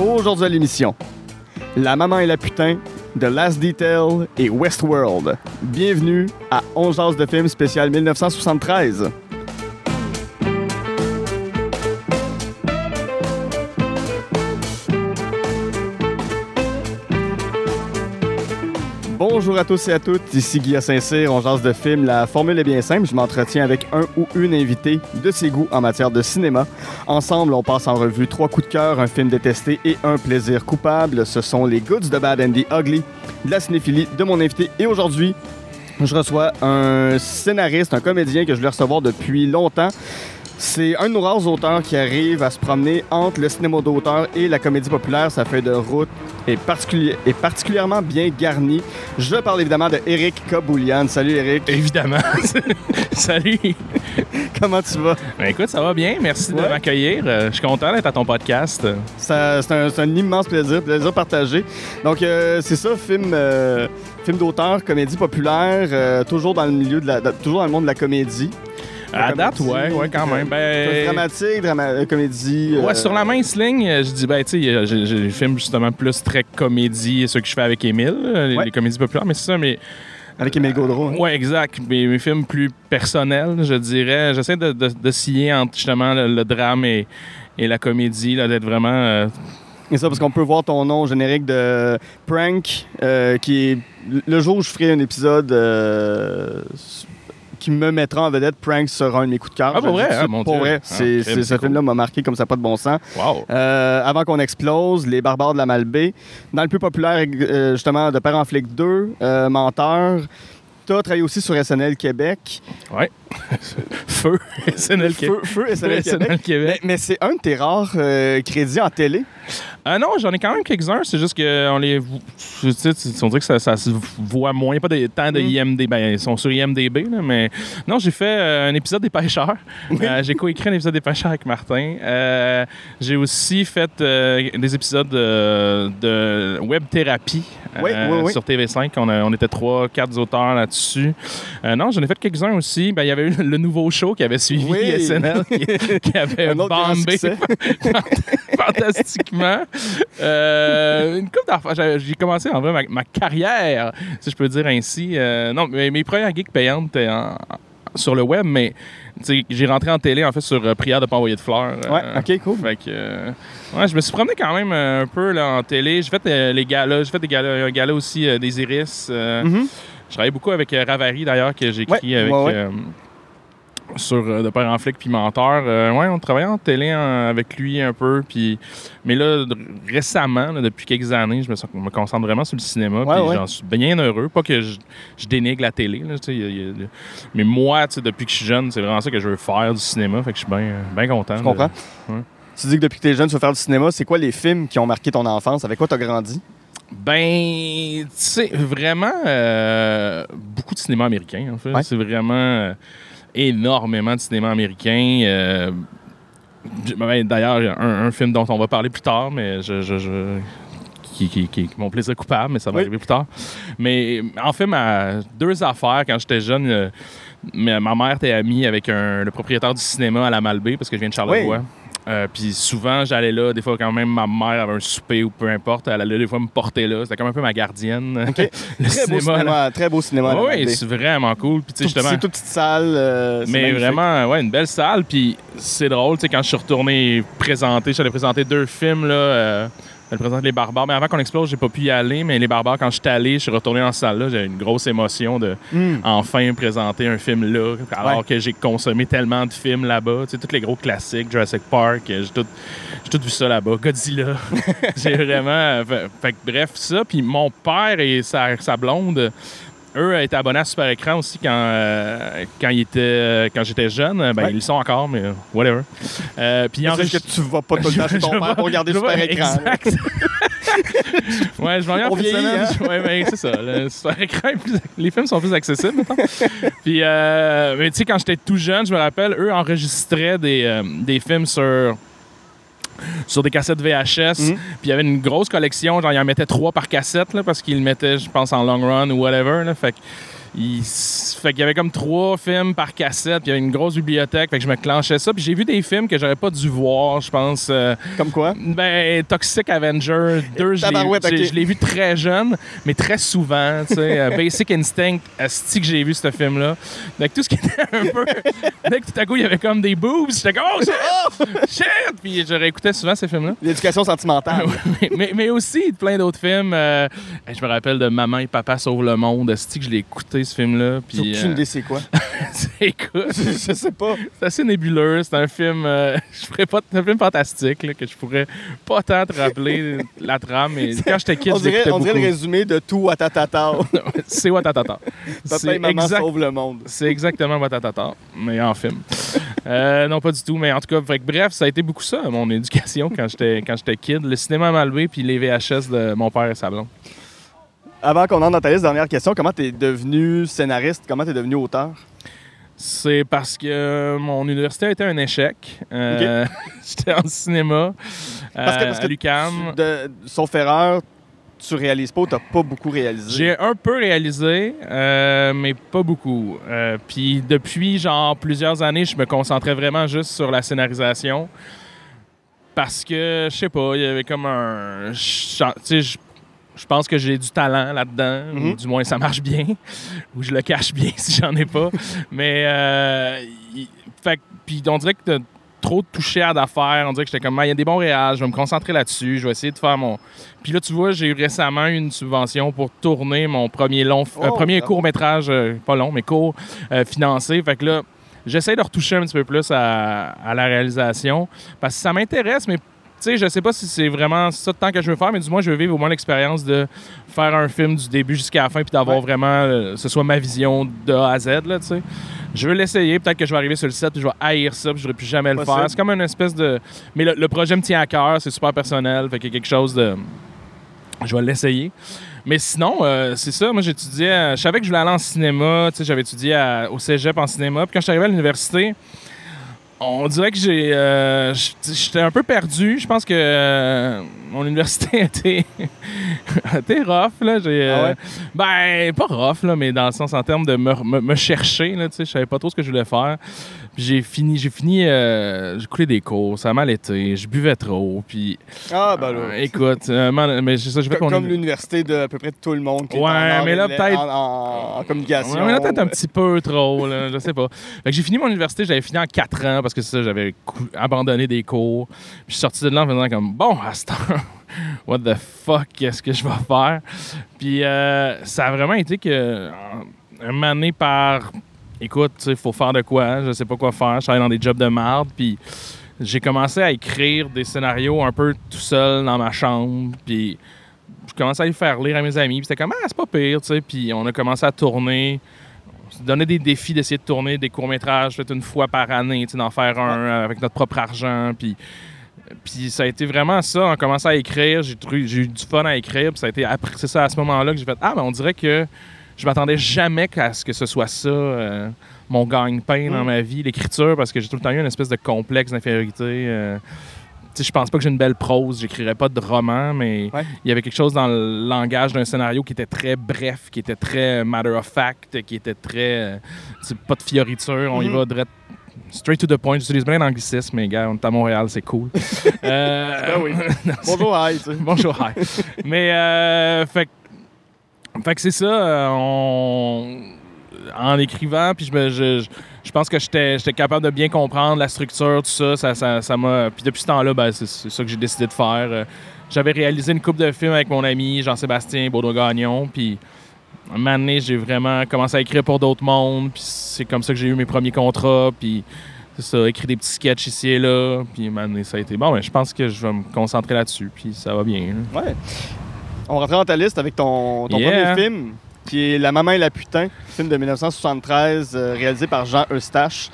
Aujourd'hui à l'émission, La maman et la putain, The Last Detail et Westworld. Bienvenue à On jase de film spécial 1973. Bonjour à tous et à toutes, ici Guy Saint-Cyr, on jase de film. La formule est bien simple, je m'entretiens avec un ou une invitée de ses goûts en matière de cinéma. Ensemble, on passe en revue 3 coups de cœur, un film détesté et un plaisir coupable. Ce sont les Goods, The Bad and the Ugly, de la cinéphilie de mon invité. Et aujourd'hui, je reçois un scénariste, un comédien que je voulais recevoir depuis longtemps. C'est un de nos rares auteurs qui arrive à se promener entre le cinéma d'auteur et la comédie populaire. Sa feuille de route est particulièrement bien garnie. Je parle évidemment de Éric Kaboulian. Salut Éric. Évidemment. Salut. Comment tu vas? Ben écoute, ça va bien. Merci de m'accueillir. Je suis content d'être à ton podcast. C'est un immense plaisir partagé. Donc, c'est ça, film d'auteur, comédie populaire, toujours dans le milieu toujours dans le monde de la comédie. À date, ouais, quand même. Dramatique, comédie. Ouais, sur la mince ligne, je dis, tu sais, j'ai des films justement plus très comédie, ceux que je fais avec Émile, les comédies populaires, mais c'est ça, mais. Avec Émile Gaudreau. Hein? Oui, exact. Mes films plus personnels, je dirais. J'essaie de scier entre justement le drame et la comédie, là, d'être vraiment. Et ça, parce qu'on peut voir ton nom au générique de Prank, qui est. Le jour où je ferai un épisode. Qui me mettra en vedette, Prank sera un de mes coups de cœur. Ah, pour vrai? Pour vrai. Ce film-là m'a marqué comme ça, pas de bon sens. Wow. Avant qu'on explose, Les Barbares de la Malbaie. Dans le plus populaire, justement, de Père en flic 2, Menteur. Tu as travaillé aussi sur SNL Québec. Oui. Feu SNL Québec. Feu SNL Québec. Mais c'est un de tes rares crédits en télé. Non, j'en ai quand même quelques-uns. C'est juste qu'on les... Tu sais, on dirait que ça se voit moins. Il n'y a pas tant de IMDb. Ben, ils sont sur IMDb, là, mais... Non, j'ai fait un épisode des Pêcheurs. J'ai coécrit un épisode des Pêcheurs avec Martin. J'ai aussi fait des épisodes de web thérapie sur TV5. On était 3-4 auteurs là-dessus. Non, j'en ai fait quelques-uns aussi. Ben, il y avait eu le nouveau show qui avait suivi SNL, qui avait bombé fantastiquement. Une couple d'affaires. J'ai commencé en vrai ma carrière, si je peux dire ainsi. Non, mes premières gigs payantes étaient sur le web, mais j'ai rentré en télé en fait sur Prière de pas envoyer de fleurs. OK, cool. Fait que, je me suis promené quand même un peu là, en télé. J'ai fait les galas. J'ai fait un gala aussi des Iris. Je travaillais beaucoup avec Ravary d'ailleurs, que j'ai écrit avec... sur De Père en flic puis Menteur. On travaillait en télé avec lui un peu. Mais là, récemment, depuis quelques années, je me concentre vraiment sur le cinéma. J'en suis bien heureux. Pas que je dénigre la télé. Là, mais moi, depuis que je suis jeune, c'est vraiment ça que je veux faire, du cinéma. Fait que je suis bien content. Je comprends. Tu dis que depuis que tu es jeune, tu veux faire du cinéma. C'est quoi les films qui ont marqué ton enfance? Avec quoi tu as grandi? Ben, tu sais, vraiment beaucoup de cinéma américain, en fait. C'est vraiment... énormément de cinéma américain. D'ailleurs, un film dont on va parler plus tard, mais qui est mon plaisir coupable, mais ça va arriver plus tard. Mais en fait, deux affaires, quand j'étais jeune, ma mère était amie avec le propriétaire du cinéma à la Malbaie, parce que je viens de Charlevoix. Puis souvent, j'allais là. Des fois, quand même, ma mère avait un souper ou peu importe, elle allait des fois me porter là. C'était comme un peu ma gardienne. Okay. Très beau cinéma. Oui, c'est vraiment cool. Puis, justement, c'est toute petite salle. Mais vraiment, une belle salle. Puis c'est drôle, quand je suis retourné j'allais présenter 2 films, là. Elle présente Les Barbares. Mais avant qu'on explose, j'ai pas pu y aller. Mais Les Barbares, quand je suis allé, je suis retourné dans cette salle-là. J'avais une grosse émotion de enfin présenter un film là. Alors que j'ai consommé tellement de films là-bas. Tu sais, tous les gros classiques, Jurassic Park, j'ai tout vu ça là-bas. Godzilla. J'ai vraiment... Fait que, bref, ça. Puis mon père et sa blonde... Eux étaient abonnés à Super Écran aussi quand j'étais jeune. Ils le sont encore, mais whatever. Puis que tu vas pas tout le temps chez ton père pour regarder Super Écran. Exact. Je m'en viens en fin de semaine. C'est ça. Le Super Écran, les films sont plus accessibles, mettons. Puis, mais tu sais, quand j'étais tout jeune, je me rappelle, eux enregistraient des films sur des cassettes VHS. Puis il y avait une grosse collection. Genre, ils en mettaient 3 par cassette, là, parce qu'ils le mettaient, je pense, en long run ou whatever. Là, fait que Fait qu'il y avait comme 3 films par cassette, puis il y avait une grosse bibliothèque, fait que je me clenchais ça. Puis j'ai vu des films que j'aurais pas dû voir, je pense. Comme quoi? Ben, Toxic Avenger 2, je l'ai vu très jeune, mais très souvent, tu sais. Basic Instinct, asti que j'ai vu ce film-là. Donc tout ce qui était un peu... Dès que tout à coup, il y avait comme des boobs, j'étais comme « Oh, shit! » Puis je réécoutais souvent ces films-là. L'éducation sentimentale. mais aussi plein d'autres films. Je me rappelle de Maman et Papa sauvent le monde, asti que je l'ai écouté, ce film-là. J'ai aucune idée c'est quoi. Écoute, je sais pas. C'est assez nébuleux. C'est un film, c'est un film fantastique là, que je pourrais pas tant te rappeler la trame. Mais quand j'étais kid, on dirait le résumé de tout Watatata. C'est Watatata. Papa et Maman sauvent le monde. C'est exactement Watatata, mais en film. Non, pas du tout. Mais en tout cas, bref, ça a été beaucoup ça, mon éducation quand j'étais kid. Le cinéma à Malbaie puis les VHS de mon père et sa blonde. Avant qu'on entre dans ta liste, dernière question, comment t'es devenu scénariste? Comment t'es devenu auteur? C'est parce que mon université a été un échec. Okay. J'étais en cinéma parce que à l'UQAM. Sauf erreur, tu réalises pas ou t'as pas beaucoup réalisé? J'ai un peu réalisé, mais pas beaucoup. Puis depuis genre plusieurs années, je me concentrais vraiment juste sur la scénarisation. Parce que, je sais pas, il y avait comme un... Je pense que j'ai du talent là-dedans, ou du moins ça marche bien, ou je le cache bien si j'en ai pas. Mais, puis on dirait que t'as trop touché à d'affaires. On dirait que j'étais comme, il y a des bons réals, je vais me concentrer là-dessus, je vais essayer de faire mon... Puis là, tu vois, j'ai eu récemment une subvention pour tourner mon premier court-métrage, pas long, mais court, financé. Fait que là, j'essaie de retoucher un petit peu plus à la réalisation, parce que ça m'intéresse, mais tu sais, je sais pas si c'est vraiment ça de temps que je veux faire, mais du moins, je veux vivre au moins l'expérience de faire un film du début jusqu'à la fin puis d'avoir vraiment, ce soit ma vision de A à Z, là, tu sais. Je veux l'essayer. Peut-être que je vais arriver sur le set puis je vais haïr ça puis je ne voudrais plus jamais le faire. C'est comme une espèce de... Mais le projet me tient à cœur, c'est super personnel, fait qu'il y a quelque chose de... Je vais l'essayer. Mais sinon, c'est ça. Moi, j'étudiais... Je savais que je voulais aller en cinéma. Tu sais, j'avais étudié au cégep en cinéma. Puis quand je suis arrivé à l'université... On dirait que j'étais un peu perdu. Je pense que mon université était rough. Là. Ben, pas rough, là, mais dans le sens en termes de me chercher. Là, je savais pas trop ce que je voulais faire. Puis j'ai coulé des cours, ça a mal été, je buvais trop, puis... Ah, ben là... écoute, mais c'est ça, je vais comme l'université de à peu près tout le monde qui est mais là, peut-être... en communication. Ouais, mais là, peut-être un petit peu trop, là, je sais pas. Fait que j'ai fini mon université, j'avais fini en 4 ans, parce que ça, j'avais abandonné des cours. Puis je suis sorti de là en faisant comme, bon, à ce temps, what the fuck, qu'est-ce que je vais faire? Puis ça a vraiment été que, un moment donné par... Écoute, il faut faire de quoi, je sais pas quoi faire, je travaille dans des jobs de merde, puis j'ai commencé à écrire des scénarios un peu tout seul dans ma chambre, puis je commençais à les faire lire à mes amis, puis c'était comme « Ah, c'est pas pire », tu sais, puis on a commencé à tourner, on s'est donné des défis d'essayer de tourner des courts-métrages, peut-être une fois par année, tu sais, d'en faire un avec notre propre argent, puis ça a été vraiment ça, on a commencé à écrire, j'ai eu du fun à écrire, puis ça a été après, c'est ça, à ce moment-là que j'ai fait « Ah, mais on dirait que je m'attendais jamais à ce que ce soit ça, mon gagne-pain dans ma vie, l'écriture, parce que j'ai tout le temps eu une espèce de complexe d'infériorité. Je pense pas que j'ai une belle prose, j'écrirais pas de roman, mais il y avait quelque chose dans le langage d'un scénario qui était très bref, qui était très matter of fact, qui était très... pas de fioriture, on y va direct, straight to the point. J'utilise bien l'anglicisme, mais gars, on est à Montréal, c'est cool. Oui. Bonjour, hi. Bonjour, hi. Mais, fait que c'est ça, en écrivant, puis je pense que j'étais capable de bien comprendre la structure, tout ça, ça m'a... Puis depuis ce temps-là, ben, c'est ça que j'ai décidé de faire. J'avais réalisé une couple de films avec mon ami Jean-Sébastien Baudouin-Gagnon, puis un moment donné, j'ai vraiment commencé à écrire pour d'autres mondes, puis c'est comme ça que j'ai eu mes premiers contrats, puis c'est ça, écrire des petits sketchs ici et là, puis un moment donné, ça a été... Bon, ben, je pense que je vais me concentrer là-dessus, puis ça va bien. Là. Ouais. On rentre dans ta liste avec ton premier film, qui est La Maman et la putain, film de 1973, réalisé par Jean Eustache.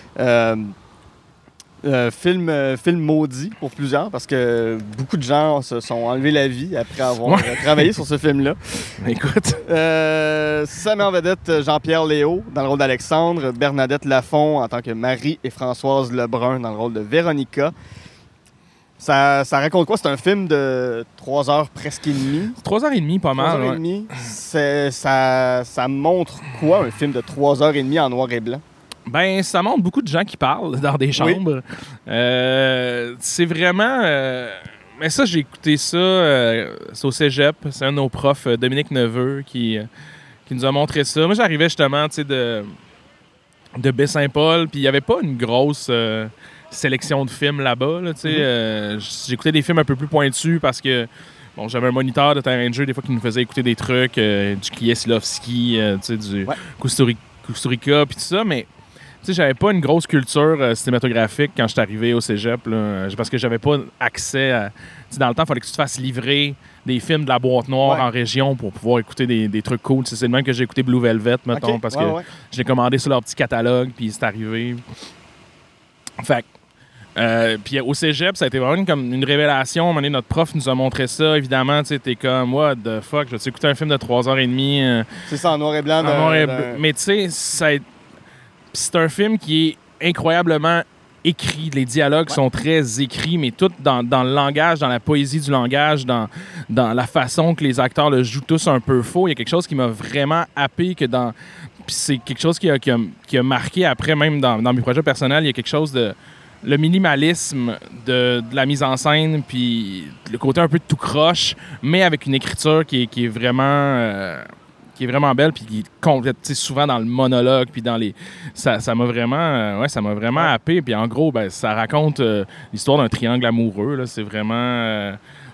Film maudit pour plusieurs, parce que beaucoup de gens se sont enlevés la vie après avoir travaillé sur ce film-là. Écoute. Ça met en vedette Jean-Pierre Léaud dans le rôle d'Alexandre, Bernadette Lafont en tant que Marie et Françoise Lebrun dans le rôle de Véronica. Ça raconte quoi? C'est un film de 3 heures presque et demie. 3 heures et demie, pas mal. 3 heures et demie. Ça montre quoi, un film de 3 heures et demie en noir et blanc? Ben, ça montre beaucoup de gens qui parlent dans des chambres. Oui. C'est vraiment... Mais ça, j'ai écouté ça, c'est au cégep. C'est un de nos profs, Dominique Neveu, qui nous a montré ça. Moi, j'arrivais justement, tu sais, de Baie-Saint-Paul, puis il n'y avait pas une grosse sélection de films là-bas, là, tu sais. J'écoutais des films un peu plus pointus parce que, bon, j'avais un moniteur de terrain de jeu, des fois, qui nous faisait écouter des trucs, du Kieslowski, tu sais, du Kusturica, puis tout ça, mais... Tu sais, j'avais pas une grosse culture cinématographique quand je suis arrivé au cégep, là, parce que j'avais pas accès à... Tu sais, dans le temps, il fallait que tu te fasses livrer des films de la boîte noire en région pour pouvoir écouter des trucs cool. C'est le même que j'ai écouté Blue Velvet, mettons, parce que je l'ai commandé sur leur petit catalogue, puis c'est arrivé. Fait puis au cégep, ça a été vraiment comme une révélation. À un moment donné, notre prof nous a montré ça. Évidemment, tu sais, t'es comme, what the fuck, je vais écouter un film de 3h30. C'est ça, en noir et blanc. Mais tu sais, c'est un film qui est incroyablement écrit. Les dialogues sont très écrits, mais tout dans le langage, dans la poésie du langage, dans la façon que les acteurs le jouent tous un peu faux. Il y a quelque chose qui m'a vraiment happé que dans... Puis c'est quelque chose qui a marqué après, même dans mes projets personnels. Il y a quelque chose de... Le minimalisme de la mise en scène, puis le côté un peu tout croche, mais avec une écriture qui est vraiment... qui est vraiment belle, puis qui est complète, souvent dans le monologue, puis dans les... Ça m'a vraiment happé. Puis en gros, ben, ça raconte l'histoire d'un triangle amoureux, là. C'est vraiment...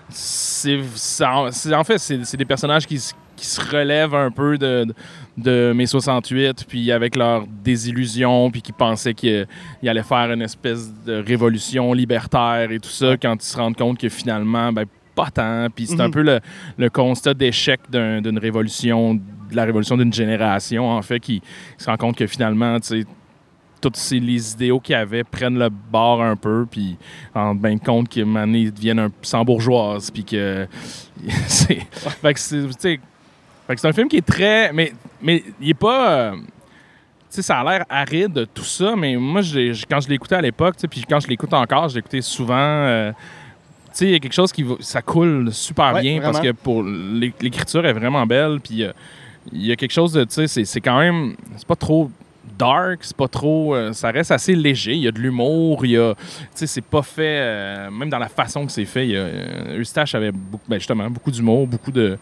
en fait, c'est des personnages qui se relèvent un peu de mai 68, puis avec leurs désillusions, puis qui pensaient qu'ils allaient faire une espèce de révolution libertaire et tout ça, quand ils se rendent compte que finalement... Ben, pas tant. Puis c'est un peu le constat d'échec d'une révolution, de la révolution d'une génération, en fait, qui se rend compte que finalement, tu sais, tous les idéaux qu'il y avait prennent le bord un peu, puis en fin de compte qu'ils deviennent sans bourgeoise, puis que c'est... Fait que c'est un film qui est très... Mais il est pas... tu sais, ça a l'air aride, tout ça, mais moi, quand je l'écoutais à l'époque, puis quand je l'écoute encore, je l'écoutais souvent... tu sais, il y a quelque chose ça coule super bien, vraiment. Parce que pour l'écriture est vraiment belle, puis il y a quelque chose de, tu sais, c'est quand même, c'est pas trop dark, c'est pas trop, ça reste assez léger, il y a de l'humour, il y a, tu sais, c'est pas fait, même dans la façon que c'est fait, Eustache avait justement beaucoup d'humour, beaucoup de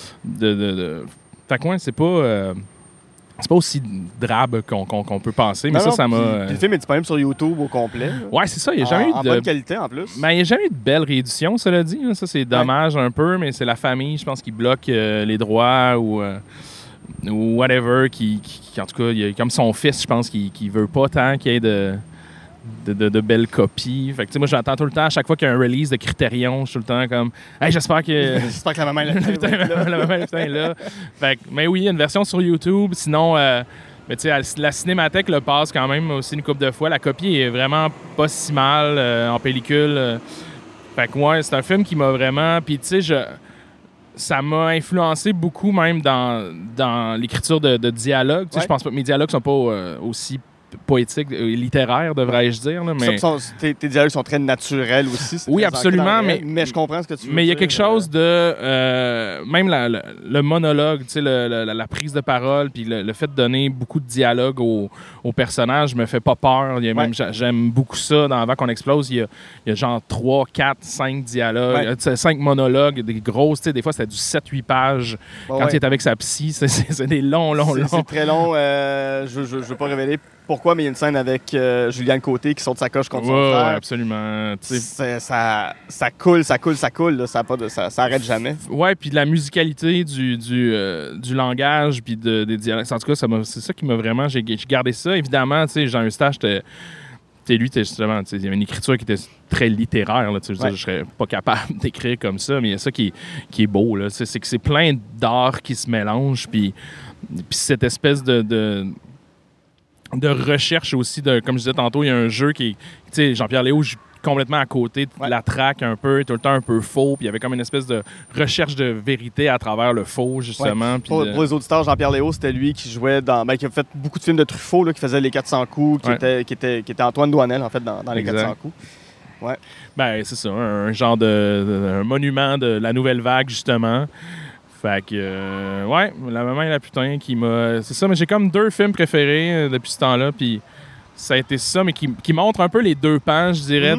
fait que ouais, c'est pas aussi drabe qu'on peut penser, mais ça m'a... Le film est disponible sur YouTube au complet. Ouais, c'est ça. Il n'y a jamais eu de... En bonne qualité, en plus. Ben, il n'y a jamais eu de belle réédition, cela dit. Ça, c'est dommage un peu, mais c'est la famille, je pense, qui bloque les droits ou whatever, qui, en tout cas, il y a comme son fils, je pense, qui veut pas tant qu'il y ait de belles copies. Fait que, tu sais, moi, j'entends tout le temps, à chaque fois qu'il y a un release de Criterion, je suis tout le temps comme « Hey, j'espère que... » J'espère que la maman est là. Fait que, mais oui, il y a une version sur YouTube. Sinon, mais tu sais, la Cinémathèque le passe quand même aussi une couple de fois. La copie est vraiment pas si mal en pellicule. Fait que, ouais, c'est un film qui m'a vraiment... Puis, tu sais, ça m'a influencé beaucoup même dans l'écriture de dialogues. Tu sais, je pense pas que mes dialogues sont pas aussi poétique, littéraire, devrais-je dire. Là, mais... tes dialogues sont très naturels aussi. Oui, absolument. Mais je comprends ce que tu veux dire. Mais il y a quelque chose de... même le monologue, la prise de parole, puis le fait de donner beaucoup de dialogue aux personnages me fait pas peur. J'aime beaucoup ça. Avant qu'on explose, il y a genre 3, 4, 5 dialogues, 5 monologues, des grosses. Des fois, c'était du 7-8 pages. Quand il est avec sa psy, c'est des longs. C'est très long. Je veux pas révéler pourquoi, mais il y a une scène avec Juliane Côté qui saute sa coche contre son frère. Oui, absolument. Ça coule, là, ça arrête jamais. Ouais, puis de la musicalité du langage, puis des dialectes. En tout cas, c'est ça qui m'a vraiment... J'ai gardé ça. Évidemment, tu sais, Jean Eustache, lui, justement, il y avait une écriture qui était très littéraire. Là, je serais pas capable d'écrire comme ça, mais il y a ça qui est beau. Là, c'est que c'est plein d'art qui se mélangent, puis cette espèce de recherche aussi, comme je disais tantôt, il y a un jeu qui est, tu sais, Jean-Pierre Léaud joue complètement à côté de la traque un peu, tout le temps un peu faux, puis il y avait comme une espèce de recherche de vérité à travers le faux, justement. Ouais. Pour les auditeurs, Jean-Pierre Léaud, c'était lui qui jouait qui a fait beaucoup de films de Truffaut, là, qui faisait les 400 coups, qui était Antoine Douanel, en fait, dans les 400 coups. Ouais. Ben, c'est ça, un genre un monument de la nouvelle vague, justement. Fait que, ouais, La maman et la putain qui m'a... C'est ça, mais j'ai comme 2 films préférés depuis ce temps-là, puis ça a été ça, mais qui montre un peu les 2 pans, je dirais,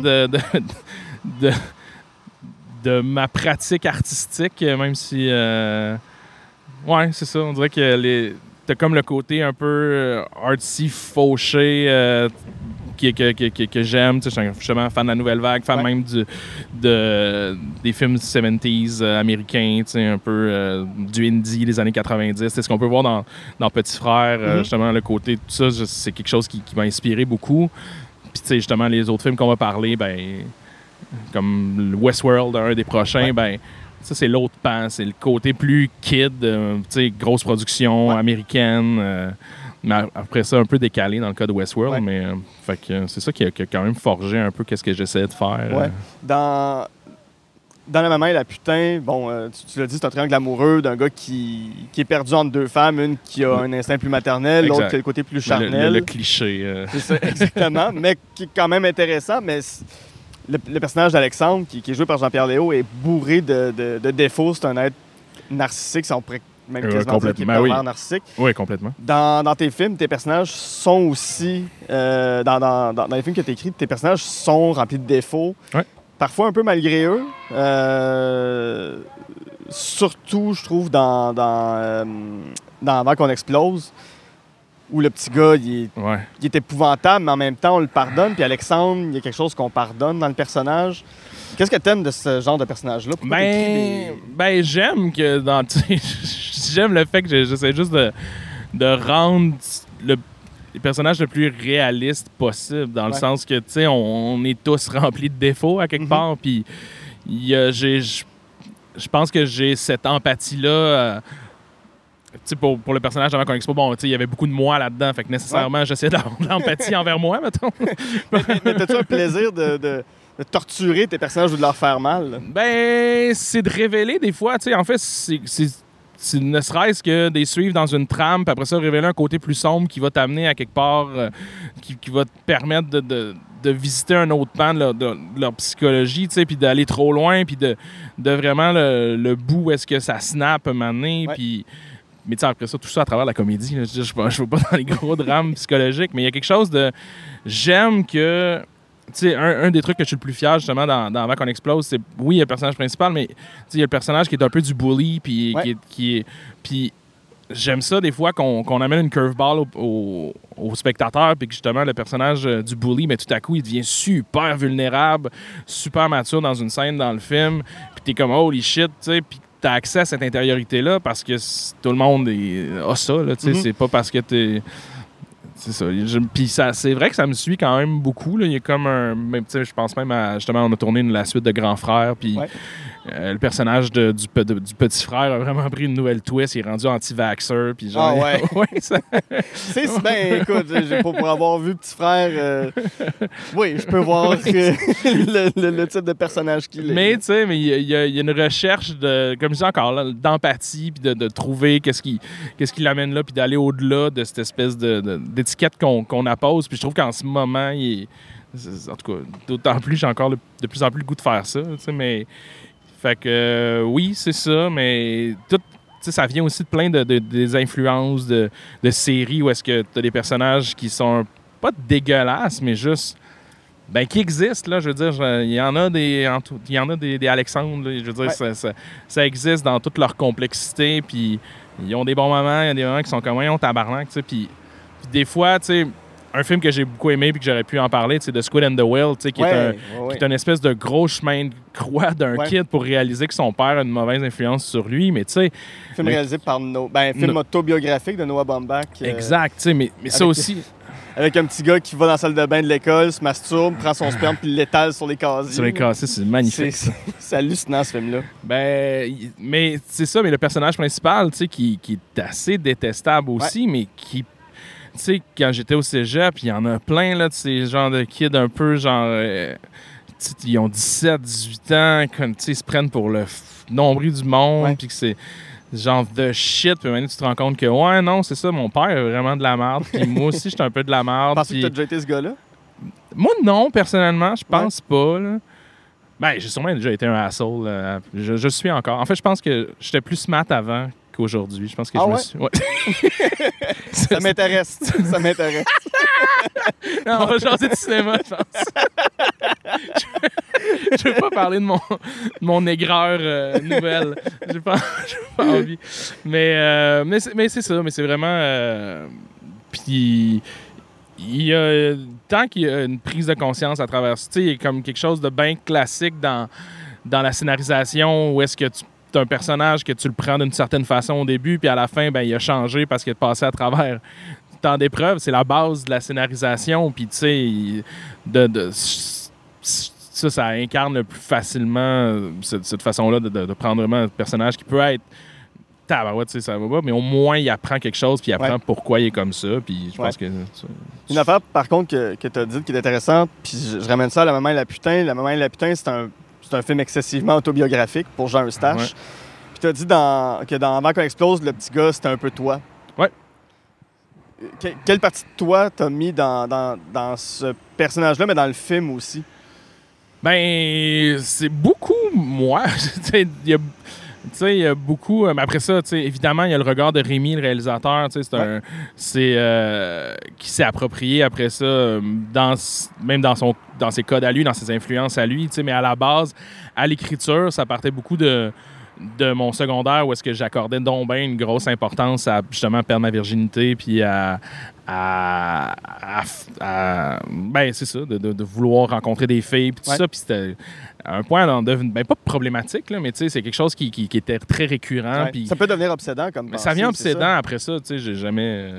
de ma pratique artistique, même si... ouais, c'est ça, on dirait que t'as comme le côté un peu artsy, fauché, que j'aime. Je suis justement fan de la nouvelle vague, fan même des films 70s américains, un peu du indie des années 90. C'est ce qu'on peut voir dans Petit Frère, justement, le côté, tout ça, c'est quelque chose qui m'a inspiré beaucoup. Puis, justement, les autres films qu'on va parler, ben, comme Westworld, un des prochains, ben, ça, c'est l'autre pan. C'est le côté plus kid, grosse production américaine. Mais après ça, un peu décalé dans le cas de Westworld, mais fait que c'est ça qui a quand même forgé un peu qu'est-ce que j'essayais de faire. Ouais. Dans La maman et la putain, bon, tu l'as dit, c'est un triangle amoureux d'un gars qui est perdu entre 2 femmes, une qui a un instinct plus maternel, l'autre qui a le côté plus charnel. Le cliché. C'est ça, exactement, mais qui est quand même intéressant. Mais le personnage d'Alexandre, qui est joué par Jean-Pierre Léaud, est bourré de défauts. C'est un être narcissique, si on pourrait même quasiment dire qu'il est pervers narcissique. Oui, complètement. Dans tes films, tes personnages sont aussi... dans les films que tu écris, tes personnages sont remplis de défauts. Ouais. Parfois un peu malgré eux. Surtout, je trouve, dans Avant qu'on explose, où le petit gars, il est épouvantable, mais en même temps, on le pardonne. Puis Alexandre, il y a quelque chose qu'on pardonne dans le personnage. Qu'est-ce que t'aimes de ce genre de personnage-là? Ben, j'aime que j'aime le fait que j'essaie juste de rendre les personnages le plus réalistes possible, dans le sens que, tu sais, on est tous remplis de défauts à quelque part, puis je pense que j'ai cette empathie-là... pour le personnage avant qu'on expo, bon, il y avait beaucoup de moi là-dedans, fait que nécessairement, j'essayais d'avoir de l'empathie envers moi, mettons. mais t'as-tu un plaisir de torturer tes personnages ou de leur faire mal? Ben, c'est de révéler des fois, en fait, c'est ne serait-ce que de les suivre dans une trame, puis après ça, révéler un côté plus sombre qui va t'amener à quelque part, qui va te permettre de visiter un autre pan de leur psychologie, puis d'aller trop loin, puis de vraiment le bout où est-ce que ça snap un moment donné, puis... Mais après ça, tout ça à travers la comédie. Là, je ne vais pas dans les gros drames psychologiques, mais il y a quelque chose de... J'aime que... Tu sais, un des trucs que je suis le plus fier, justement, dans Avant qu'on explose, c'est... Oui, il y a le personnage principal, mais il y a le personnage qui est un peu du bully, puis puis j'aime ça, des fois, qu'on amène une curveball au spectateur, puis que, justement, le personnage du bully, mais tout à coup, il devient super vulnérable, super mature dans une scène dans le film, puis t'es comme « holy shit », tu sais, puis t'as accès à cette intériorité-là parce que tout le monde a ça, là, tu sais, c'est pas parce que t'es... C'est ça. Puis c'est vrai que ça me suit quand même beaucoup, là. Il y a comme je pense même à... Justement, on a tourné la suite de Grand Frère, puis le personnage du petit frère a vraiment pris une nouvelle twist. Il est rendu anti-vaxxer, puis genre... Ah ouais? C'est ben, écoute, pour avoir vu Petit Frère, oui, je peux voir le type de personnage qu'il est. Mais, tu sais, il y a une recherche, comme je dis encore, là, d'empathie, puis de trouver qu'est-ce qui l'amène là, puis d'aller au-delà de cette espèce d'étiquette qu'on appose. Puis je trouve qu'en ce moment, en tout cas, d'autant plus, j'ai encore de plus en plus le goût de faire ça, tu sais, mais... Fait que, oui, c'est ça, mais tout, ça vient aussi de plein des influences de séries où est-ce que tu as des personnages qui sont pas dégueulasses, mais juste, qui existent, là, je veux dire, il y en a des Alexandre, là, je veux dire, ça existe dans toute leur complexité, puis ils ont des bons moments, il y a des moments qui sont comme, on tabarnak, tu sais, puis des fois, tu sais, un film que j'ai beaucoup aimé et que j'aurais pu en parler, c'est The Squid and the Whale, qui est une espèce de gros chemin de croix d'un kid pour réaliser que son père a une mauvaise influence sur lui, mais tu sais... Film réalisé par film autobiographique de Noah Baumbach. Exact, tu sais, mais ça aussi... Avec un petit gars qui va dans la salle de bain de l'école, se masturbe, prend son sperme puis l'étale sur les casiers. Sur les casiers, c'est magnifique. C'est hallucinant, ce film-là. Mais c'est ça, mais le personnage principal, tu sais, qui est assez détestable aussi, mais qui... Tu sais, quand j'étais au cégep, il y en a plein, là, de ces genres de kids un peu, genre... ils ont 17, 18 ans, comme, tu sais, ils se prennent pour le nombril du monde, puis que c'est genre de shit, puis maintenant, tu te rends compte que, non, c'est ça, mon père est vraiment de la merde, puis moi aussi, j'étais un peu de la merde. Penses-tu que t'as déjà été ce gars-là? Moi, non, personnellement, je pense pas. Là. Ben, j'ai sûrement déjà été un asshole. Je suis encore. En fait, je pense que j'étais plus smart avant qu'aujourd'hui. Je pense que je me suis... Ouais. Ça m'intéresse. Ça m'intéresse. Non, on va changer de cinéma, je pense. Je veux pas parler de mon aigreur nouvelle. J'ai pas envie. Mais c'est ça. Mais c'est vraiment... Puis... Il y a, tant qu'il y a une prise de conscience à travers ça, il y a comme quelque chose de bien classique dans la scénarisation où est-ce que tu as un personnage que tu le prends d'une certaine façon au début, puis à la fin, ben, il a changé parce qu'il est passé à travers tant d'épreuves. C'est la base de la scénarisation, puis tu sais, ça incarne le plus facilement cette façon-là de prendre vraiment un personnage qui peut être tabarouette, tu sais, ça va pas, mais au moins, il apprend quelque chose, puis il apprend pourquoi il est comme ça, puis je pense que... Une affaire, par contre, que tu as dit qui est intéressante, puis je ramène ça à La Maman et la Putain. La Maman et la Putain, c'est un film excessivement autobiographique pour Jean Eustache. Ouais. Puis tu as dit que dans Avant qu'on explose, le petit gars, c'était un peu toi. Ouais. Quelle partie de toi t'as mis dans ce personnage-là, mais dans le film aussi? Ben, c'est beaucoup moi. Il y a beaucoup... mais après ça, évidemment, il y a le regard de Rémi, le réalisateur. Qui s'est approprié après ça, même dans ses codes à lui, dans ses influences à lui. Mais à la base, à l'écriture, ça partait beaucoup de mon secondaire où est-ce que j'accordais donc bien une grosse importance à justement perdre ma virginité puis ben c'est ça, de vouloir rencontrer des filles puis tout ça, puis c'était un point ben pas problématique là, mais tu sais c'est quelque chose qui était très récurrent. Puis ça peut devenir obsédant comme pensée, ça vient obsédant après ça, tu sais, j'ai jamais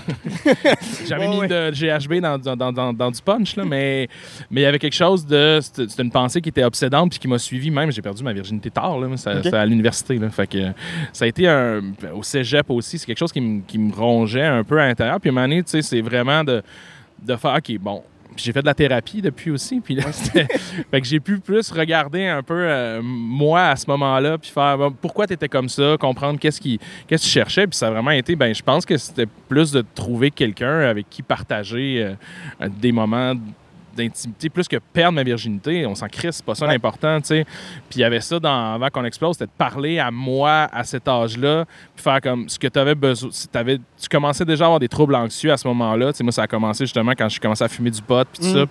mis de GHB dans du punch là, mais il y avait quelque chose de c'était une pensée qui était obsédante puis qui m'a suivi, même j'ai perdu ma virginité tard là, c'est à l'université là, fait que ça a été au cégep aussi, c'est quelque chose qui me rongeait un peu à l'intérieur, puis à un moment donné, tu sais, c'est vraiment de faire OK, bon. Puis j'ai fait de la thérapie depuis aussi. Puis là, fait que j'ai pu plus regarder un peu moi à ce moment-là, puis faire pourquoi tu étais comme ça, comprendre qu'est-ce que tu cherchais. Puis ça a vraiment été, je pense que c'était plus de trouver quelqu'un avec qui partager des moments d'intimité, plus que perdre ma virginité. On s'en crisse, c'est pas ça l'important, tu sais. Puis il y avait ça Avant qu'on explose, c'était de parler à moi à cet âge-là, puis faire comme ce que tu avais besoin. Tu commençais déjà à avoir des troubles anxieux à ce moment-là. Tu sais, moi, ça a commencé justement quand je commençais à fumer du pot, puis tout ça,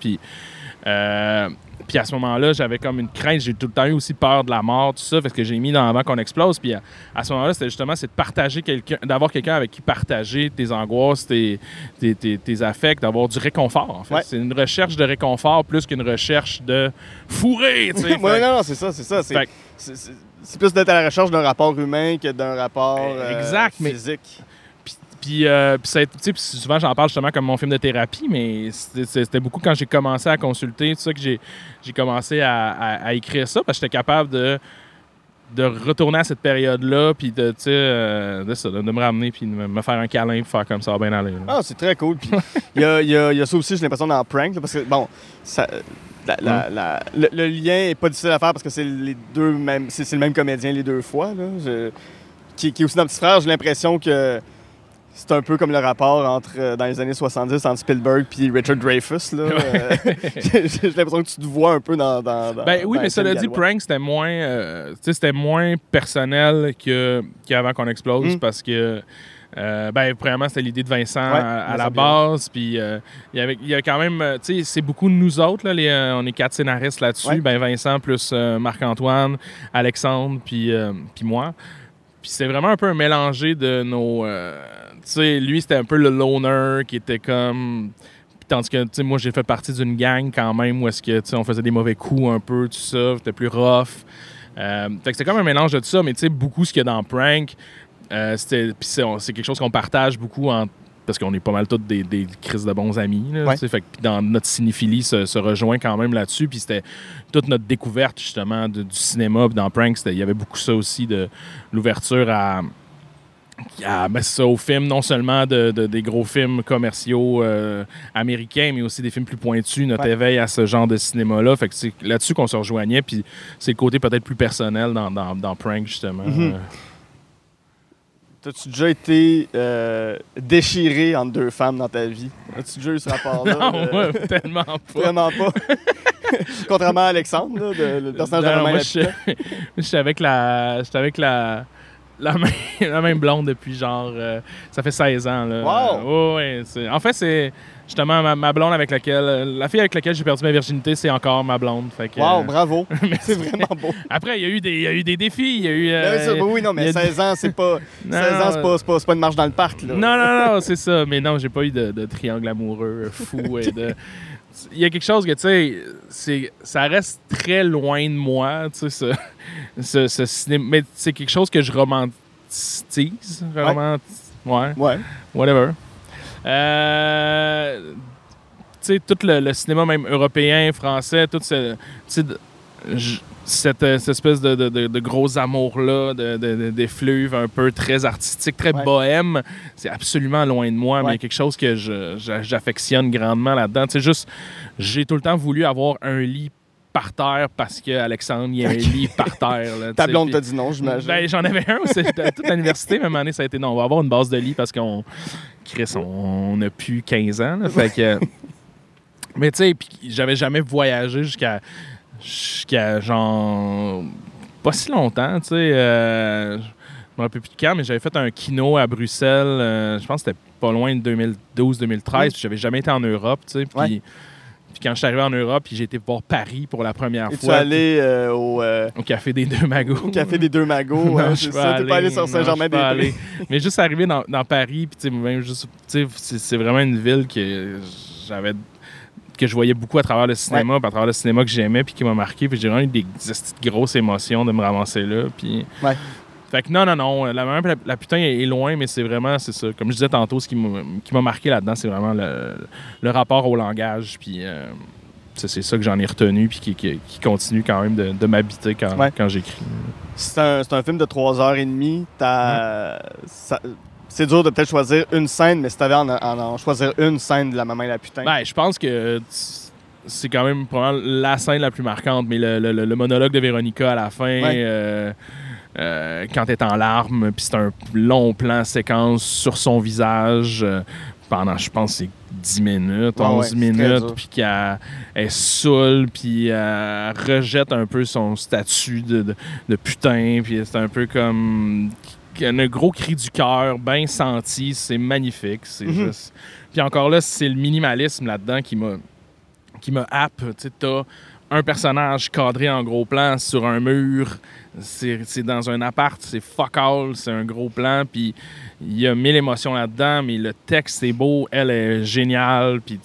puis à ce moment-là, j'avais comme une crainte. J'ai tout le temps eu aussi peur de la mort, tout ça, parce que j'ai mis Avant qu'on explose. Puis à ce moment-là, c'était justement de partager d'avoir quelqu'un avec qui partager tes angoisses, tes affects, d'avoir du réconfort, en fait. C'est une recherche de réconfort plus qu'une recherche de fourrer, tu sais. Non, c'est ça. C'est plus d'être à la recherche d'un rapport humain que d'un rapport physique. Puis souvent, j'en parle justement comme mon film de thérapie, mais c'était beaucoup quand j'ai commencé à consulter, tout ça, que j'ai commencé à écrire ça, parce que j'étais capable de retourner à cette période-là, puis de me ramener, puis de me faire un câlin, puis faire comme ça, bien aller. Là. Ah, c'est très cool. Puis il y a ça aussi, j'ai l'impression, dans Prank, là, parce que, bon, ça... le lien est pas difficile à faire parce que c'est les deux mêmes, c'est le même comédien les deux fois, là. Qui est aussi dans Petit Frère, j'ai l'impression que c'est un peu comme le rapport dans les années 70 entre Spielberg puis Richard Dreyfuss. Là. J'ai l'impression que tu te vois un peu dans oui, mais cela dit, Prank, c'était moins personnel qu'Avant qu'on explose, parce que premièrement, c'était l'idée de Vincent à la base. Puis il y a quand même, tu sais, c'est beaucoup de nous autres. Là, on est 4 scénaristes là-dessus. Vincent plus Marc-Antoine, Alexandre, puis moi. Puis c'est vraiment un peu un mélangé de nos... tu sais, lui, c'était un peu le loner qui était comme... Tandis que, tu sais, moi, j'ai fait partie d'une gang quand même où est-ce que, tu sais, on faisait des mauvais coups un peu, tout ça. C'était plus rough. Fait que c'était comme un mélange de tout ça. Mais tu sais, beaucoup ce qu'il y a dans Prank, c'est quelque chose qu'on partage beaucoup parce qu'on est pas mal tous des crises de bons amis. Là, fait que dans notre cinéphilie se rejoint quand même là-dessus. Puis c'était toute notre découverte, justement, du cinéma. Puis dans Prank, il y avait beaucoup ça aussi, de l'ouverture au film, non seulement des gros films commerciaux américains, mais aussi des films plus pointus, notre éveil à ce genre de cinéma-là. Fait que c'est là-dessus qu'on se rejoignait. Puis c'est le côté peut-être plus personnel dans Prank, justement. T'as-tu déjà été déchiré entre deux femmes dans ta vie? As-tu déjà eu ce rapport-là? Non, ouais, tellement pas. Vraiment pas. Contrairement à Alexandre, là, le personnage de Romain moi, Laputain. j'étais avec la même blonde depuis genre... ça fait 16 ans. Là. Wow! Ouais, en fait, c'est justement ma blonde avec laquelle... La fille avec laquelle j'ai perdu ma virginité, c'est encore ma blonde. Fait que, Wow, bravo! C'est vraiment beau. Après, il y a eu des défis. Il y a eu... oui, non, mais 16 ans, c'est pas... 16 ans, c'est pas une marche dans le parc, là. Non, c'est ça. Mais non, j'ai pas eu de triangle amoureux fou. Il y a quelque chose que, tu sais, ça reste très loin de moi, tu sais, ce cinéma. Mais c'est quelque chose que je romantise. Ouais. Whatever. Tu sais, tout le cinéma, même européen, français, tout cette espèce de gros amour-là, d'effluve un peu très artistique, très bohème, c'est absolument loin de moi, mais il y a quelque chose que j'affectionne grandement là-dedans. Tu sais, juste, j'ai tout le temps voulu avoir un lit par terre parce qu'Alexandre, il y a un lit par terre. Là, ta blonde t'a dit non, j'imagine. Ben, j'en avais un, c'était toute l'université, mais à un moment donné, ça a été non, on va avoir une base de lit parce qu'on a plus 15 ans. Là, fait que, mais tu sais, j'avais jamais voyagé jusqu'à genre pas si longtemps, tu sais. Je me rappelle plus de quand, mais j'avais fait un kino à Bruxelles. Je pense que c'était pas loin de 2012-2013. Puis j'avais jamais été en Europe, tu sais. Puis quand je suis arrivé en Europe, j'ai été voir Paris pour la première fois. Tu es allé au Café des Deux Magots. Au Café des Deux Magots, non, je suis pas allé sur Saint-Germain-des-Prés. Mais juste arrivé dans Paris, puis même juste, c'est vraiment une ville que je voyais beaucoup à travers le cinéma, puis à travers le cinéma que j'aimais, puis qui m'a marqué. Puis j'ai vraiment eu des grosses émotions de me ramasser là. Puis... Fait que non, la putain est loin, mais c'est ça. Comme je disais tantôt, ce qui m'a marqué là-dedans, c'est vraiment le rapport au langage. Puis c'est ça que j'en ai retenu, puis qui continue quand même de m'habiter quand j'écris. C'est un film de 3h30. C'est dur de peut-être choisir une scène, mais si t'avais en choisir une scène de La Maman et la Putain. Ben, je pense que c'est quand même probablement la scène la plus marquante, mais le monologue de Véronica à la fin, quand elle est en larmes, puis c'est un long plan séquence sur son visage pendant, je pense, c'est 10 minutes, 11 minutes, puis qu'elle est saoule, puis elle rejette un peu son statut de putain, puis c'est un peu comme... un gros cri du cœur, bien senti, c'est magnifique, c'est juste... Puis encore là, c'est le minimalisme là-dedans qui me happe. Tu sais, t'as un personnage cadré en gros plan sur un mur, c'est dans un appart, c'est fuck all, c'est un gros plan, puis il y a 1000 émotions là-dedans, mais le texte est beau, elle est géniale, puis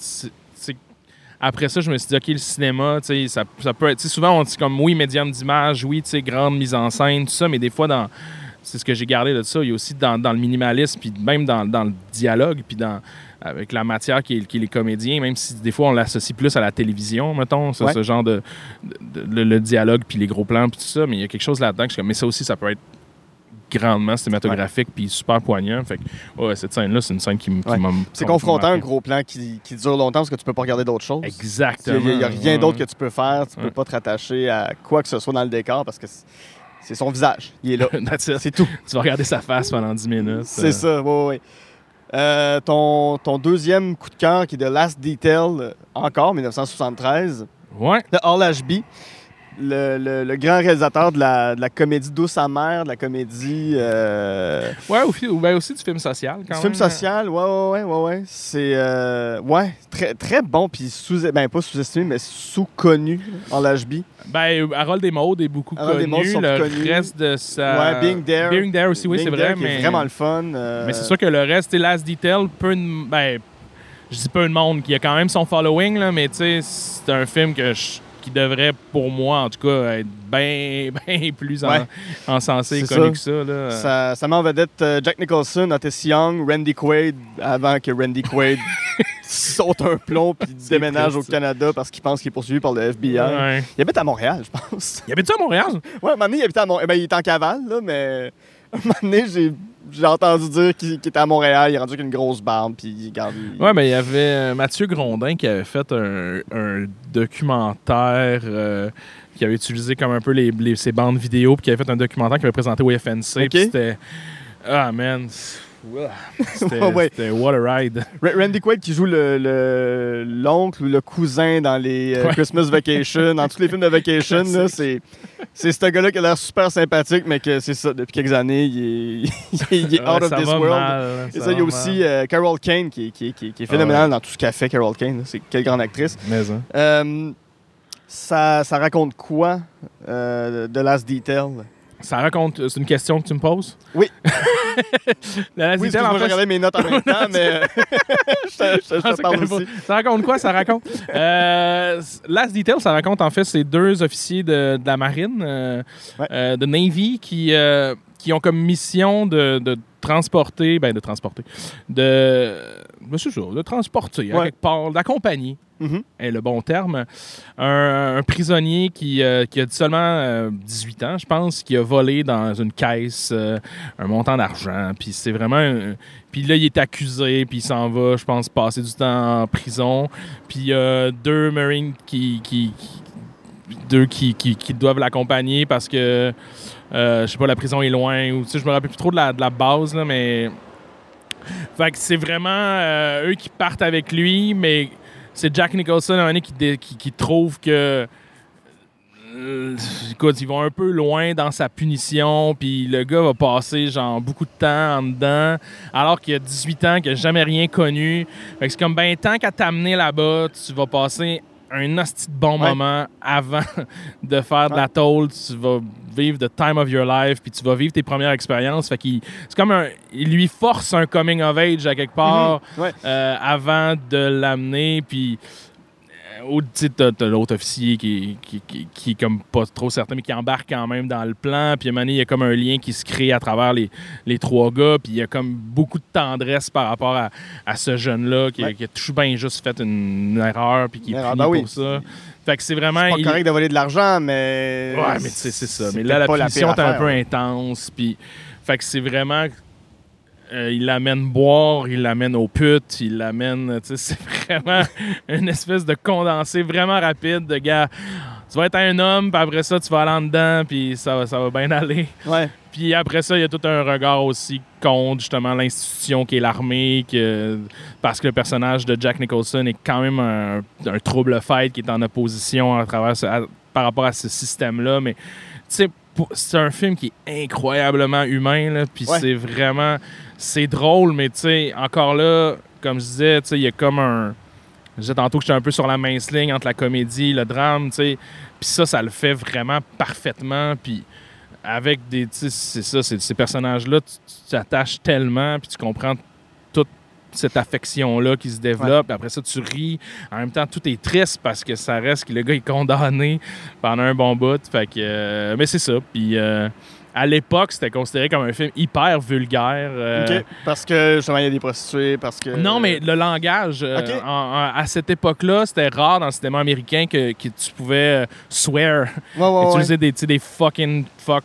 après ça, je me suis dit, OK, le cinéma, tu sais, ça peut être... Souvent, on dit comme, oui, médium d'image, oui, tu sais, grande mise en scène, tout ça, mais des fois, c'est ce que j'ai gardé de ça. Il y a aussi dans le minimalisme, puis même dans le dialogue, puis avec la matière qui est les comédiens, même si des fois on l'associe plus à la télévision, mettons, ce genre le dialogue, puis les gros plans, puis tout ça. Mais il y a quelque chose là-dedans que je suis comme, mais ça aussi, ça peut être grandement cinématographique, puis super poignant. Fait que, cette scène-là, c'est une scène qui m'a... C'est confrontant un gros plan qui dure longtemps parce que tu peux pas regarder d'autres choses. Exactement. Il n'y a rien d'autre que tu peux faire. Tu peux pas te rattacher à quoi que ce soit dans le décor parce que... C'est son visage. Il est là. C'est tout. Tu vas regarder sa face pendant 10 minutes. C'est ça, oui. Ton deuxième coup de cœur qui est de Last Detail, encore, 1973. Ouais. De Hall Ashby. Le grand réalisateur de la comédie douce amère, de la comédie... Ouais, aussi du film social, quand même. Du film social, ouais. C'est... très, très bon, puis pas sous-estimé, mais sous-connu, Hall Ashby. Ben, Harold et Maude est beaucoup connu. Le reste de sa... Ouais, Being There. Being There aussi, oui, c'est vrai. Mais est vraiment le fun. Mais c'est sûr que le reste, Last Detail, je dis peu de monde, qui a quand même son following, là, mais tu sais, c'est un film qui devrait, pour moi, en tout cas, être bien plus encensé et connu que ça. Là. Ça met en vedette Jack Nicholson, Otis Young, Randy Quaid, avant que Randy Quaid saute un plomb puis déménage au Canada parce qu'il pense qu'il est poursuivi par le FBI. Ouais. Il habite à Montréal, je pense. Il habite à Montréal? Ouais, à un moment donné, il habite à Montréal. Il est en cavale, là, mais à un moment donné, j'ai entendu dire qu'il était à Montréal, il est rendu avec une grosse barbe, puis il garde... Ouais, mais il y avait Mathieu Grondin qui avait fait un documentaire qui avait utilisé comme un peu ses bandes vidéo, puis qui avait fait un documentaire qui avait présenté au FNC, puis c'était... Ah, man. C'était Ouais. c'était what a ride. Randy Quaid qui joue l'oncle ou le cousin dans les Christmas Vacation, dans tous les films de Vacation, là, c'est ce gars-là qui a l'air super sympathique, mais que c'est ça, depuis quelques années, il est out of Ça this va world. mal, Et ça, il y a aussi Carol Kane qui est phénoménale dans tout ce qu'elle fait, Carol Kane. C'est quelle grande actrice. Mais ça. Ça raconte quoi, The Last Detail? Ça raconte... C'est une question que tu me poses? Oui. La Last Oui, Detail, excuse-moi, en je fait, regardais mes notes en même temps, mais je te parle aussi. ça raconte quoi? Ça raconte... Last Detail, ça raconte, en fait, c'est 2 officiers de la marine, de Navy, qui ont comme mission de transporter... Ben, de transporter. C'est ça, de transporter, à quelque part, d'accompagner. Mm-hmm. Est le bon terme, un prisonnier qui a seulement 18 ans, je pense, qui a volé dans une caisse un montant d'argent. Puis c'est vraiment... Puis là, il est accusé, puis il s'en va, je pense, passer du temps en prison. Puis il y a 2 Marines qui doivent l'accompagner parce que, je sais pas, la prison est loin. Ou, tu sais, je me rappelle plus trop de la base, là, mais... Fait que c'est vraiment eux qui partent avec lui, mais... C'est Jack Nicholson, un moment qui trouve que... écoute, ils vont un peu loin dans sa punition, puis le gars va passer genre beaucoup de temps en dedans, alors qu'il a 18 ans, qu'il n'a jamais rien connu. Fait que c'est comme, ben, tant qu'à t'amener là-bas, tu vas passer un hostie de bon moment avant de faire de la tôle. Tu vas vivre the time of your life, puis tu vas vivre tes premières expériences. Fait qu'il... C'est comme il lui force un coming of age à quelque part avant de l'amener, puis... T'as l'autre officier qui est comme pas trop certain, mais qui embarque quand même dans le plan. Puis à un moment donné, il y a comme un lien qui se crée à travers les 3 gars. Puis il y a comme beaucoup de tendresse par rapport à ce jeune-là qui a tout bien juste fait une erreur puis qui est puni pour ça. Fait que c'est vraiment... C'est pas correct de voler de l'argent, mais... Ouais, mais c'est ça. Mais là, la punition est un peu intense. Puis... Fait que c'est vraiment... il l'amène boire, il l'amène aux putes, il l'amène... C'est vraiment une espèce de condensé vraiment rapide de gars. Tu vas être un homme, puis après ça, tu vas aller en dedans, puis ça va bien aller. Ouais. Puis après ça, il y a tout un regard aussi contre, justement, l'institution qui est l'armée, parce que le personnage de Jack Nicholson est quand même un trouble-fête qui est en opposition par rapport à ce système-là. Mais, tu sais, c'est un film qui est incroyablement humain, là, puis c'est vraiment... C'est drôle, mais tu sais, encore là, comme je disais, tu sais, il y a comme un... Je disais tantôt que j'étais un peu sur la mince ligne entre la comédie et le drame, tu sais. Puis ça le fait vraiment parfaitement, puis avec des... Tu sais, c'est ça, ces personnages-là, tu t'attaches tellement, puis tu comprends toute cette affection-là qui se développe. Puis après ça, tu ris. En même temps, tout est triste parce que ça reste que le gars est condamné pendant un bon bout. Fait que... mais c'est ça, puis... à l'époque, c'était considéré comme un film hyper vulgaire. OK. Parce que, justement, il y a des prostituées, parce que... Non, mais le langage, à cette époque-là, c'était rare dans le cinéma américain que tu pouvais swear. Utiliser des fucking fuck.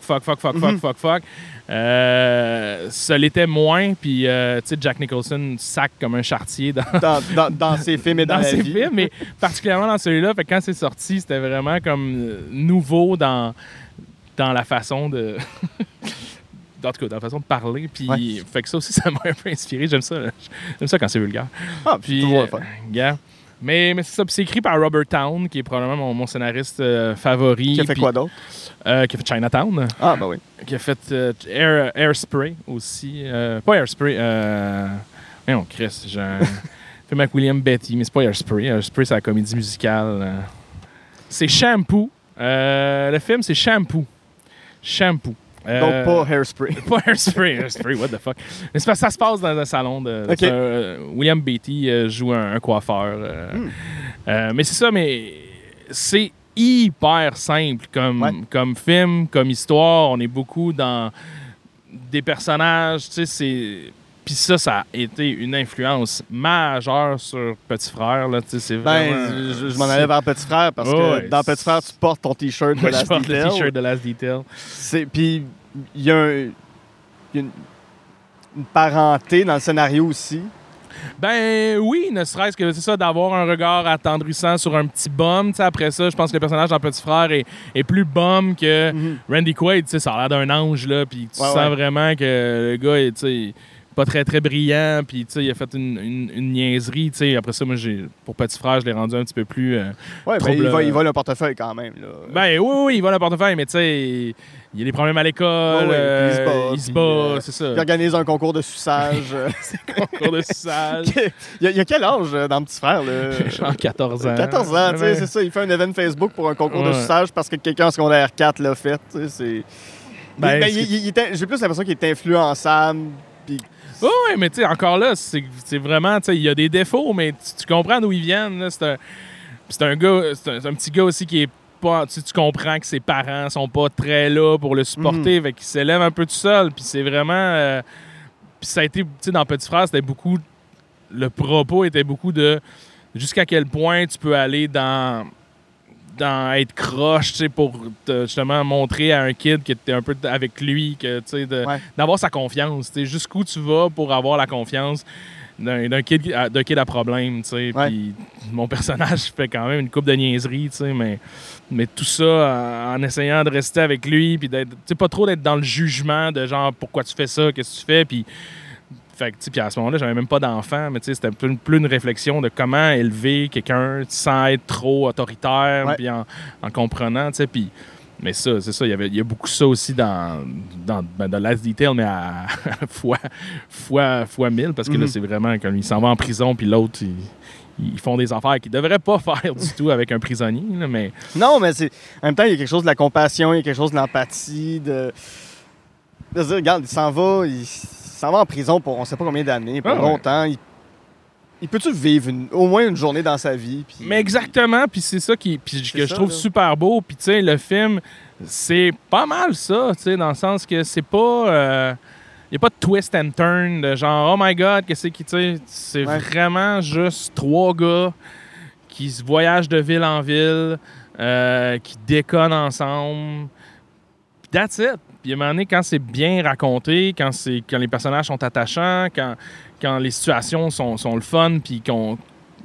Ça l'était moins, puis tu sais, Jack Nicholson sac comme un charretier dans ses films et dans ses films, mais particulièrement dans celui-là. Fait que quand c'est sorti, c'était vraiment comme nouveau dans la façon de... en tout cas, dans la façon de parler. Puis, fait que ça aussi, ça m'a un peu inspiré. J'aime ça quand c'est vulgaire. Ah, puis mais c'est ça. Puis c'est écrit par Robert Towne, qui est probablement mon scénariste favori. Qui a fait quoi d'autre? Qui a fait Chinatown. Ah, ben oui. Qui a fait Airspray aussi. Pas Airspray. Non, Chris, j'ai un film avec William Beatty, mais c'est pas Airspray. Airspray, c'est la comédie musicale. C'est Shampoo. Le film, c'est Shampoo. Donc pas Hairspray. Pas Hairspray, what the fuck. Mais c'est parce que ça se passe dans un salon William Beatty joue un coiffeur. Mais c'est ça, mais c'est hyper simple comme film, comme histoire. On est beaucoup dans des personnages, tu sais, c'est... Puis ça a été une influence majeure sur Petit Frère. Là. C'est vraiment, je m'en allais vers Petit Frère parce que dans Petit Frère, tu portes ton T-shirt de Last Detail. Je porte le T-shirt de Last Detail. Puis il y a une parenté dans le scénario aussi. Ben oui, ne serait-ce que c'est ça, d'avoir un regard attendrissant sur un petit bum. T'sais, après ça, je pense que le personnage dans Petit Frère est plus bum que Randy Quaid. Ça a l'air d'un ange, là, puis tu sens vraiment que le gars est pas très, très brillant, puis il a fait une niaiserie. T'sais. Après ça, moi, pour Petit Frère, je l'ai rendu un petit peu plus il vole un portefeuille quand même. Là. Ben oui, il vole un portefeuille, mais tu sais... Il y a des problèmes à l'école, il se bat, c'est ça. Il organise un concours de suçage. Concours de suçage. Il y a quel âge dans Petit Frère? Là? Genre 14 ans. 14 ans, tu sais, c'est ça. Il fait un event Facebook pour un concours de suçage parce que quelqu'un en secondaire 4 l'a fait. J'ai plus l'impression qu'il est influençable. Puis... Oui, mais tu sais, encore là, c'est vraiment, tu sais, il y a des défauts, mais tu comprends d'où ils viennent. Là. C'est un petit gars aussi qui est tu comprends que ses parents sont pas très là pour le supporter, fait qu'il s'élève un peu tout seul, puis c'est vraiment... puis ça a été, tu sais, dans Petit Frère, c'était beaucoup... Le propos était beaucoup de jusqu'à quel point tu peux aller dans être croche, tu sais, pour justement montrer à un kid que tu es un peu avec lui, que tu sais, d'avoir sa confiance, tu sais, jusqu'où tu vas pour avoir la confiance d'un kid à problème, tu sais. Puis mon personnage fait quand même une couple de niaiseries, tu sais, mais tout ça en essayant de rester avec lui, puis d'être, tu sais, pas trop d'être dans le jugement de genre pourquoi tu fais ça, qu'est-ce que tu fais, puis fait que, puis à ce moment-là, j'avais même pas d'enfant, mais tu sais, c'était plus une réflexion de comment élever quelqu'un sans être trop autoritaire, puis en comprenant, tu sais, puis... Mais ça, c'est ça, il y a beaucoup ça aussi dans Last Detail, mais à fois 1000, parce que là, c'est vraiment quand il s'en va en prison, puis l'autre, ils font des affaires qu'ils ne devraient pas faire du tout avec un prisonnier. Là, mais... Non, mais en même temps, il y a quelque chose de la compassion, il y a quelque chose de l'empathie, de dire, regarde, il s'en va en prison pour on ne sait pas combien d'années, pour longtemps. Il peut-tu vivre au moins une journée dans sa vie? Pis... Mais exactement, puis c'est ça que je trouve super beau. Puis tu sais, le film, c'est pas mal ça, tu sais, dans le sens que c'est pas... Il n'y a pas de twist and turn de genre, oh my God, qu'est-ce qui, tu sais, c'est vraiment juste 3 gars qui se voyagent de ville en ville, qui déconnent ensemble. Puis that's it. Puis à un moment donné, quand c'est bien raconté, quand les personnages sont attachants, quand les situations sont le fun, puis en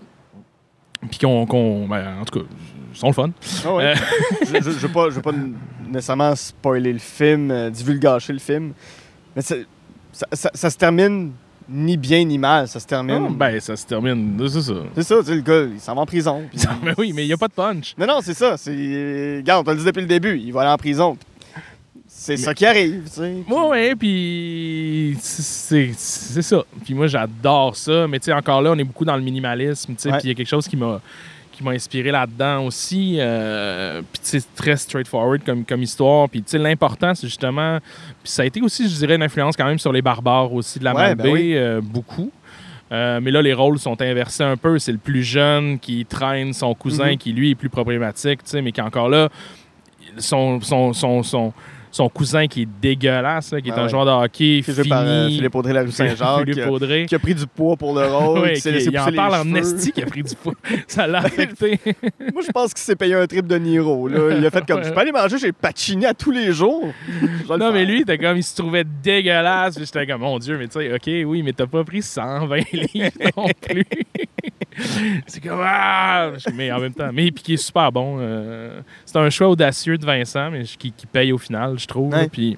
tout cas, sont le fun. Ah ouais. Je veux pas nécessairement spoiler le film, divulgacher le film, mais ça se termine ni bien ni mal, ça se termine... ça se termine, c'est ça. C'est ça, tu sais, le gars, il s'en va en prison. Puis... mais oui, mais il n'y a pas de punch. Non, c'est ça. Regarde, on te le dit depuis le début, il va aller en prison. C'est ça qui arrive, tu sais. Oui, puis c'est ça. Puis moi, j'adore ça. Mais tu sais, encore là, on est beaucoup dans le minimalisme, tu sais. Puis il y a quelque chose qui m'a inspiré là-dedans aussi. Puis c'est très straightforward comme histoire. Puis tu sais, l'important, c'est justement... Puis ça a été aussi, je dirais, une influence quand même sur les barbares aussi de la Malbaie, beaucoup. Mais là, les rôles sont inversés un peu. C'est le plus jeune qui traîne son cousin qui, lui, est plus problématique, tu sais, mais qui encore là, son cousin qui est dégueulasse, là, qui est un joueur de hockey fini. Par Philippe Audrey, la rue Saint-Jacques, qui a pris du poids pour le rôle. Oui, il en parle en esti qui a pris du poids. Ça l'a affecté. Moi, je pense qu'il s'est payé un trip de Niro. Là. Il a fait comme, je peux aller manger chez Pacini à tous les jours. Non, mais lui, il se trouvait dégueulasse. Puis j'étais comme, mon Dieu, mais tu sais, OK, oui, mais t'as pas pris 120 livres non plus. C'est comme, mais en même temps, mais puis qui est super bon. C'est un choix audacieux de Vincent, mais qui paye au final, je trouve. Ouais. Puis,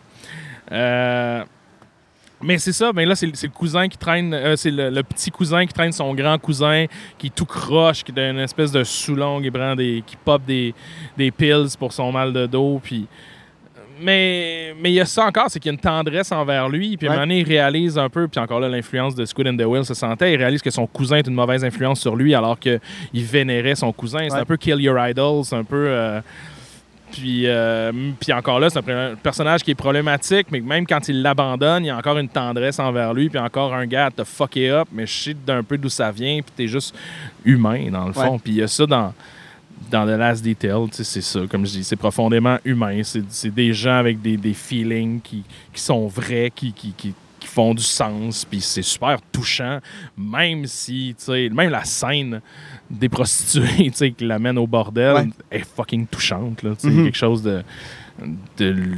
mais c'est ça, mais là, c'est le cousin qui traîne, c'est le petit cousin qui traîne son grand cousin, qui est tout croche, qui est une espèce de sous-longue, qui pop des pills pour son mal de dos, puis... Mais il y a ça encore, c'est qu'il y a une tendresse envers lui. Puis à un moment donné, il réalise un peu, puis encore là, l'influence de Squid and the Whale se sentait. Il réalise que son cousin est une mauvaise influence sur lui alors qu'il vénérait son cousin. C'est un peu Kill Your Idol, c'est un peu... Puis encore là, c'est un personnage qui est problématique, mais même quand il l'abandonne, il y a encore une tendresse envers lui. Puis encore un gars, t'as fucké up, mais je sais d'un peu d'où ça vient, puis t'es juste humain, dans le fond. Puis il y a ça dans The Last Detail, c'est ça, comme je dis, c'est profondément humain. C'est des gens avec des feelings qui sont vrais, qui font du sens, puis c'est super touchant, même si, tu sais, même la scène des prostituées, tu sais, qui l'amènent au bordel est fucking touchante, là, tu sais, quelque chose de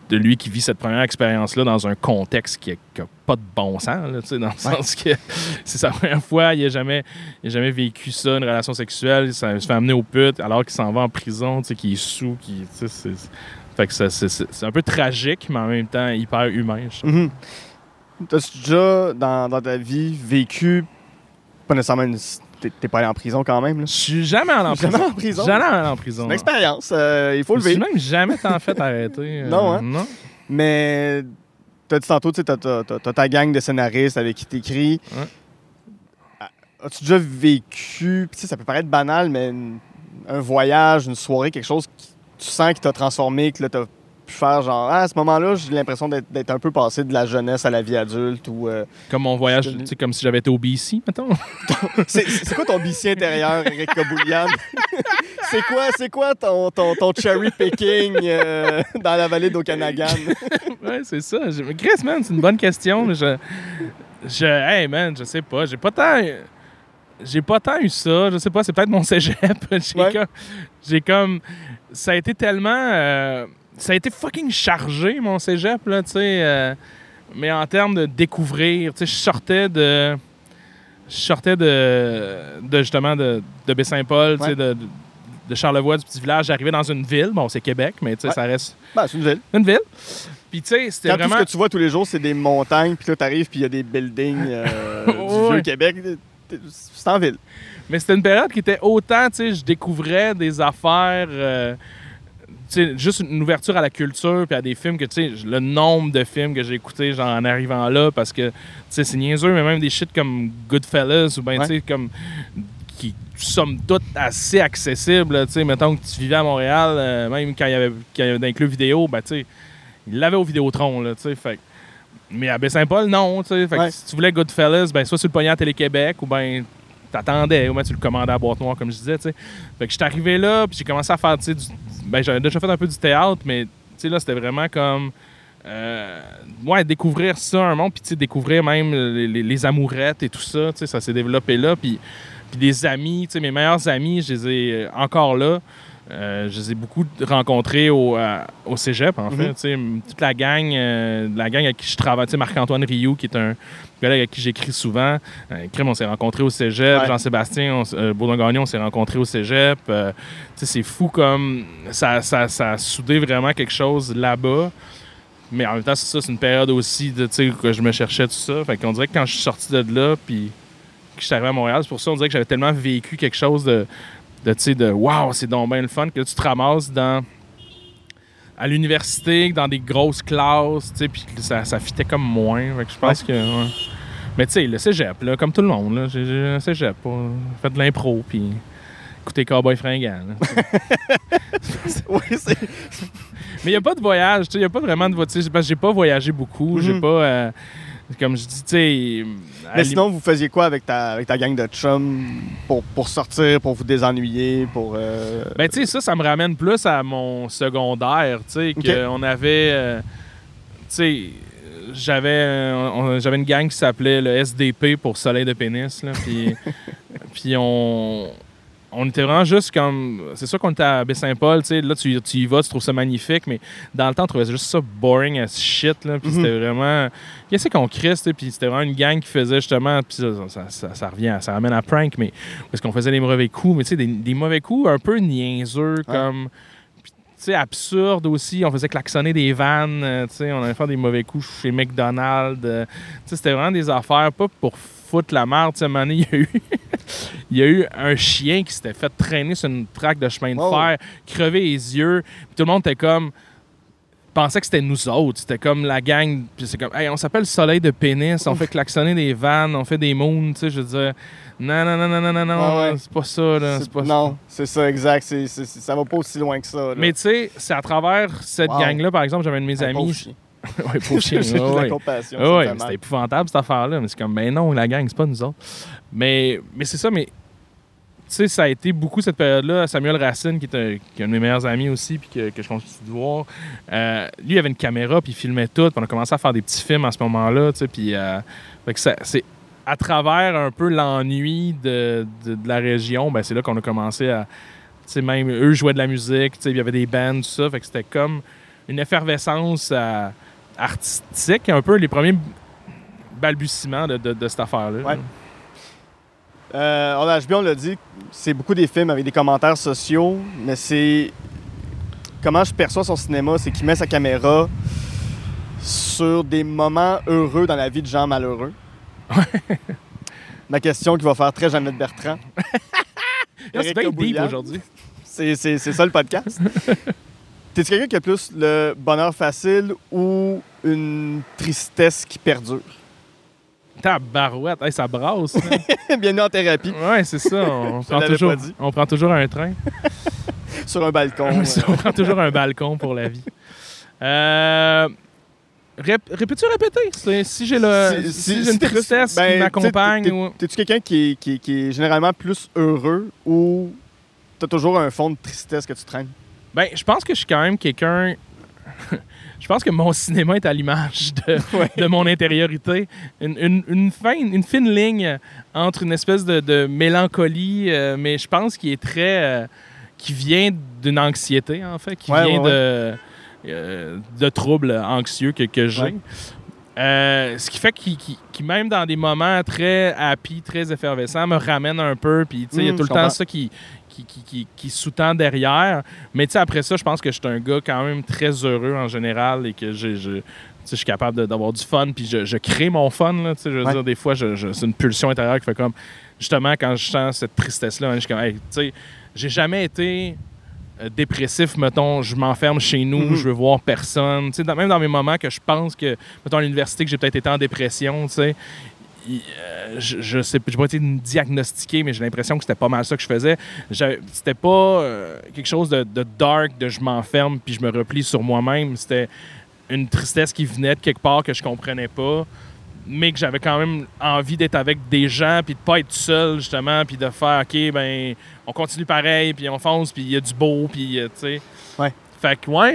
de lui qui vit cette première expérience-là dans un contexte qui n'a pas de bon sens, là, dans le sens que c'est sa première fois, il n'a jamais vécu ça, une relation sexuelle, il se fait amener aux putes alors qu'il s'en va en prison, qu'il est sous, fait que c'est un peu tragique, mais en même temps hyper humain, je trouve. Mm-hmm. T'as-tu déjà, dans ta vie, vécu, pas nécessairement t'es pas allé en prison quand même, là? Je suis jamais allé en prison. Jamais en prison? Jamais allé en prison. C'est une expérience, il faut le vivre. Je suis même jamais t'en fait arrêter. Non, hein? Non. Mais t'as dit tantôt, tu sais, t'as ta gang de scénaristes avec qui t'écris. Ouais. As-tu déjà vécu, tu sais, ça peut paraître banal, mais un voyage, une soirée, quelque chose que tu sens qui t'a transformé, que là, t'as pu faire genre, à ce moment-là, j'ai l'impression d'être un peu passé de la jeunesse à la vie adulte ou... Comme mon voyage, tu sais, comme si j'avais été au BC, mettons. c'est quoi ton BC intérieur, Eric Kaboulian? c'est quoi ton cherry picking dans la vallée d'Okanagan? Ouais, c'est ça. Chris, man, c'est une bonne question. Hey, man, je sais pas. J'ai pas tant eu ça. Je sais pas, c'est peut-être mon cégep. J'ai comme... Ça a été tellement... ça a été fucking chargé, mon cégep, là, tu sais. Mais en termes de découvrir, tu sais, je sortais de justement de Baie-Saint-Paul, tu sais, de Charlevoix, du petit village. J'arrivais dans une ville. Bon, c'est Québec, mais tu sais, ça reste... Ben, c'est une ville. Une ville. Puis, tu sais, c'était vraiment... Tout ce que tu vois tous les jours, c'est des montagnes, puis là, t'arrives, puis il y a des buildings du vieux Québec. C'est en ville. Mais c'était une période qui était autant, tu sais, je découvrais des affaires... juste une ouverture à la culture puis à des films que, tu sais, le nombre de films que j'ai écoutés, genre, en arrivant là, parce que, tu sais, c'est niaiseux, mais même des shit comme Goodfellas ou bien, tu sais, comme... qui, somme toute, assez accessibles, tu sais, mettons que tu vivais à Montréal, même quand il y avait dans les clubs vidéo, ben, tu sais, il l'avait au Vidéotron, là, tu sais, fait. Mais à Baie-Saint-Paul, non, tu sais, fait que si tu voulais Goodfellas, ben, soit sur le pognon à Télé-Québec ou ben t'attendais, ou bien tu le commandais à boîte noire, comme je disais, tu sais. Fait que je suis arrivé là, puis j'ai commencé à faire, tu sais, ben, j'avais déjà fait un peu du théâtre, mais, tu sais, là, c'était vraiment comme... découvrir ça, un monde, puis, tu sais, découvrir même les amourettes et tout ça, tu sais, ça s'est développé là, puis des amis, tu sais, mes meilleurs amis, je les ai encore là. Je les ai beaucoup rencontrés au cégep, en fait. Tu sais, toute la gang avec qui je travaille. Tu sais, Marc-Antoine Rioux, qui est un collègue avec qui j'écris souvent. On s'est rencontrés au cégep. Ouais. Jean-Sébastien Baudon-Gagnon, on s'est rencontrés au cégep. Tu sais, c'est fou comme ça a soudé vraiment quelque chose là-bas. Mais en même temps, c'est une période aussi de, tu sais, que je me cherchais tout ça. Fait qu'on dirait que quand je suis sorti de là, puis que je suis arrivé à Montréal, c'est pour ça qu'on dirait que j'avais tellement vécu quelque chose de tu sais, de wow, c'est donc bien le fun, que là, tu te ramasses à l'université, dans des grosses classes, tu sais, puis ça fitait comme moins. Fait que je pense que... Ouais. Mais tu sais, le cégep, là, comme tout le monde, là, j'ai un cégep, fait de l'impro, puis écouter Cowboy fringant. Oui, c'est... Mais il n'y a pas de voyage, tu sais, il n'y a pas vraiment de voyage, parce que j'ai pas voyagé beaucoup, j'ai pas... comme je dis, tu sais... Mais sinon, vous faisiez quoi avec ta gang de chums pour sortir, pour vous désennuyer, pour... Ben, tu sais, ça me ramène plus à mon secondaire, tu sais, qu'on avait... tu sais, j'avais une gang qui s'appelait le SDP pour Soleil de pénis, là, puis on était vraiment juste comme... C'est sûr qu'on était à Baie-Saint-Paul, tu sais, là, tu y vas, tu trouves ça magnifique, mais dans le temps, on trouvait juste ça boring as shit, là, puis c'était vraiment... Qu'est-ce qu'on crisse, tu sais, puis c'était vraiment une gang qui faisait justement... Puis ça ramène à prank, mais... Parce qu'on faisait des mauvais coups, mais tu sais, des mauvais coups un peu niaiseux, comme... Tu sais, absurde aussi. On faisait klaxonner des vannes, tu sais, on allait faire des mauvais coups chez McDonald's. Tu sais, c'était vraiment des affaires, pas pour foutre la merde. Tu sais, à un moment donné, il y a eu un chien qui s'était fait traîner sur une traque de chemin de fer, crever les yeux. Puis tout le monde était comme... pensait que c'était nous autres. C'était comme la gang. Puis c'est comme, hey, on s'appelle Soleil de pénis, on fait klaxonner des vannes, on fait des moons, tu sais, je veux dire... Non, c'est pas ça, là. Non, c'est ça, exact. Ça va pas aussi loin que ça, là. Mais tu sais, c'est à travers cette gang-là, par exemple, j'avais un de mes amis... Oui, pauvre chien. J'ai de la compassion. Oui, c'était épouvantable, cette affaire-là. Mais c'est comme, ben non, la gang, c'est pas nous autres. Mais c'est ça, mais... Tu sais, ça a été beaucoup cette période-là. Samuel Racine, qui est un de mes meilleurs amis aussi, puis que je continue de voir, lui, il avait une caméra, puis il filmait tout. Puis on a commencé à faire des petits films à ce moment-là, tu sais, puis... c'est à travers un peu l'ennui de la région, ben c'est là qu'on a commencé à... Tu sais, même eux jouaient de la musique, tu sais, il y avait des bands, tout ça. Fait que c'était comme une effervescence artistique, un peu les premiers balbutiements de cette affaire-là. Ouais. HBO, on l'a dit, c'est beaucoup des films avec des commentaires sociaux, mais c'est... Comment je perçois son cinéma, c'est qu'il met sa caméra sur des moments heureux dans la vie de gens malheureux. Ma question qui va faire très Jeannette Bertrand. C'est bien deep aujourd'hui. C'est ça le podcast. T'es-tu quelqu'un qui a plus le bonheur facile ou une tristesse qui perdure? Tabarouette, hey, ça brasse. Bienvenue en thérapie. Ouais, c'est ça. On prend toujours un train. Sur un balcon. On prend toujours un balcon pour la vie. Peux-tu répéter? Si j'ai une tristesse qui m'accompagne. T'es-tu quelqu'un qui est généralement plus heureux ou t'as toujours un fond de tristesse que tu traînes? Ben, je pense que je suis quand même quelqu'un... Je pense que mon cinéma est à l'image de mon intériorité. Une fine ligne entre une espèce de mélancolie, mais je pense qu'il est très... qui vient d'une anxiété, en fait, qui vient de troubles anxieux que j'ai. Ouais. Ce qui fait qu'il même dans des moments très happy, très effervescents, me ramène un peu. Puis, tu sais, il y a tout le temps ça qui sous-tend derrière. Mais, tu sais, après ça, je pense que je suis un gars quand même très heureux en général et que je suis capable d'avoir du fun. Puis, je crée mon fun, là. Tu sais, je veux dire, des fois, c'est une pulsion intérieure qui fait comme... Justement, quand je sens cette tristesse-là, je suis comme, hey, tu sais, j'ai jamais été dépressif, mettons, je m'enferme chez nous, je veux voir personne. Tu sais, même dans mes moments que je pense que, mettons, à l'université, que j'ai peut-être été en dépression, tu sais, je sais, j'ai pas été diagnostiqué, mais j'ai l'impression que c'était pas mal ça que je faisais. C'était pas quelque chose de dark, de je m'enferme puis je me replie sur moi-même. C'était une tristesse qui venait de quelque part que je comprenais pas, mais que j'avais quand même envie d'être avec des gens puis de pas être seul, justement, puis de faire, OK, ben on continue pareil, puis on fonce, puis il y a du beau, puis, tu sais... Ouais. Fait que, ouais,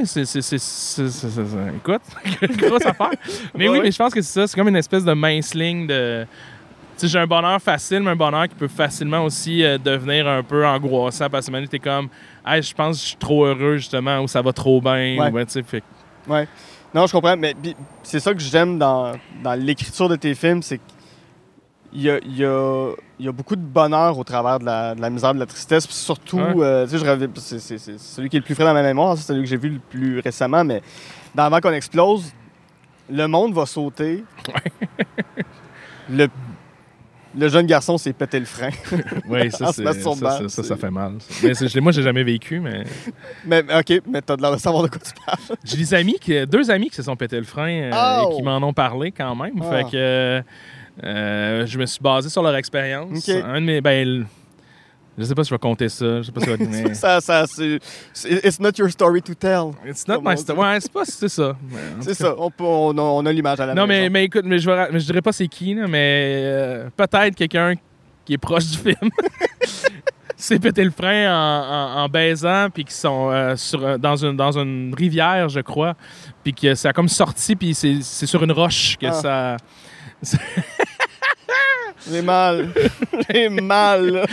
écoute, grosse affaire. Mais oui, mais je pense que c'est ça. C'est comme une espèce de mince ligne de... Tu sais, j'ai un bonheur facile, mais un bonheur qui peut facilement aussi devenir un peu angoissant parce que maintenant, t'es comme, hey, je pense que je suis trop heureux, justement, ou ça va trop bien. Ouais. Ou, ben, tu sais, fait... Ouais. Non, je comprends, mais c'est ça que j'aime dans l'écriture de tes films, c'est qu'il y a beaucoup de bonheur au travers de la misère, de la tristesse, puis surtout, tu sais, c'est celui qui est le plus frais dans ma mémoire, c'est celui que j'ai vu le plus récemment, mais dans Avant qu'on explose, le monde va sauter. Le jeune garçon s'est pété le frein. Oui, ça fait mal. Mais moi, j'ai jamais vécu, mais... OK, mais t'as de l'air de savoir de quoi tu parles. J'ai deux amis qui se sont pété le frein et qui m'en ont parlé quand même. Fait que je me suis basé sur leur expérience. Okay. Un de mes... je sais pas si je vais compter ça. Je sais pas si je vais... It's not your story to tell. It's not my story. Ouais, c'est ça. C'est ça. On a l'image à la maison. Non, mais écoute, je dirais pas c'est qui, là, mais peut-être quelqu'un qui est proche du film s'est pété le frein en baisant, puis qui sont dans une rivière, je crois, puis que ça a comme sorti, puis c'est sur une roche que ça... J'ai mal. J'ai mal.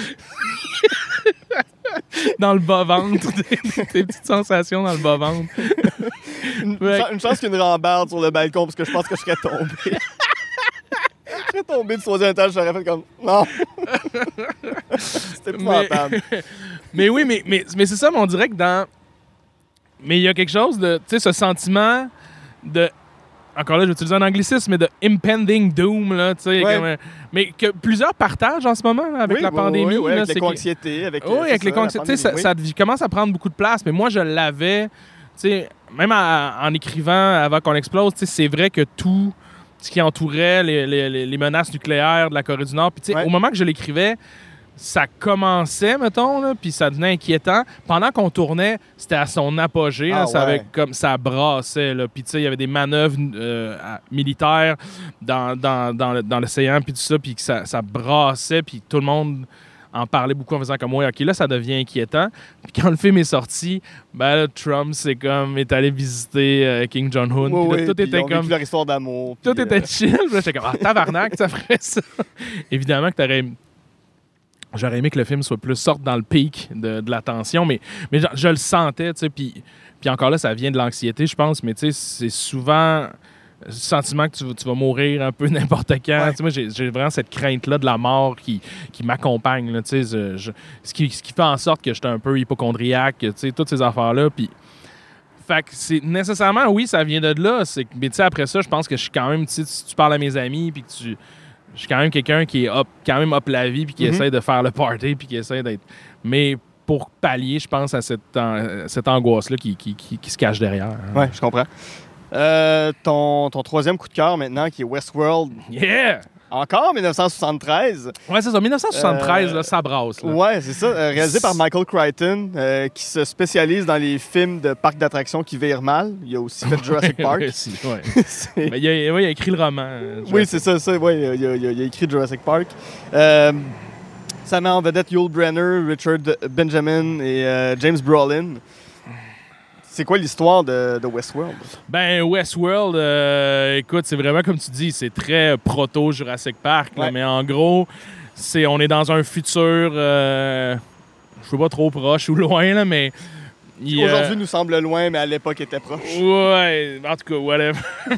Dans le bas-ventre. Des petites sensations dans le bas-ventre. Une chance qu'il y ait une rambarde sur le balcon, parce que je pense que je serais tombé. Je serais tombé du 3e étage, j'aurais fait comme... Non. C'était épouvantable. Mais oui, mais c'est ça, mais on dirait que dans... Mais il y a quelque chose de... Tu sais, ce sentiment de... Encore là, je vais utiliser un anglicisme, mais de impending doom, là, tu sais. Mais que plusieurs partagent en ce moment, là, avec la pandémie. Oui, là, avec l'éco-anxiété. avec l'éco-anxiété. Ça commence à prendre beaucoup de place, mais moi, je l'avais, tu sais, même en écrivant Avant qu'on explose, tu sais, c'est vrai que tout ce qui entourait les menaces nucléaires de la Corée du Nord, puis tu sais, au moment que je l'écrivais, ça commençait, mettons, là, puis ça devenait inquiétant. Pendant qu'on tournait, c'était à son apogée. Là, ça brassait. Puis, tu sais, il y avait des manœuvres militaires dans l'océan, puis tout ça, puis que ça brassait, puis tout le monde en parlait beaucoup en faisant comme, ouais, OK, là, ça devient inquiétant. Puis quand le film est sorti, ben là, Trump, est allé visiter Kim Jong-un. Puis là, tout était comme... leur histoire d'amour. Tout était chill. Puis là, j'étais comme, tabarnak, ça ferait ça. Évidemment que t'aurais... J'aurais aimé que le film soit plus sorte dans le pic de la tension, mais je le sentais, tu sais, puis encore là, ça vient de l'anxiété, je pense, mais tu sais, c'est souvent le sentiment que tu vas mourir un peu n'importe quand. Ouais. Tu sais, moi, j'ai vraiment cette crainte-là de la mort qui m'accompagne, là, tu sais, ce qui fait en sorte que j'étais un peu hypocondriaque, tu sais, toutes ces affaires-là, puis... Fait que c'est nécessairement, oui, ça vient de là, mais tu sais, après ça, je pense que je suis quand même, tu sais, si tu parles à mes amis, puis que je suis quand même quelqu'un qui est quand même up la vie puis qui essaie de faire le party puis qui essaie d'être... Mais pour pallier, je pense, à cette angoisse-là qui se cache derrière. Hein. Ouais, je comprends. Ton troisième coup de cœur maintenant, qui est Westworld. Yeah! Encore 1973. Ouais, c'est ça. 1973, là, ça brasse. Là. Ouais, c'est ça. Réalisé par Michael Crichton, qui se spécialise dans les films de parcs d'attractions qui virent mal. Il a aussi fait Jurassic Park. Ouais. Mais il a écrit le roman. Oui, c'est ça. Ouais, il a écrit Jurassic Park. Ça met en vedette Yul Brynner, Richard Benjamin et James Brolin. C'est quoi l'histoire de Westworld? Ben, Westworld, écoute, c'est vraiment comme tu dis, c'est très proto-Jurassic Park, là, mais en gros, on est dans un futur, je sais pas trop proche ou loin, là, mais... Aujourd'hui nous semble loin, mais à l'époque était proche. Ouais, en tout cas, whatever.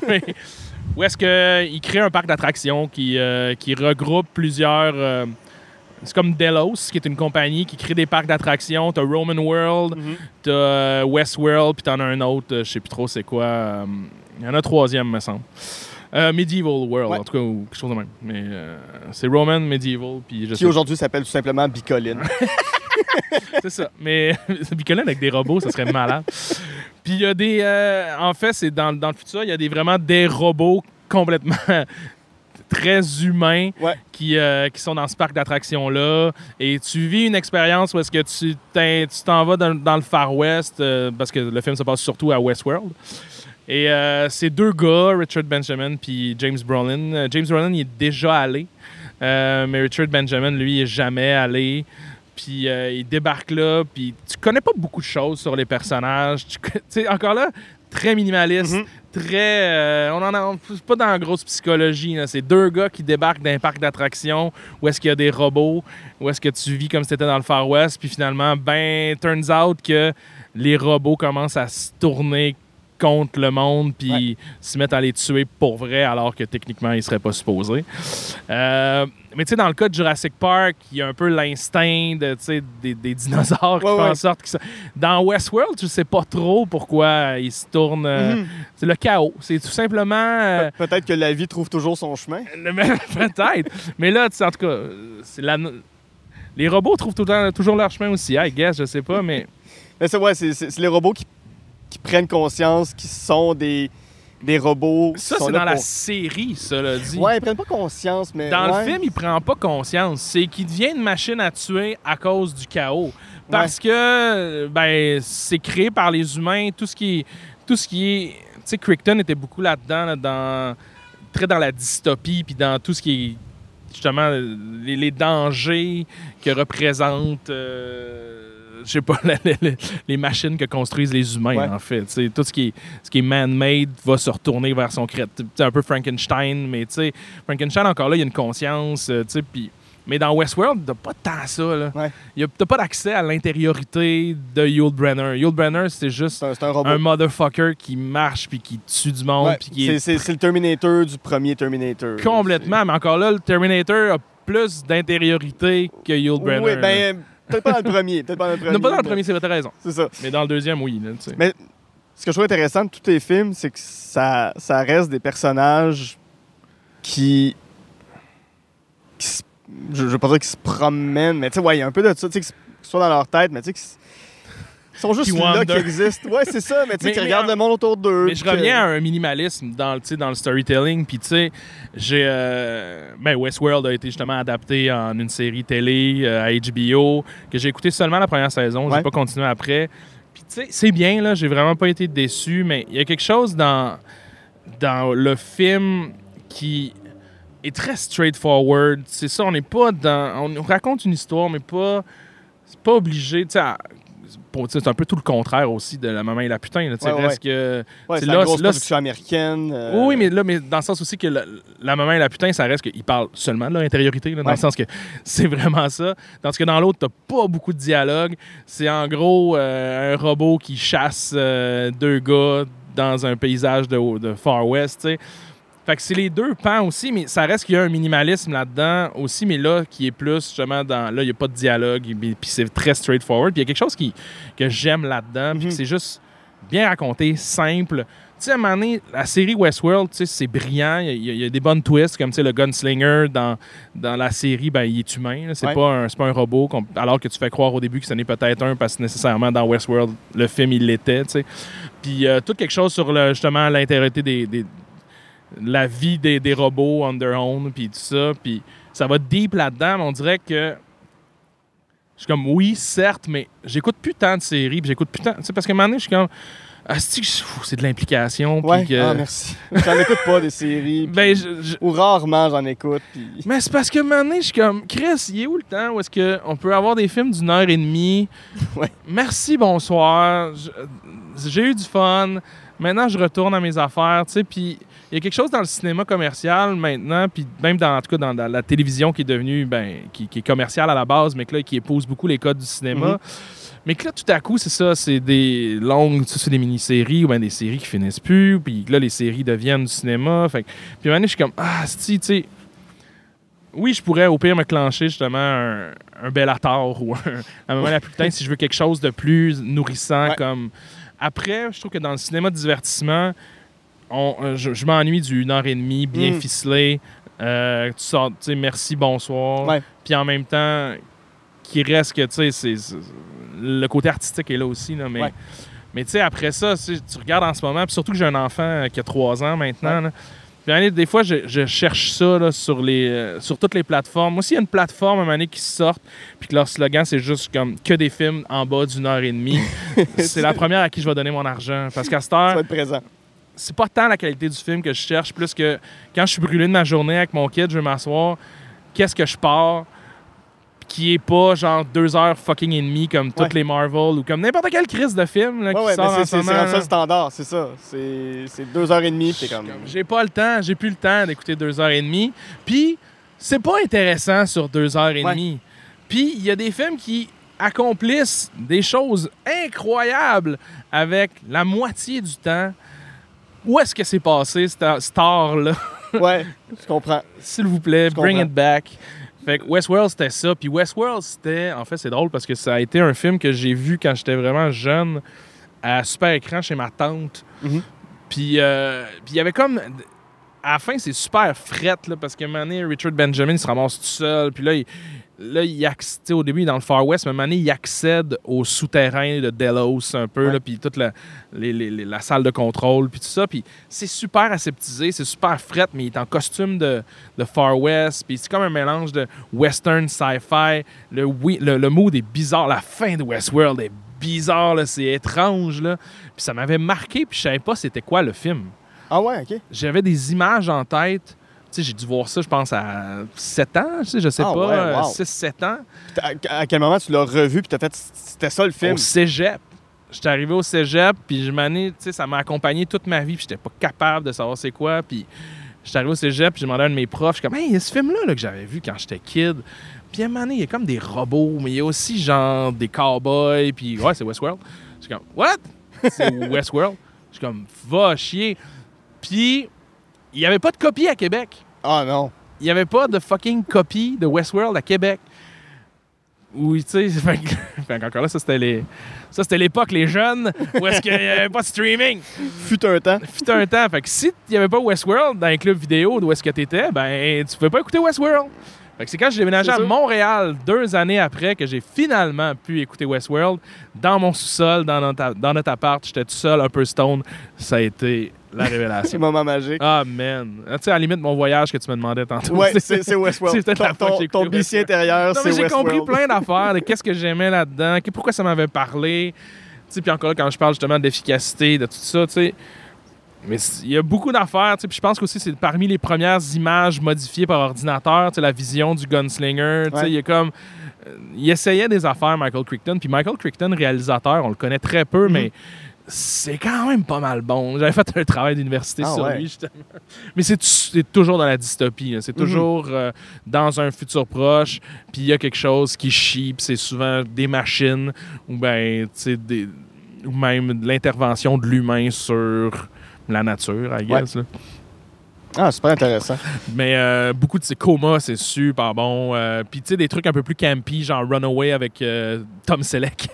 Où est-ce qu'il crée un parc d'attractions qui regroupe plusieurs... c'est comme Delos, qui est une compagnie qui crée des parcs d'attractions. T'as Roman World, t'as Westworld, puis t'en as un autre, je sais plus trop c'est quoi. Il y en a un troisième, me semble. Medieval World, en tout cas, ou quelque chose de même. Mais c'est Roman, Medieval, puis qui aujourd'hui s'appelle tout simplement Bicoline. C'est ça. Mais Bicoline avec des robots, ça serait malade. Puis il y a des... en fait, c'est dans le futur, il y a vraiment des robots complètement... très humains qui sont dans ce parc d'attractions-là. Et tu vis une expérience où est-ce que tu t'en vas dans le Far West, parce que le film se passe surtout à Westworld. Et c'est deux gars, Richard Benjamin puis James Brolin. James Brolin, il est déjà allé, mais Richard Benjamin, lui, il est jamais allé. Puis il débarque là, puis tu connais pas beaucoup de choses sur les personnages. Tu sais, encore là, très minimaliste, très... on pas dans la grosse psychologie. Là. C'est deux gars qui débarquent d'un parc d'attractions où est-ce qu'il y a des robots, où est-ce que tu vis comme si t'étais dans le Far West, puis finalement, turns out que les robots commencent à se tourner contre le monde puis se mettent à les tuer pour vrai alors que techniquement, ils seraient pas supposés. Mais tu sais, dans le cas de Jurassic Park, il y a un peu l'instinct des dinosaures qui font en sorte que dans Westworld, je sais pas trop pourquoi ils se tournent. C'est le chaos. C'est tout simplement... Peut-être que la vie trouve toujours son chemin. Peut-être. Mais là, en tout cas, les robots trouvent toujours leur chemin aussi, I guess, je sais pas, mais... Mais c'est les robots qui prennent conscience qu'ils sont des robots. Ça, c'est dans la série, cela dit. Ouais, ils prennent pas conscience, mais... Dans le film, il prend pas conscience. C'est qu'il devient une machine à tuer à cause du chaos. Parce que, c'est créé par les humains. Tout ce qui est... Tu sais, Crichton était beaucoup là-dedans, très dans la dystopie, puis dans tout ce qui est, justement, les dangers que représentent... je sais pas, les machines que construisent les humains, en fait. T'sais, tout ce qui est man-made va se retourner vers son crête. C'est un peu Frankenstein, mais Frankenstein, encore là, il y a une conscience, mais dans Westworld, t'as pas tant ça. Là. T'as pas d'accès à l'intériorité de Yul Brynner. Yul Brynner, c'est juste un motherfucker qui marche puis qui tue du monde. C'est le Terminator du premier Terminator. Complètement, mais encore là, le Terminator a plus d'intériorité que Yul Brynner. Oui, peut-être pas dans le premier. Non, pas dans le premier, c'est votre raison. C'est ça. Mais dans le deuxième, oui. Là, mais ce que je trouve intéressant de tous tes films, c'est que ça reste des personnages qui je veux pas dire qu'ils se promènent, mais tu sais, il y a un peu de ça, tu sais, qu'ils soient dans leur tête, mais tu sais, qu'ils sont juste là, qui existent. Ouais, c'est ça, mais tu sais, qui regardent le monde autour d'eux. Mais je reviens à un minimalisme dans le storytelling, puis tu sais, Westworld a été justement adapté en une série télé à HBO, que j'ai écouté seulement la première saison, j'ai pas continué après. Puis tu sais, c'est bien, là, j'ai vraiment pas été déçu, mais il y a quelque chose dans le film qui est très straightforward. C'est ça, on n'est pas dans... On raconte une histoire, mais c'est pas obligé, tu sais, c'est un peu tout le contraire aussi de La Maman et la Putain. Là, reste que, c'est la grosse production américaine. Oui, mais dans le sens aussi que La Maman et la Putain, ça reste qu'ils parlent seulement de leur intériorité, là, dans le sens que c'est vraiment ça. Tandis que dans l'autre, t'as pas beaucoup de dialogue. C'est en gros un robot qui chasse 2 gars dans un paysage de Far West, tu sais. Fait que c'est les deux pans aussi, mais ça reste qu'il y a un minimalisme là-dedans aussi, mais là, qui est plus justement dans... Là, il n'y a pas de dialogue, puis c'est très straightforward. Puis il y a quelque chose que j'aime là-dedans, puis c'est juste bien raconté, simple. Tu sais, à un moment donné, la série Westworld, tu sais, c'est brillant. Il y a des bonnes twists, comme tu sais, le gunslinger dans la série, ben il est humain. Là. C'est pas un robot, alors que tu fais croire au début que ce n'est peut-être un, parce que nécessairement, dans Westworld, le film, il l'était, tu sais. Puis tout quelque chose sur, justement, l'intériorité la vie des robots on their own, puis tout ça, puis ça va deep là-dedans, mais on dirait que je suis comme, oui, certes, mais j'écoute plus tant de séries, puis j'écoute plus tant, tu sais, parce qu'à un moment donné, je suis comme, c'est de l'implication, puis que... merci. J'en écoute pas des séries, ben, ou rarement j'en écoute, puis... Mais c'est parce qu'à un moment donné, je suis comme, Chris, il est où le temps où est-ce qu'on peut avoir des films d'une heure et demie? Merci, bonsoir, j'ai eu du fun, maintenant je retourne à mes affaires, tu sais, puis... Il y a quelque chose dans le cinéma commercial maintenant, puis même en tout cas dans la télévision qui est devenue, qui est commerciale à la base, mais que là, qui épouse beaucoup les codes du cinéma. Mais que là, tout à coup, c'est ça, c'est des longues, c'est des mini-séries ou bien des séries qui finissent plus, puis là, les séries deviennent du cinéma. Fait, puis à un moment donné, je suis comme, tu sais, oui, je pourrais au pire me clencher justement un Bellator ou la Maman la Putain si je veux quelque chose de plus nourrissant. Comme après, je trouve que dans le cinéma de divertissement, je m'ennuie du 1h30 bien ficelé. Tu sors, tu sais, merci, bonsoir. Puis en même temps, qui reste que, tu sais, le côté artistique est là aussi. Là, mais tu sais, après ça, tu regardes en ce moment, puis surtout que j'ai un enfant qui a 3 ans maintenant. Là, puis des fois, je cherche ça là, sur toutes les plateformes. Moi, s'il y a une plateforme à un moment donné qui sort, puis que leur slogan, c'est juste comme que des films en bas d'1h30, c'est la première à qui je vais donner mon argent. Parce qu'à cette heure, tu vas être présent. C'est pas tant la qualité du film que je cherche, plus que quand je suis brûlé de ma journée avec mon kid, je veux m'asseoir, qu'est-ce que je pars, qui est pas genre 2 heures fucking et demie comme toutes les Marvel ou comme n'importe quelle crise de film là, qui sort en ce moment. C'est ça le standard, c'est ça. C'est 2h30, t'es comme... J'ai pas le temps, j'ai plus le temps d'écouter 2h30. Puis c'est pas intéressant sur 2h30. Puis il y a des films qui accomplissent des choses incroyables avec la moitié du temps. Où est-ce que c'est passé, cette star-là? Ouais, je comprends. S'il vous plaît, bring it back. Fait que Westworld, c'était ça. Puis Westworld, c'était... En fait, c'est drôle parce que ça a été un film que j'ai vu quand j'étais vraiment jeune à super écran chez ma tante. Puis il y avait comme... À la fin, c'est super fret, là, parce qu'à un moment donné, Richard Benjamin se ramasse tout seul. Puis là, au début, il est dans le Far West, mais à un moment donné, il accède au souterrain de Delos un peu, là, puis toute la salle de contrôle, puis tout ça. Puis c'est super aseptisé, c'est super fret, mais il est en costume de Far West. Puis c'est comme un mélange de western, sci-fi. Le mood est bizarre. La fin de Westworld est bizarre, là, c'est étrange. Là. Puis ça m'avait marqué, puis je savais pas c'était quoi le film. Ah ouais, OK. J'avais des images en tête. Tu sais, j'ai dû voir ça, je pense, à 7 ans, je sais pas, 6-7 ans. À quel moment tu l'as revu puis t'as fait... C'était ça le film? Au cégep. J'étais arrivé au cégep, puis ça m'a accompagné toute ma vie, puis j'étais pas capable de savoir c'est quoi. Puis j'étais arrivé au cégep, puis j'ai demandé à un de mes profs, je suis comme, hey, il y a ce film-là que j'avais vu quand j'étais kid. Puis à un moment donné, il y a comme des robots, mais il y a aussi genre des cowboys, puis ouais, c'est Westworld. Je suis comme, what? C'est Westworld? Je suis comme, va chier. Puis, il n'y avait pas de copie à Québec. Ah non. Il n'y avait pas de fucking copie de Westworld à Québec. Oui, tu sais, encore là, ça c'était l'époque, les jeunes, où est-ce qu'il n'y avait pas de streaming. Fut un temps. Fait que si il n'y avait pas Westworld dans les clubs vidéo d'où est-ce que tu étais, ben, tu pouvais pas écouter Westworld. Fait que c'est quand j'ai déménagé à Montréal 2 années après que j'ai finalement pu écouter Westworld dans mon sous-sol, dans notre appart. J'étais tout seul, un peu stone. Ça a été la révélation. Moment magique. Ah, man. Tu sais, à la limite, mon voyage que tu me demandais tantôt. Ouais, c'est Westworld. C'est peut-être la fois que j'ai ton BC intérieur, c'est Westworld. J'ai compris plein d'affaires de qu'est-ce que j'aimais là-dedans, pourquoi ça m'avait parlé. Tu sais, puis encore là, quand je parle justement d'efficacité, de tout ça, tu sais, Mais il y a beaucoup d'affaires, puis je pense qu'aussi c'est parmi les premières images modifiées par ordinateur, la vision du gunslinger, Ouais. il y a comme... il essayait des affaires, Michael Crichton, puis Michael Crichton, réalisateur, on le connaît très peu, mais c'est quand même pas mal bon. J'avais fait un travail d'université sur lui, justement. Mais c'est toujours dans la dystopie, là. C'est toujours dans un futur proche, puis il y a quelque chose qui chie, puis c'est souvent des machines, ou ben, ou même de l'intervention de l'humain sur la nature, I guess. Là. Ah, super intéressant. Mais beaucoup de ces comas, c'est super bon. Puis tu sais, des trucs un peu plus campy, genre Runaway avec Tom Selleck.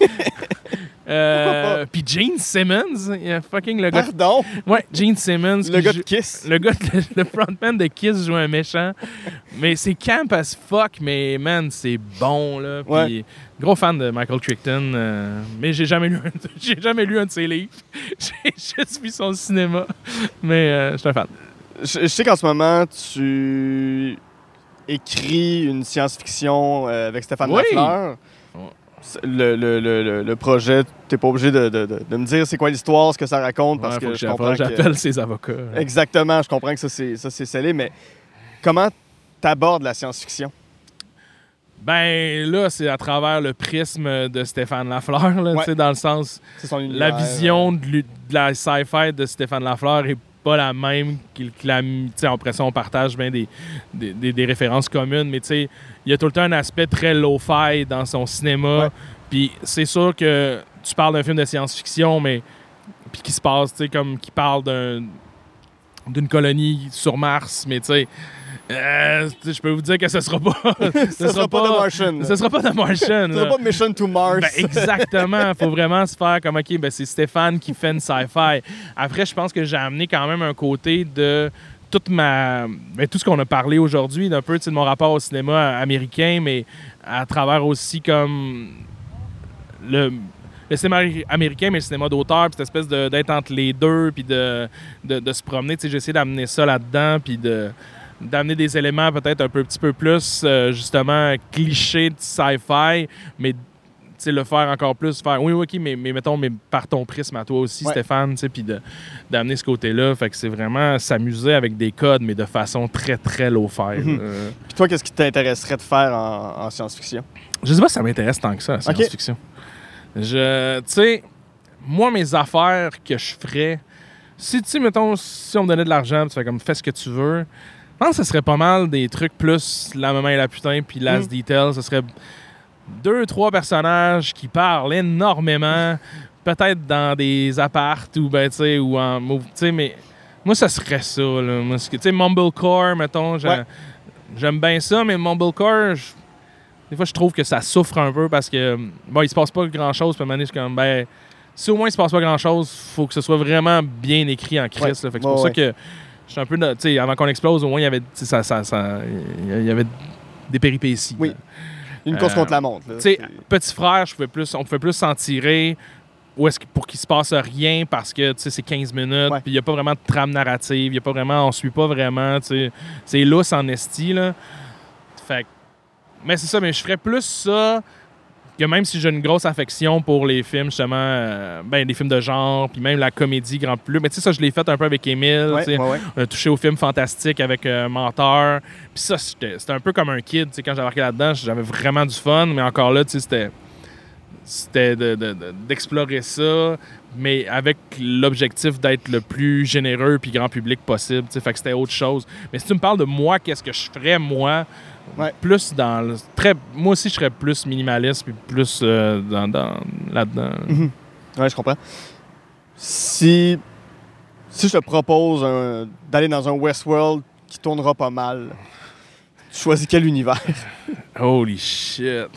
Puis Gene Simmons, fucking le gars. Pardon? Ouais, Gene Simmons. Le gars de Kiss. Le frontman de Kiss joue un méchant. Mais c'est camp as fuck, mais man, c'est bon, là. Puis gros fan de Michael Crichton. Mais j'ai jamais lu un de ses livres. J'ai juste vu son cinéma. Mais je suis un fan. Je sais qu'en ce moment, tu écris une science-fiction avec Stéphane Lafleur. Le projet, t'es pas obligé de me dire c'est quoi l'histoire, ce que ça raconte, parce que je comprends j'appelle ses avocats. Exactement, je comprends que ça c'est scellé, mais comment t'abordes la science-fiction? Ben là, c'est à travers le prisme de Stéphane Lafleur, là, dans le sens... C'est son univers, la vision de la sci-fi de Stéphane Lafleur est pas la même après ça, on partage bien des références communes, mais il y a tout le temps un aspect très low-fi dans son cinéma. Puis c'est sûr que tu parles d'un film de science-fiction, mais puis qui se passe, comme qui parle d'une colonie sur Mars, mais je peux vous dire que ce sera pas... ce sera pas The Martian. Ce sera pas The Martian. Ce sera pas Mission to Mars. Ben, exactement. Faut vraiment se faire comme, OK, ben, c'est Stéphane qui fait une sci-fi. Après, je pense que j'ai amené quand même un côté de tout ce qu'on a parlé aujourd'hui, d'un peu de mon rapport au cinéma américain, mais à travers aussi comme le cinéma américain, mais le cinéma d'auteur, puis cette espèce d'être entre les deux, puis de se promener. J'ai essayé d'amener ça là-dedans, puis d'amener des éléments peut-être un petit peu plus, justement, clichés de sci-fi, mais le faire encore plus, oui, OK, mais mettons, mais par ton prisme à toi aussi, Stéphane, puis d'amener ce côté-là. Fait que c'est vraiment s'amuser avec des codes, mais de façon très, très low-fi. Puis toi, qu'est-ce qui t'intéresserait de faire en science-fiction? Je sais pas si ça m'intéresse tant que ça, la science-fiction. Tu sais, moi, mes affaires que je ferais, mettons, si on me donnait de l'argent, tu fais comme, fais ce que tu veux, je pense que ce serait pas mal des trucs plus La Maman et la Putain puis Last Detail. Ce serait 2-3 personnages qui parlent énormément, peut-être dans des apparts ou ben, tu sais, ou en move, tu sais, mais moi, ça serait ça, là. Moi, tu sais, Mumblecore, mettons, j'aime bien ça, mais Mumblecore, des fois, je trouve que ça souffre un peu parce que, bon, il se passe pas grand-chose, puis à un moment donné, je suis comme, ben, si au moins il se passe pas grand-chose, faut que ce soit vraiment bien écrit en crise, là. Fait que c'est pour ça que je suis un peu, tu sais, avant qu'on explose, au moins, il y avait, il y avait des péripéties. Oui. Une course contre la montre. Tu sais, Petit Frère, on pouvait plus s'en tirer pour qu'il se passe rien parce que, tu sais, c'est 15 minutes, puis il n'y a pas vraiment de trame narrative, on suit pas vraiment, tu sais. C'est lousse en esti, là. Fait que, mais c'est ça, mais je ferais plus ça que même si j'ai une grosse affection pour les films, justement, des films de genre, puis même la comédie grand public. Mais tu sais, ça, je l'ai fait un peu avec Émile. On a touché au film fantastique avec Menteur. Puis ça, c'était un peu comme un kid. Quand j'ai embarqué là-dedans, j'avais vraiment du fun. Mais encore là, tu sais, c'était d'explorer ça, mais avec l'objectif d'être le plus généreux puis grand public possible. Fait que c'était autre chose. Mais si tu me parles de moi, qu'est-ce que je ferais, moi... plus moi aussi, je serais plus minimaliste puis plus là-dedans. Ouais, je comprends. Si je te propose d'aller dans un Westworld qui tournera pas mal, tu choisis quel univers? Holy shit!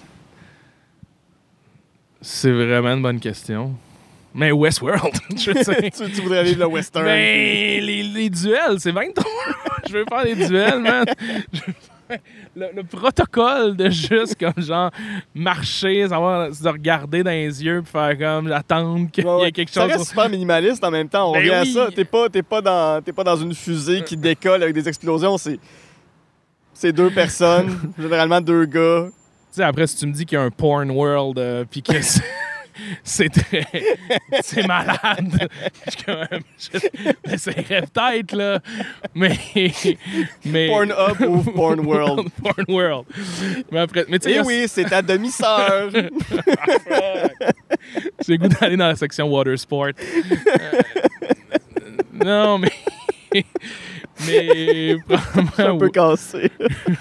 C'est vraiment une bonne question. Mais Westworld, je sais. tu voudrais aller le western? Ben, les duels, c'est bien drôle. Je veux faire des duels, man. Le protocole de juste comme genre marcher, se regarder dans les yeux puis faire comme attendre qu'il y ait quelque chose. Ça reste super minimaliste en même temps. On revient à ça. T'es pas dans une fusée qui décolle avec des explosions. C'est 2 personnes, généralement 2 gars. Tu sais, après, si tu me dis qu'il y a un porn world puis que c'est malade. J'essaierais peut-être, là. Mais Pornhub ou Porn World. Porn World. Mais après, mais Eh oui, c'est ta demi-sœur. J'ai le goût d'aller dans la section Water Sport. Non, mais probablement... C'est un peu cassé.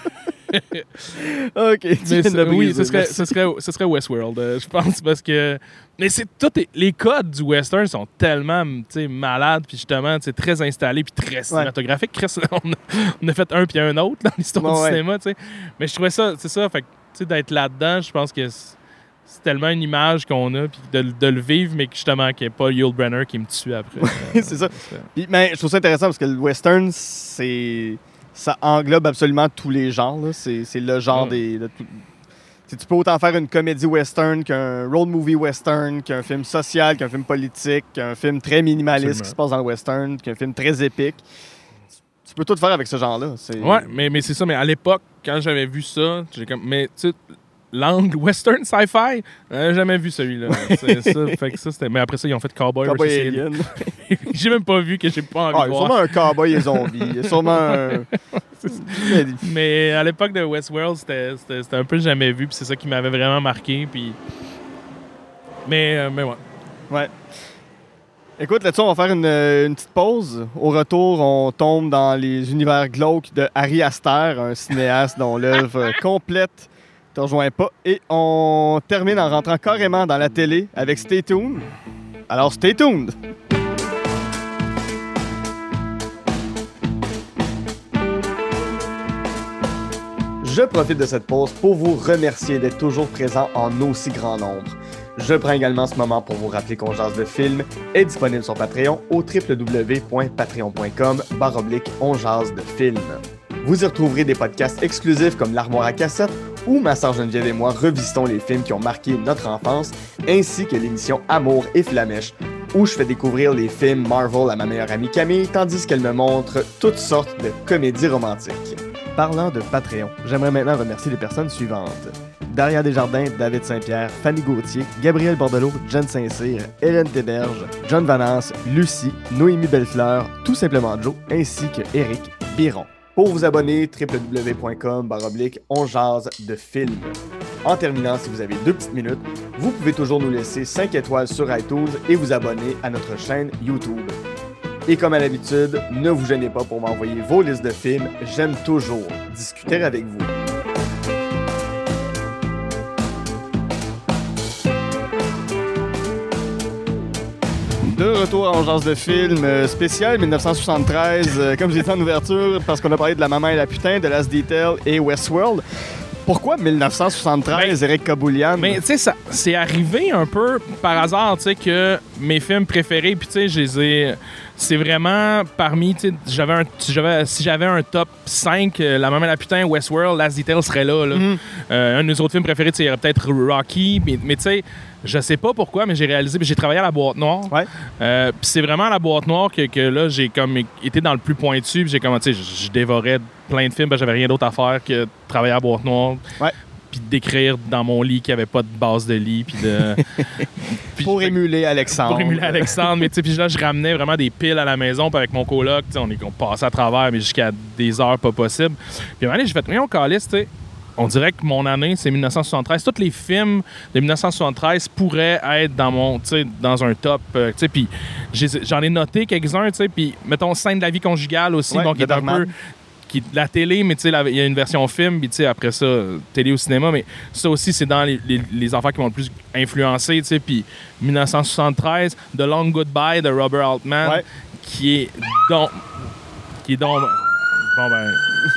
OK, mais ce serait Westworld, je pense, parce que... Mais les codes du western sont tellement malades, puis justement très installés, puis très cinématographiques. On a fait un puis un autre dans l'histoire du cinéma, tu sais. Mais je trouvais ça, c'est ça, fait que d'être là-dedans, je pense que c'est tellement une image qu'on a, puis de le vivre, mais justement qu'il n'y ait pas Yul Brynner qui me tue après. C'est ça. Puis, mais je trouve ça intéressant parce que le western, ça englobe absolument tous les genres. Là. C'est le genre tu peux autant faire une comédie western qu'un road movie western, qu'un film social, qu'un film politique, qu'un film très minimaliste qui se passe dans le western, qu'un film très épique. Tu peux tout faire avec ce genre-là. Ouais, mais c'est ça. Mais à l'époque, quand j'avais vu ça, mais tu sais, l'angle western sci-fi, j'avais jamais vu celui-là. C'est ça, fait que ça, c'était... Mais après ça, ils ont fait Cowboy versus Alien. J'ai même pas vu, que j'ai pas envie de voir. Il y a sûrement un cowboy et zombie. Il y a sûrement un... Mais à l'époque de Westworld, c'était un peu jamais vu, puis c'est ça qui m'avait vraiment marqué. Puis... Mais ouais. Ouais. Écoute, là-dessus, on va faire une petite pause. Au retour, on tombe dans les univers glauques de Ari Aster, un cinéaste dont l'œuvre complète te rejoint pas. Et on termine en rentrant carrément dans la télé avec Stay Tuned. Alors, stay tuned! Je profite de cette pause pour vous remercier d'être toujours présent en aussi grand nombre. Je prends également ce moment pour vous rappeler qu'on jase de film est disponible sur Patreon au www.patreon.com/on jase de film. Vous y retrouverez des podcasts exclusifs comme l'Armoire à cassette où ma sœur Geneviève et moi revisitons les films qui ont marqué notre enfance, ainsi que l'émission Amour et Flamèche, où je fais découvrir les films Marvel à ma meilleure amie Camille, tandis qu'elle me montre toutes sortes de comédies romantiques. Parlant de Patreon, j'aimerais maintenant remercier les personnes suivantes. Daria Desjardins, David Saint-Pierre, Fanny Gauthier, Gabriel Bordelot, Jen Saint-Cyr, Hélène Théberge, John Vanance, Lucie, Noémie Bellefleur, tout simplement Joe, ainsi que Éric Biron. Pour vous abonner, www.com/on jase de film. En terminant, si vous avez 2 petites minutes, vous pouvez toujours nous laisser 5 étoiles sur iTunes et vous abonner à notre chaîne YouTube. Et comme à l'habitude, ne vous gênez pas pour m'envoyer vos listes de films, j'aime toujours discuter avec vous. De retour à On jase de film spécial 1973, comme j'ai dit en ouverture, parce qu'on a parlé de La Maman et la Putain, de Last Detail et Westworld. Pourquoi 1973, Eric Kaboulian? Mais tu sais, ça c'est arrivé un peu par hasard, tu sais, que mes films préférés, puis tu sais, je les ai... C'est vraiment parmi, tu sais, si j'avais un top 5, La Maman et la Putain, Westworld, Last Detail serait là. Un de nos autres films préférés, tu sais, il y aurait peut-être Rocky, mais tu sais, je sais pas pourquoi, mais j'ai réalisé, j'ai travaillé à la Boîte Noire. Ouais. Puis c'est vraiment à la Boîte Noire que là, j'ai comme été dans le plus pointu, puis j'ai commencé, je dévorais plein de films, j'avais rien d'autre à faire que travailler à la Boîte Noire. Ouais. Puis d'écrire dans mon lit qu'il n'y avait pas de base de lit, puis de... Pour émuler Alexandre. Pour émuler Alexandre, mais tu sais, puis là, je ramenais vraiment des piles à la maison, puis avec mon coloc, tu sais, on passait à travers, mais jusqu'à des heures pas possibles. Puis à un moment donné, j'ai fait, on calisse, tu sais, on dirait que mon année, c'est 1973. Tous les films de 1973 pourraient être dans un top, tu sais, puis j'en ai noté quelques-uns, tu sais, puis mettons, Scène de la vie conjugale aussi, ouais, donc il est un peu... la télé, mais tu sais, il y a une version film, puis tu sais, après ça, télé au cinéma, mais ça aussi, c'est dans les affaires qui m'ont le plus influencé, tu sais, puis 1973, The Long Goodbye de Robert Altman, ouais. qui est donc... Bon, ben...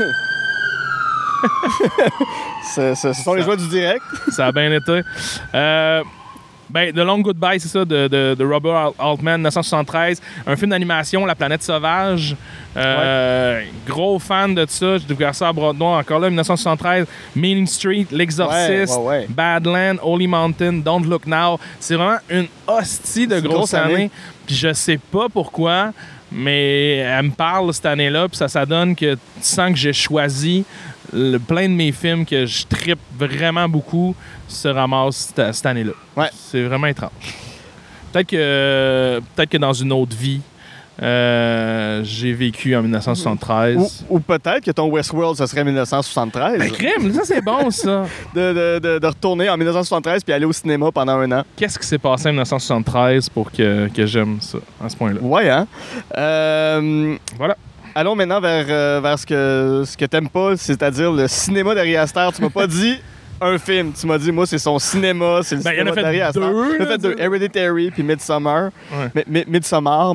ce sont les joies du direct. Ça a bien été. The Long Goodbye, c'est ça, de Robert Altman, 1973. Un film d'animation, La planète sauvage. Gros fan de ça. J'ai découvert ça à Broadway, encore là, 1973. Meaning Street, L'Exorciste, ouais. Badland, Holy Mountain, Don't Look Now. C'est vraiment une hostie de grosse année. Puis je sais pas pourquoi, mais elle me parle cette année-là, puis ça donne que tu sens que j'ai choisi plein de mes films que je trippe vraiment beaucoup se ramassent cette année-là. Ouais. C'est vraiment étrange. Peut-être que dans une autre vie, j'ai vécu en 1973. Ou peut-être que ton Westworld, ce serait 1973. Ben, crème, ça c'est bon, ça. de retourner en 1973 puis aller au cinéma pendant un an. Qu'est-ce qui s'est passé en 1973 pour que j'aime ça, à ce point-là? Ouais, hein? Voilà. Allons maintenant vers ce que t'aimes pas, c'est-à-dire le cinéma d'Ari Aster. Tu m'as pas dit un film. Tu m'as dit, moi, c'est son cinéma, c'est le cinéma d'Ari Aster. Il en a fait deux. Hereditary puis Midsommar. Ouais. Midsommar.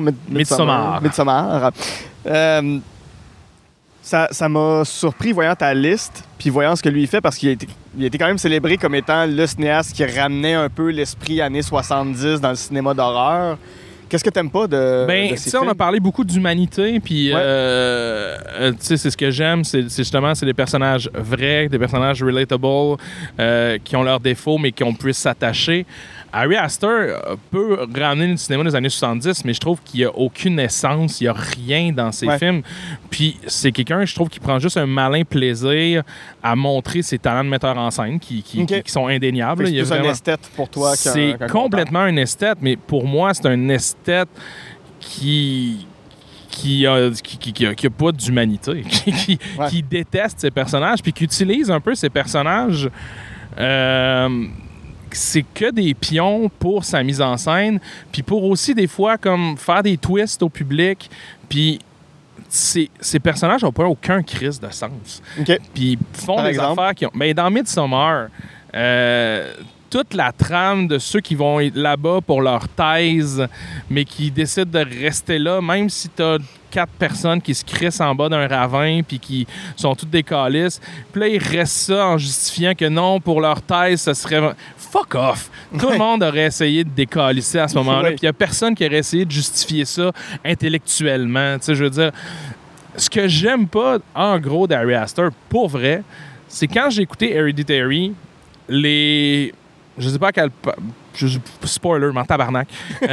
Ça m'a surpris voyant ta liste puis voyant ce que lui fait parce qu'il a été quand même célébré comme étant le cinéaste qui ramenait un peu l'esprit années 70 dans le cinéma d'horreur. Qu'est-ce que t'aimes pas de ces films? On a parlé beaucoup d'humanité, puis c'est ce que j'aime, c'est justement des personnages vrais, des personnages relatable, qui ont leurs défauts, mais qu'on puisse s'attacher. Ari Aster peut ramener le cinéma des années 70, mais je trouve qu'il n'y a aucune essence, il n'y a rien dans ses films. Puis c'est quelqu'un, je trouve, qui prend juste un malin plaisir à montrer ses talents de metteur en scène qui sont indéniables. C'est un esthète pour toi. C'est complètement un esthète, mais pour moi, c'est un esthète qui a pas d'humanité, qui déteste ses personnages, puis qui utilise un peu ses personnages... c'est que des pions pour sa mise en scène, puis pour aussi des fois comme faire des twists au public, puis ces personnages n'ont pas aucun crise de sens. Puis ils font des affaires qui ont... Mais dans Midsommar, toute la trame de ceux qui vont être là-bas pour leur thèse, mais qui décident de rester là, même si t'as 4 personnes qui se crissent en bas d'un ravin puis qui sont toutes des calices. Puis là, ils restent ça en justifiant que non, pour leur thèse, ça serait... Fuck off! Tout le monde aurait essayé de décalisser à ce moment-là. Puis il n'y a personne qui aurait essayé de justifier ça intellectuellement. Tu sais, je veux dire, ce que j'aime pas, en gros, d'Ari Aster, pour vrai, c'est quand j'ai écouté Hereditary, je sais pas à quel... Spoiler, m'en tabarnak.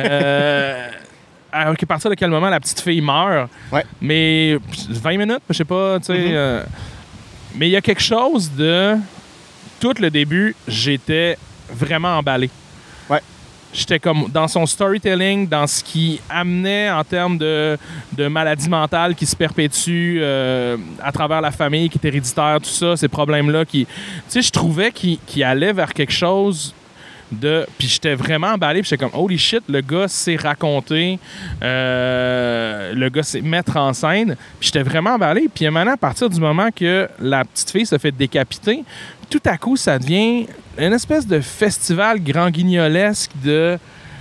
À partir de quel moment la petite fille meurt. Mais 20 minutes, je sais pas, tu sais. Mais il y a quelque chose de... Tout le début, j'étais vraiment emballé. J'étais comme dans son storytelling, dans ce qui amenait en termes de maladie mentale qui se perpétue à travers la famille, qui est héréditaire, tout ça, ces problèmes-là. Tu sais, je trouvais qu'il allait vers quelque chose de... Puis j'étais vraiment emballé, puis j'étais comme, holy shit, le gars sait raconter, le gars sait mettre en scène. Puis j'étais vraiment emballé. Puis maintenant, à partir du moment que la petite fille se fait décapiter, tout à coup, ça devient une espèce de festival grand guignolesque de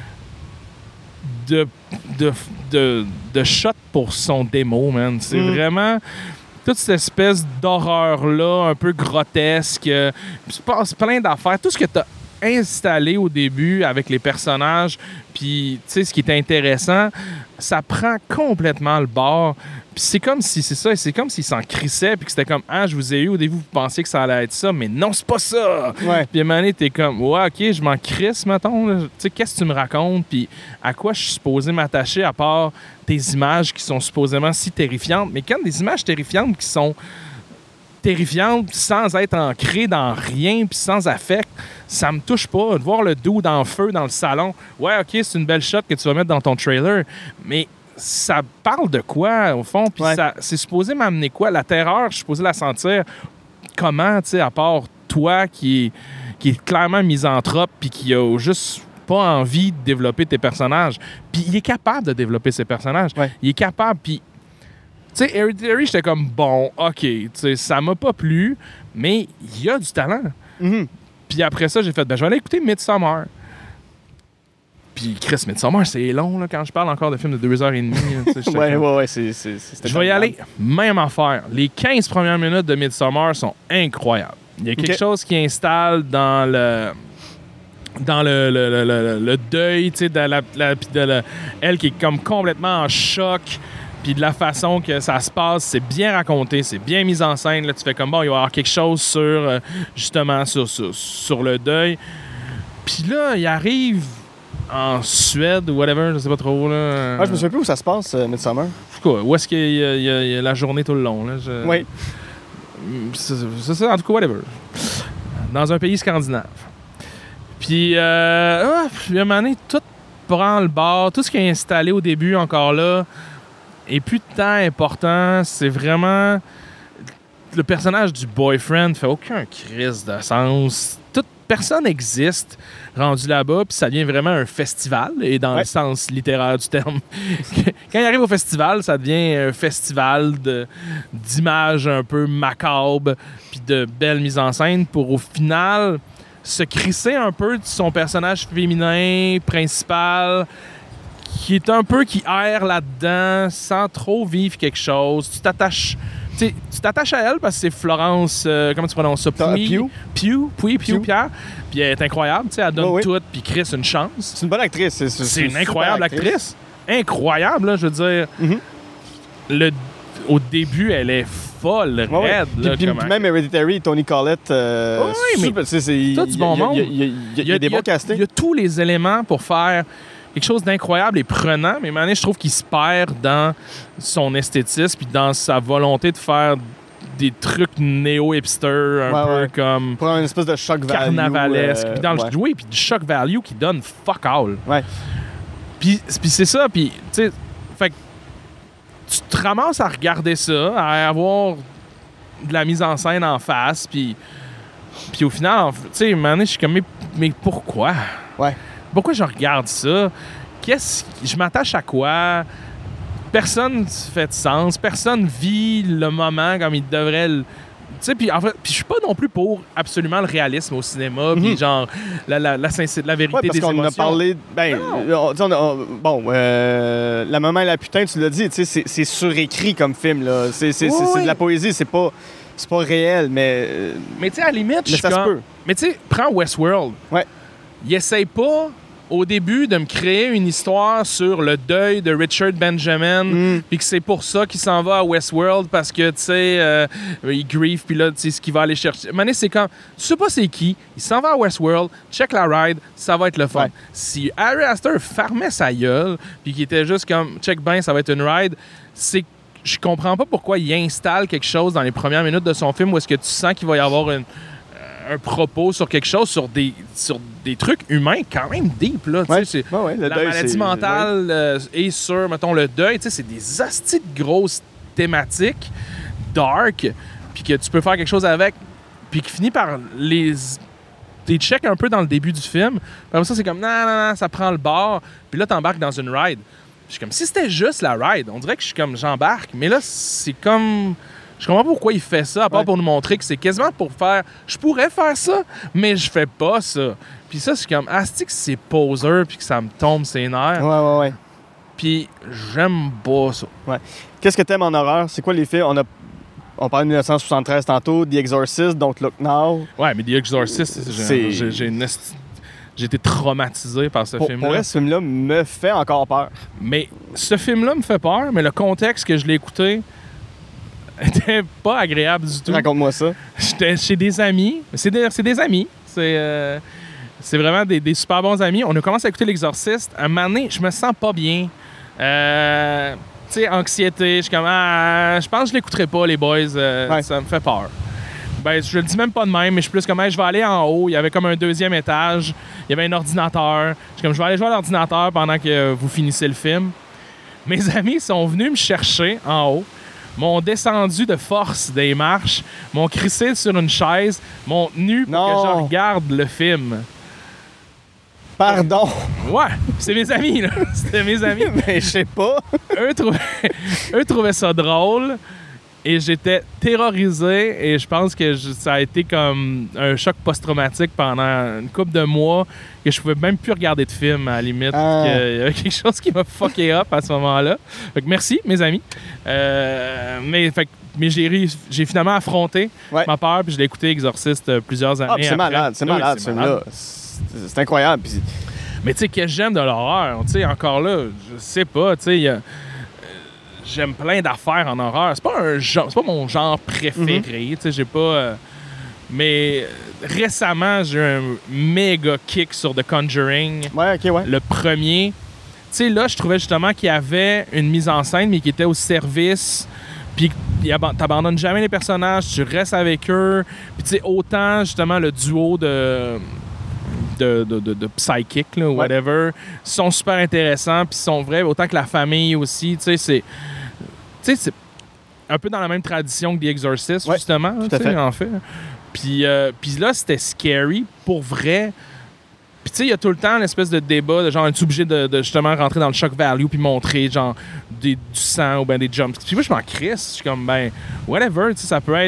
shot pour son démo, man. C'est vraiment toute cette espèce d'horreur-là, un peu grotesque. Il se passe plein d'affaires. Tout ce que tu as installé au début avec les personnages, puis tu sais, ce qui est intéressant, ça prend complètement le bord. Puis c'est comme si, c'est comme s'il s'en crissait, puis que c'était comme, ah, je vous ai eu au début, vous pensiez que ça allait être ça, mais non, c'est pas ça! Puis à un moment donné, t'es comme, ouais, ok, je m'en crisse, mettons, tu sais, qu'est-ce que tu me racontes, puis à quoi je suis supposé m'attacher à part tes images qui sont supposément si terrifiantes, mais quand des images terrifiantes qui sont terrifiantes sans être ancrées dans rien puis sans affect, ça me touche pas. De voir le dude en feu dans le salon, ouais, ok, c'est une belle shot que tu vas mettre dans ton trailer, mais ça parle de quoi, au fond? Puis c'est supposé m'amener quoi? La terreur, je suis supposé la sentir comment, tu sais, à part toi qui est clairement misanthrope puis qui a juste pas envie de développer tes personnages. Puis il est capable de développer ses personnages. Il est capable, puis tu sais, Hereditary, j'étais comme, bon, OK, tu sais, ça m'a pas plu, mais il y a du talent. Puis après ça, j'ai fait, ben, je vais aller écouter Midsommar. Puis Chris, Midsommar, c'est long, là, quand je parle encore de films de 2h30. Je vais y aller, même affaire. Les 15 premières minutes de Midsommar sont incroyables. Il y a quelque chose qui installe dans le deuil, tu sais, elle qui est comme complètement en choc. Puis de la façon que ça se passe, c'est bien raconté, c'est bien mis en scène. Là, tu fais comme, bon, il va y avoir quelque chose sur, justement, sur le deuil. Puis là, il arrive en Suède ou whatever, je sais pas trop. Là. Je me souviens plus où ça se passe, Midsommar. En tout cas, où est-ce qu'il y a la journée tout le long? Là, Oui. C'est ça, en tout cas, whatever. Dans un pays scandinave. Puis, à un moment donné, tout prend le bord. Tout ce qui est installé au début, encore là, est plus tant important. C'est vraiment... Le personnage du boyfriend fait aucun crise de sens. Personne n'existe rendu là-bas, puis ça devient vraiment un festival, et dans le sens littéraire du terme. Quand il arrive au festival, ça devient un festival d'images un peu macabres, puis de belles mises en scène, pour au final se crisser un peu de son personnage féminin principal, qui est un peu qui erre là-dedans, sans trop vivre quelque chose. Tu t'attaches à elle parce que c'est Florence, comment tu prononces ça? Pugh, Pierre. Puis elle est incroyable, elle donne tout, puis Chris une chance. C'est une bonne actrice. C'est une incroyable actrice. Incroyable, là, je veux dire. Au début, elle est folle, raide. Puis même Hereditary, Tony Collette, c'est tout du bon monde. Il y a des bons castings. Il y a tous les éléments pour faire quelque chose d'incroyable et prenant, mais maintenant, je trouve qu'il se perd dans son esthétisme puis dans sa volonté de faire des trucs néo-hipster, un peu comme... Pour une espèce de shock value. Carnavalesque. Oui, puis du shock value qui donne fuck all. Ouais. Puis c'est ça, puis, tu sais, fait que tu te ramasses à regarder ça, à avoir de la mise en scène en face, puis au final, tu sais, à un moment donné, je suis comme, mais pourquoi? Ouais. Pourquoi je regarde ça? Je m'attache à quoi? Personne fait de sens. Personne vit le moment comme il devrait le... Tu sais, puis en fait, je suis pas non plus pour absolument le réalisme au cinéma, puis genre la vérité des émotions. Parce qu'on a parlé... La maman et la putain, tu l'as dit, tu sais, c'est surécrit comme film, là. C'est de la poésie, c'est pas réel, mais... Mais tu sais, à la limite, je suis comme... Mais tu sais, prends Westworld. Ouais. Il essaye pas... au début, de me créer une histoire sur le deuil de Richard Benjamin, puis que c'est pour ça qu'il s'en va à Westworld, parce que, tu sais, il grieve, puis là, tu sais, ce qu'il va aller chercher. Mané, c'est quand... Tu sais pas c'est qui, il s'en va à Westworld, check la ride, ça va être le fun. Ouais. Si Ari Aster fermait sa gueule, puis qu'il était juste comme, check ben, ça va être une ride, c'est... Je comprends pas pourquoi il installe quelque chose dans les premières minutes de son film où est-ce que tu sens qu'il va y avoir un propos sur quelque chose, sur des trucs humains quand même deep, là. La maladie mentale et sur, mettons, le deuil, c'est des astis de grosses thématiques dark, puis que tu peux faire quelque chose avec, puis qui finit par t'es check un peu dans le début du film, puis après ça, c'est comme, non, ça prend le bord, puis là, t'embarques dans une ride. Je suis comme, si c'était juste la ride, on dirait que je suis comme, j'embarque, mais là, c'est comme... Je comprends pas pourquoi il fait ça, à part pour nous montrer que c'est quasiment pour faire... Je pourrais faire ça, mais je fais pas ça. Puis ça, c'est comme... Asti que c'est poser, puis que ça me tombe ses nerfs. Ouais. Puis j'aime pas ça. Ouais. Qu'est-ce que t'aimes en horreur? C'est quoi les films? On parlait de 1973 tantôt, The Exorcist, Don't Look Now. Ouais, mais The Exorcist, j'ai été traumatisé par ce film-là. Pour vrai, ce film-là me fait encore peur. Mais ce film-là me fait peur, mais le contexte que je l'ai écouté... était pas agréable du tout. Raconte-moi ça. J'étais chez des amis. C'est des amis. C'est vraiment des super bons amis. On a commencé à écouter L'Exorciste. À un moment donné, je me sens pas bien. Tu sais, anxiété. Je suis comme, je pense que je l'écouterai pas, les boys. Ça me fait peur. Ben, je le dis même pas de même, mais je suis plus comme, je vais aller en haut. Il y avait comme un deuxième étage. Il y avait un ordinateur. Je suis comme, je vais aller jouer à l'ordinateur pendant que vous finissez le film. Mes amis sont venus me chercher en haut. M'ont descendu de force des marches, m'ont crissé sur une chaise, m'ont tenu pour que je regarde le film. Pardon? Ouais, c'est mes amis, là. C'était mes amis. Mais je sais pas. Eux trouvaient ça drôle et j'étais terrorisé et je pense que ça a été comme un choc post-traumatique pendant une couple de mois que je pouvais même plus regarder de film à la limite. Il y avait quelque chose qui m'a fucké up à ce moment-là. Fait que merci, mes amis. Mais j'ai finalement affronté ma peur puis je l'ai écouté Exorciste plusieurs années après. C'est malade, ce film-là. C'est incroyable. Puis... Mais tu sais, qu'est-ce que j'aime de l'horreur? Tu sais, encore là, je sais pas, tu sais, j'aime plein d'affaires en horreur. C'est pas mon genre préféré. Tu sais, j'ai pas... Mais récemment, j'ai eu un méga kick sur The Conjuring. Ouais, ok, ouais. Le premier. Tu sais, là, je trouvais justement qu'il y avait une mise en scène, mais qui était au service. Puis t'abandonnes jamais les personnages, tu restes avec eux. Puis tu sais, autant justement le duo de psychic, là, whatever, sont super intéressants, puis sont vrais, autant que la famille aussi. Tu sais, c'est un peu dans la même tradition que The Exorcist, justement, en fait. Puis là, c'était scary, pour vrai. Puis tu sais, il y a tout le temps l'espèce de débat de genre, es-tu obligé de justement rentrer dans le shock value puis montrer genre du sang ou ben des jumps. Puis moi, je m'en crisse. Je suis comme, ben, whatever, tu sais, ça peut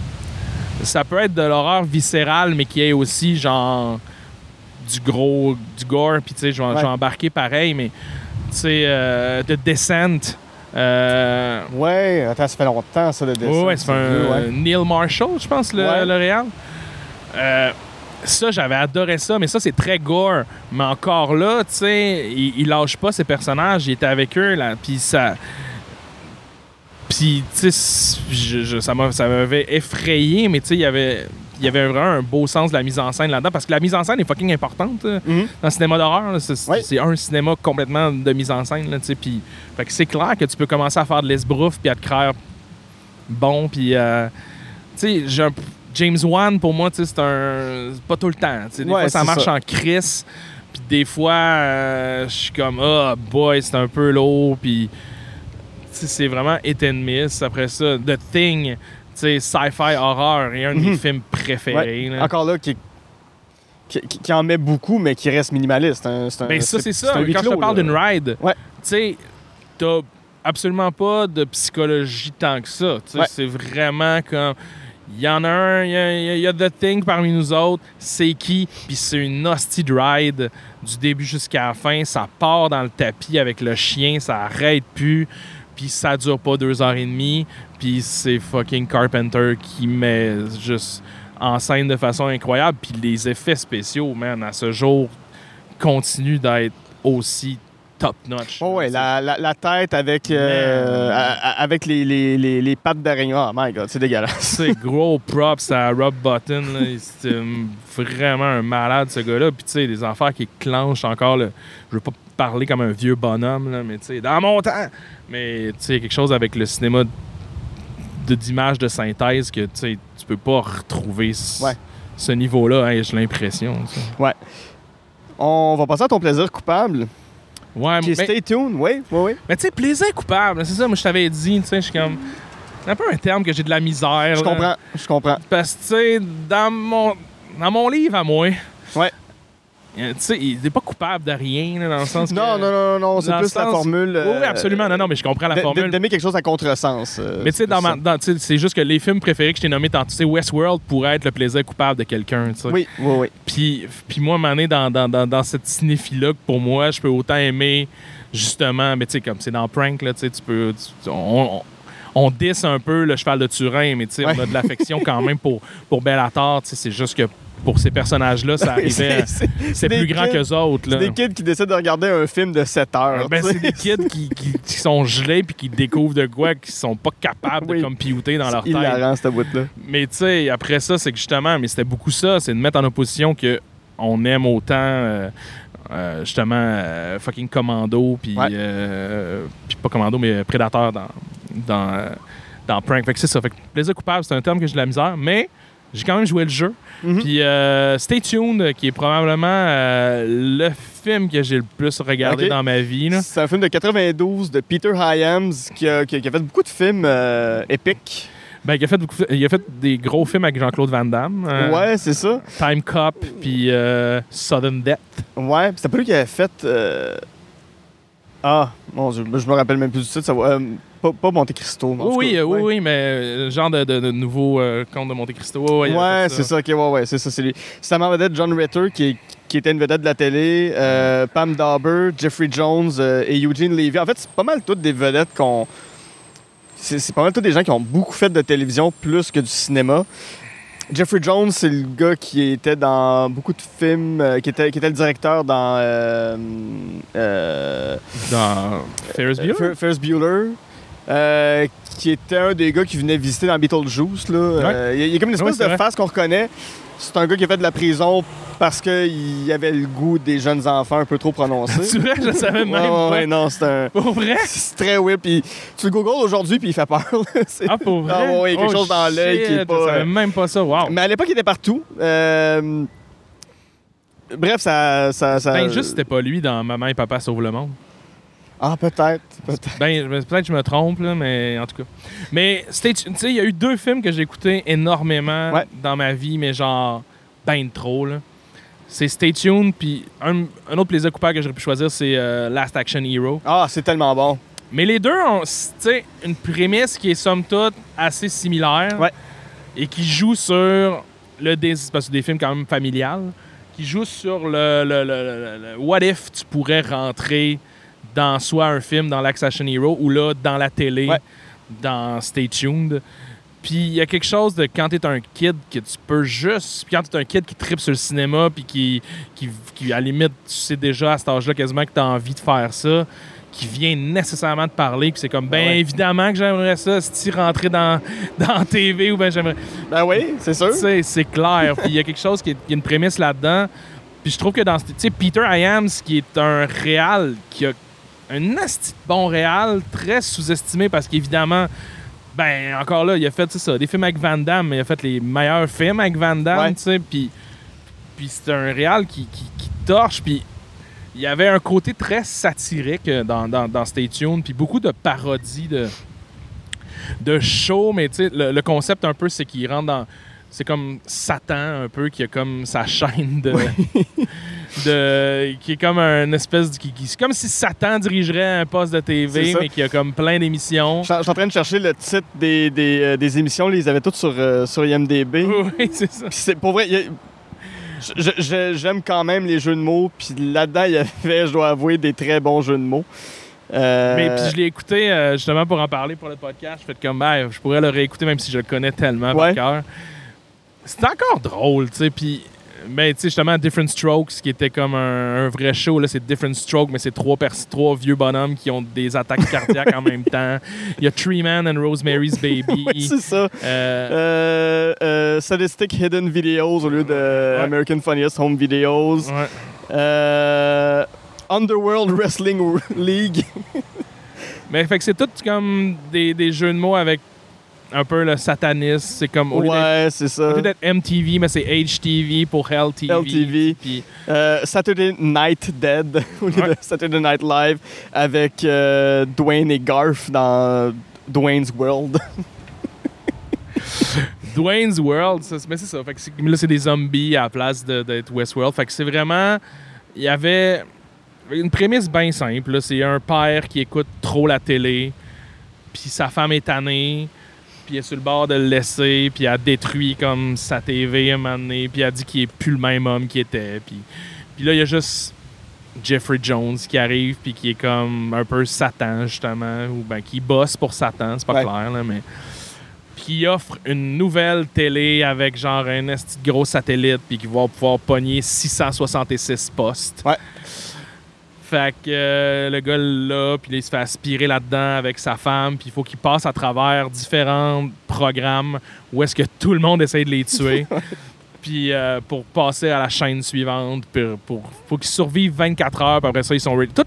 être de l'horreur viscérale, mais qui est aussi genre du gore, puis tu sais, je vais embarquer pareil, mais tu sais, The Descent. Ouais, attends, ça fait longtemps, ça, le dessin. Ouais, c'est un Neil Marshall, je pense, le réal. Ça, j'avais adoré ça, mais ça, c'est très gore. Mais encore là, tu sais, il lâche pas ses personnages, il était avec eux, là, puis ça... Puis, tu sais, ça m'avait effrayé, mais tu sais, il y avait vraiment un beau sens de la mise en scène là-dedans, parce que la mise en scène est fucking importante dans le cinéma d'horreur. C'est un cinéma complètement de mise en scène, tu sais, puis fait que c'est clair que tu peux commencer à faire de l'esbrouf puis à te créer bon, puis tu sais, James Wan, pour moi, tu sais, c'est pas tout le temps. Des fois, ça marche en crisse, puis des fois, je suis comme, oh boy, c'est un peu lourd, puis c'est vraiment hit and miss. Après ça, The Thing, sci-fi horreur, est un de mes films préférés. Ouais. Encore là, qui en met beaucoup, mais qui reste minimaliste. Ben ça, c'est ça. Quand je te parle d'une ride, tu sais, t'as absolument pas de psychologie tant que ça. C'est vraiment comme... Il y en a un, il y a The Thing parmi nous autres, c'est qui? Puis c'est une hostie de ride du début jusqu'à la fin. Ça part dans le tapis avec le chien, ça arrête plus. Puis ça dure pas 2h30. Puis c'est fucking Carpenter qui met juste en scène de façon incroyable. Puis les effets spéciaux, man, à ce jour, continuent d'être aussi top-notch. Oh ouais, la tête avec les pattes d'araignée. Oh my God, c'est dégueulasse. C'est gros props à Rob Bottin. C'est vraiment un malade, ce gars-là. Puis tu sais, des affaires qui clenchent encore. Je veux pas parler comme un vieux bonhomme, là, mais tu sais, dans mon temps. Mais tu sais, quelque chose avec le cinéma d'images de synthèse que tu peux pas retrouver ce niveau-là, hein, j'ai l'impression. T'sais. Ouais. On va passer à ton plaisir coupable. Ouais, mais stay tuned, oui. Mais tu sais, plaisir coupable, c'est ça, moi je t'avais dit, tu sais, je suis comme... C'est un peu un terme que j'ai de la misère. Je comprends. Parce que, tu sais, dans mon livre à moi... Ouais. Tu sais, il n'est pas coupable de rien, là, dans le sens que... Non, c'est plus la formule... Oui, absolument, non, mais je comprends la formule. D'aimer quelque chose à contresens. Mais tu sais, c'est juste que les films préférés que je t'ai nommés tantôt, tu sais, Westworld pourrait être le plaisir coupable de quelqu'un, tu sais. Oui. Puis moi, m'en dans cette cinéphilie-là, pour moi, je peux autant aimer, justement, mais tu sais, comme c'est dans Prank, là, tu sais, on diss un peu le cheval de Turin, mais tu sais, on a de l'affection quand même pour Bellator, tu sais, c'est juste que pour ces personnages-là, ça arrivait... c'est plus grand qu'eux autres. Là. C'est des kids qui décident de regarder un film de 7 heures. Ben, c'est des kids qui sont gelés puis qui découvrent de quoi, qui sont pas capables de computer dans leur tête. C'est hilarant, cette bout-là. Mais tu sais, après ça, c'est que justement, mais c'était beaucoup ça, c'est de mettre en opposition qu'on aime autant... justement, fucking Commando, puis pas Commando, mais Predator dans Prank. Fait que c'est ça. Fait que plaisir coupable, c'est un terme que j'ai de la misère, mais j'ai quand même joué le jeu. Puis Stay Tuned, qui est probablement le film que j'ai le plus regardé dans ma vie. Là. C'est un film de 92 de Peter Hyams qui a fait beaucoup de films épiques. Ben, il a fait des gros films avec Jean-Claude Van Damme. Ouais, c'est ça. Time Cop, puis Sudden Death. Ouais, c'est pas lui qui avait fait... Ah, mon Dieu, je me rappelle même plus du titre. Pas Monte Cristo. Oui, mais genre de nouveau conte de Monte Cristo. Ouais, c'est ça. Ouais, c'est ça. C'est lui. C'est la vedette John Ritter qui était une vedette de la télé. Pam Dauber, Jeffrey Jones et Eugene Levy. En fait, c'est pas mal toutes des vedettes c'est pas mal tous des gens qui ont beaucoup fait de télévision plus que du cinéma. Jeffrey Jones, c'est le gars qui était dans beaucoup de films, qui était le directeur dans Ferris Bueller? Ferris Bueller. qui était un des gars qui venait visiter dans Beetlejuice. Là. Il y a comme une espèce de face qu'on reconnaît. C'est un gars qui a fait de la prison parce qu'il avait le goût des jeunes enfants un peu trop prononcé. C'est vrai, je savais même pas. Ouais, non, c'est un... Pour vrai? C'est très weird. Puis tu le googles aujourd'hui, puis il fait peur. Ah, pour vrai? Ah, ouais, il y a quelque chose dans l'œil qui est pas... Je savais même pas ça, wow. Mais à l'époque, il était partout. Bref, ça... Ben, juste c'était pas lui dans Maman et Papa sauvent le monde. Ah, peut-être. Ben, peut-être que je me trompe, là, mais en tout cas. Mais, tu sais, il y a eu 2 films que j'ai écoutés énormément dans ma vie, mais genre, ben trop, là. C'est Stay Tuned, puis un autre plaisir coupable que j'aurais pu choisir, c'est Last Action Hero. Ah, c'est tellement bon. Mais les deux ont, tu sais, une prémisse qui est somme toute assez similaire. Ouais. Et qui joue sur parce que c'est des films quand même familiales, qui joue sur le what if tu pourrais rentrer dans soit un film, dans Last Action Hero, ou là, dans la télé, dans Stay Tuned. Puis il y a quelque chose de quand t'es un kid que tu peux juste... Puis quand t'es un kid qui trippe sur le cinéma, puis qui à la limite, tu sais déjà à cet âge-là quasiment que t'as envie de faire ça, qui vient nécessairement te parler, puis c'est comme, évidemment que j'aimerais ça, si tu rentrais dans TV, ou ben j'aimerais... Ben oui, c'est sûr. Tu sais, c'est clair. Puis il y a quelque chose il y a une prémisse là-dedans. Puis je trouve que dans... Tu sais, Peter Hyams, qui est un réal, qui a un asti de bon réal, très sous-estimé, parce qu'évidemment... Ben, encore là, il a fait ça, des films avec Van Damme, mais il a fait les meilleurs films avec Van Damme, tu sais, puis c'est un réal qui torche, puis il y avait un côté très satirique dans Stay Tuned, puis beaucoup de parodies de show, mais tu sais, le concept un peu, c'est qu'il rentre dans... C'est comme Satan un peu, qui a comme sa chaîne qui est comme une espèce de... C'est comme si Satan dirigerait un poste de TV, mais qui a comme plein d'émissions. Je suis en train de chercher le titre des émissions. Ils avaient toutes sur IMDb. Oui, c'est ça. Pour vrai, j'aime quand même les jeux de mots. Puis là-dedans, il y avait, je dois avouer, des très bons jeux de mots. Mais puis je l'ai écouté justement pour en parler pour le podcast. Je fais comme, je pourrais le réécouter même si je le connais tellement par cœur. C'est encore drôle, tu sais, puis... Ben, tu sais, justement, Different Strokes, qui était comme un vrai show, là, c'est Different Strokes, mais c'est trois vieux bonhommes qui ont des attaques cardiaques en même temps. Il y a Tree Man and Rosemary's Baby. Oui, c'est ça. Sadistic Hidden Videos au lieu de American Funniest Home Videos. Underworld Wrestling League. Mais fait que c'est tout comme des jeux de mots avec un peu le satanisme, c'est comme... c'est ça. Au lieu d'être MTV, mais c'est HTV pour Hell TV. LTV. Puis, Saturday Night Dead, au lieu de Saturday Night Live, avec Dwayne et Garth dans Dwayne's World. Dwayne's World, mais c'est ça. Fait que là, c'est des zombies à la place d'être Westworld. Fait que c'est vraiment... Il y avait une prémisse bien simple. Là. C'est un père qui écoute trop la télé, puis sa femme est tannée, puis elle est sur le bord de le laisser, puis elle détruit comme sa TV à un moment donné, puis elle dit qu'il est plus le même homme qu'il était. Puis là, il y a juste Jeffrey Jones qui arrive, puis qui est comme un peu Satan, justement, ou ben qui bosse pour Satan, c'est pas clair, là, mais... Puis il offre une nouvelle télé avec genre un esti de gros satellite, puis qui va pouvoir pogner 666 postes. Ouais. Fait que le gars là, puis il se fait aspirer là-dedans avec sa femme, puis il faut qu'il passe à travers différents programmes où est-ce que tout le monde essaye de les tuer. Puis pour passer à la chaîne suivante, faut qu'ils survivent 24 heures, puis après ça, ils sont ready.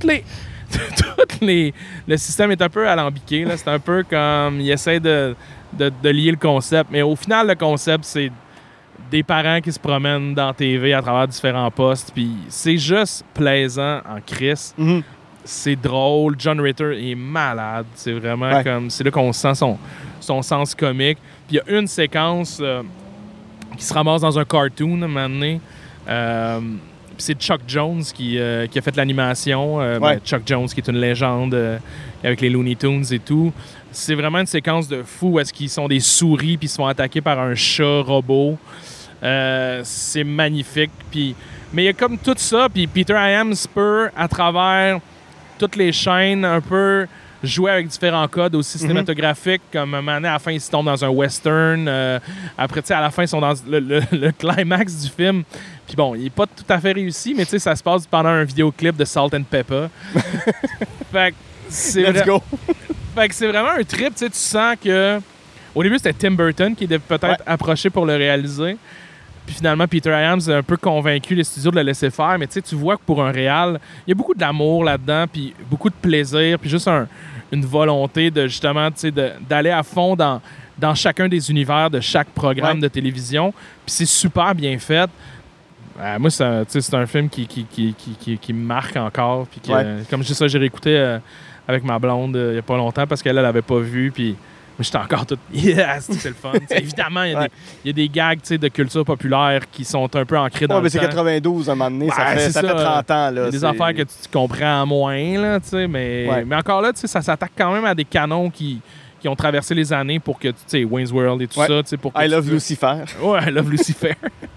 Le système est un peu alambiqué, là. C'est un peu comme... Ils essaient de lier le concept, mais au final, le concept, c'est des parents qui se promènent dans la TV à travers différents postes, puis c'est juste plaisant en crise. Mm-hmm. C'est drôle. John Ritter est malade. C'est vraiment comme... C'est là qu'on sent son sens comique. Puis il y a une séquence qui se ramasse dans un cartoon, à un moment donné. Puis c'est Chuck Jones qui a fait l'animation. Chuck Jones, qui est une légende avec les Looney Tunes et tout. C'est vraiment une séquence de fou où est-ce qu'ils sont des souris puis ils se font attaquer par un chat robot. C'est magnifique. Mais il y a comme tout ça. Puis Peter Hyams peut, à travers toutes les chaînes, un peu jouer avec différents codes aussi cinématographiques. Comme un moment donné, à la fin, ils se tombent dans un western. Après, tu sais, à la fin, ils sont dans le climax du film. Puis bon, il n'est pas tout à fait réussi, mais tu sais, ça se passe pendant un vidéoclip de Salt and Pepper. Fait que c'est Let's go! Fait que c'est vraiment un trip, tu sais, tu sens que... Au début, c'était Tim Burton qui était peut-être approché pour le réaliser. Puis finalement, Peter Hyams a un peu convaincu les studios de le laisser faire. Mais tu sais, tu vois que pour un réal, il y a beaucoup d'amour là-dedans, puis beaucoup de plaisir, puis juste une volonté de justement, tu sais, d'aller à fond dans chacun des univers de chaque programme de télévision. Puis c'est super bien fait. Moi, c'est un film qui me marque encore. Puis comme je dis ça, j'ai réécouté avec ma blonde il n'y a pas longtemps parce qu'elle l'avait pas vu. Puis j'étais encore tout yes, c'est le fun. Évidemment, il y a des gags de culture populaire qui sont un peu ancrés dans le temps. Mais c'est 92 à un moment donné, ça fait 30 ans. Là, des affaires que tu comprends moins, là, mais encore là, ça s'attaque quand même à des canons qui ont traversé les années pour que, tu sais, Wayne's World et tout ça. Pour que I Love Lucifer. Ouais, I Love Lucifer.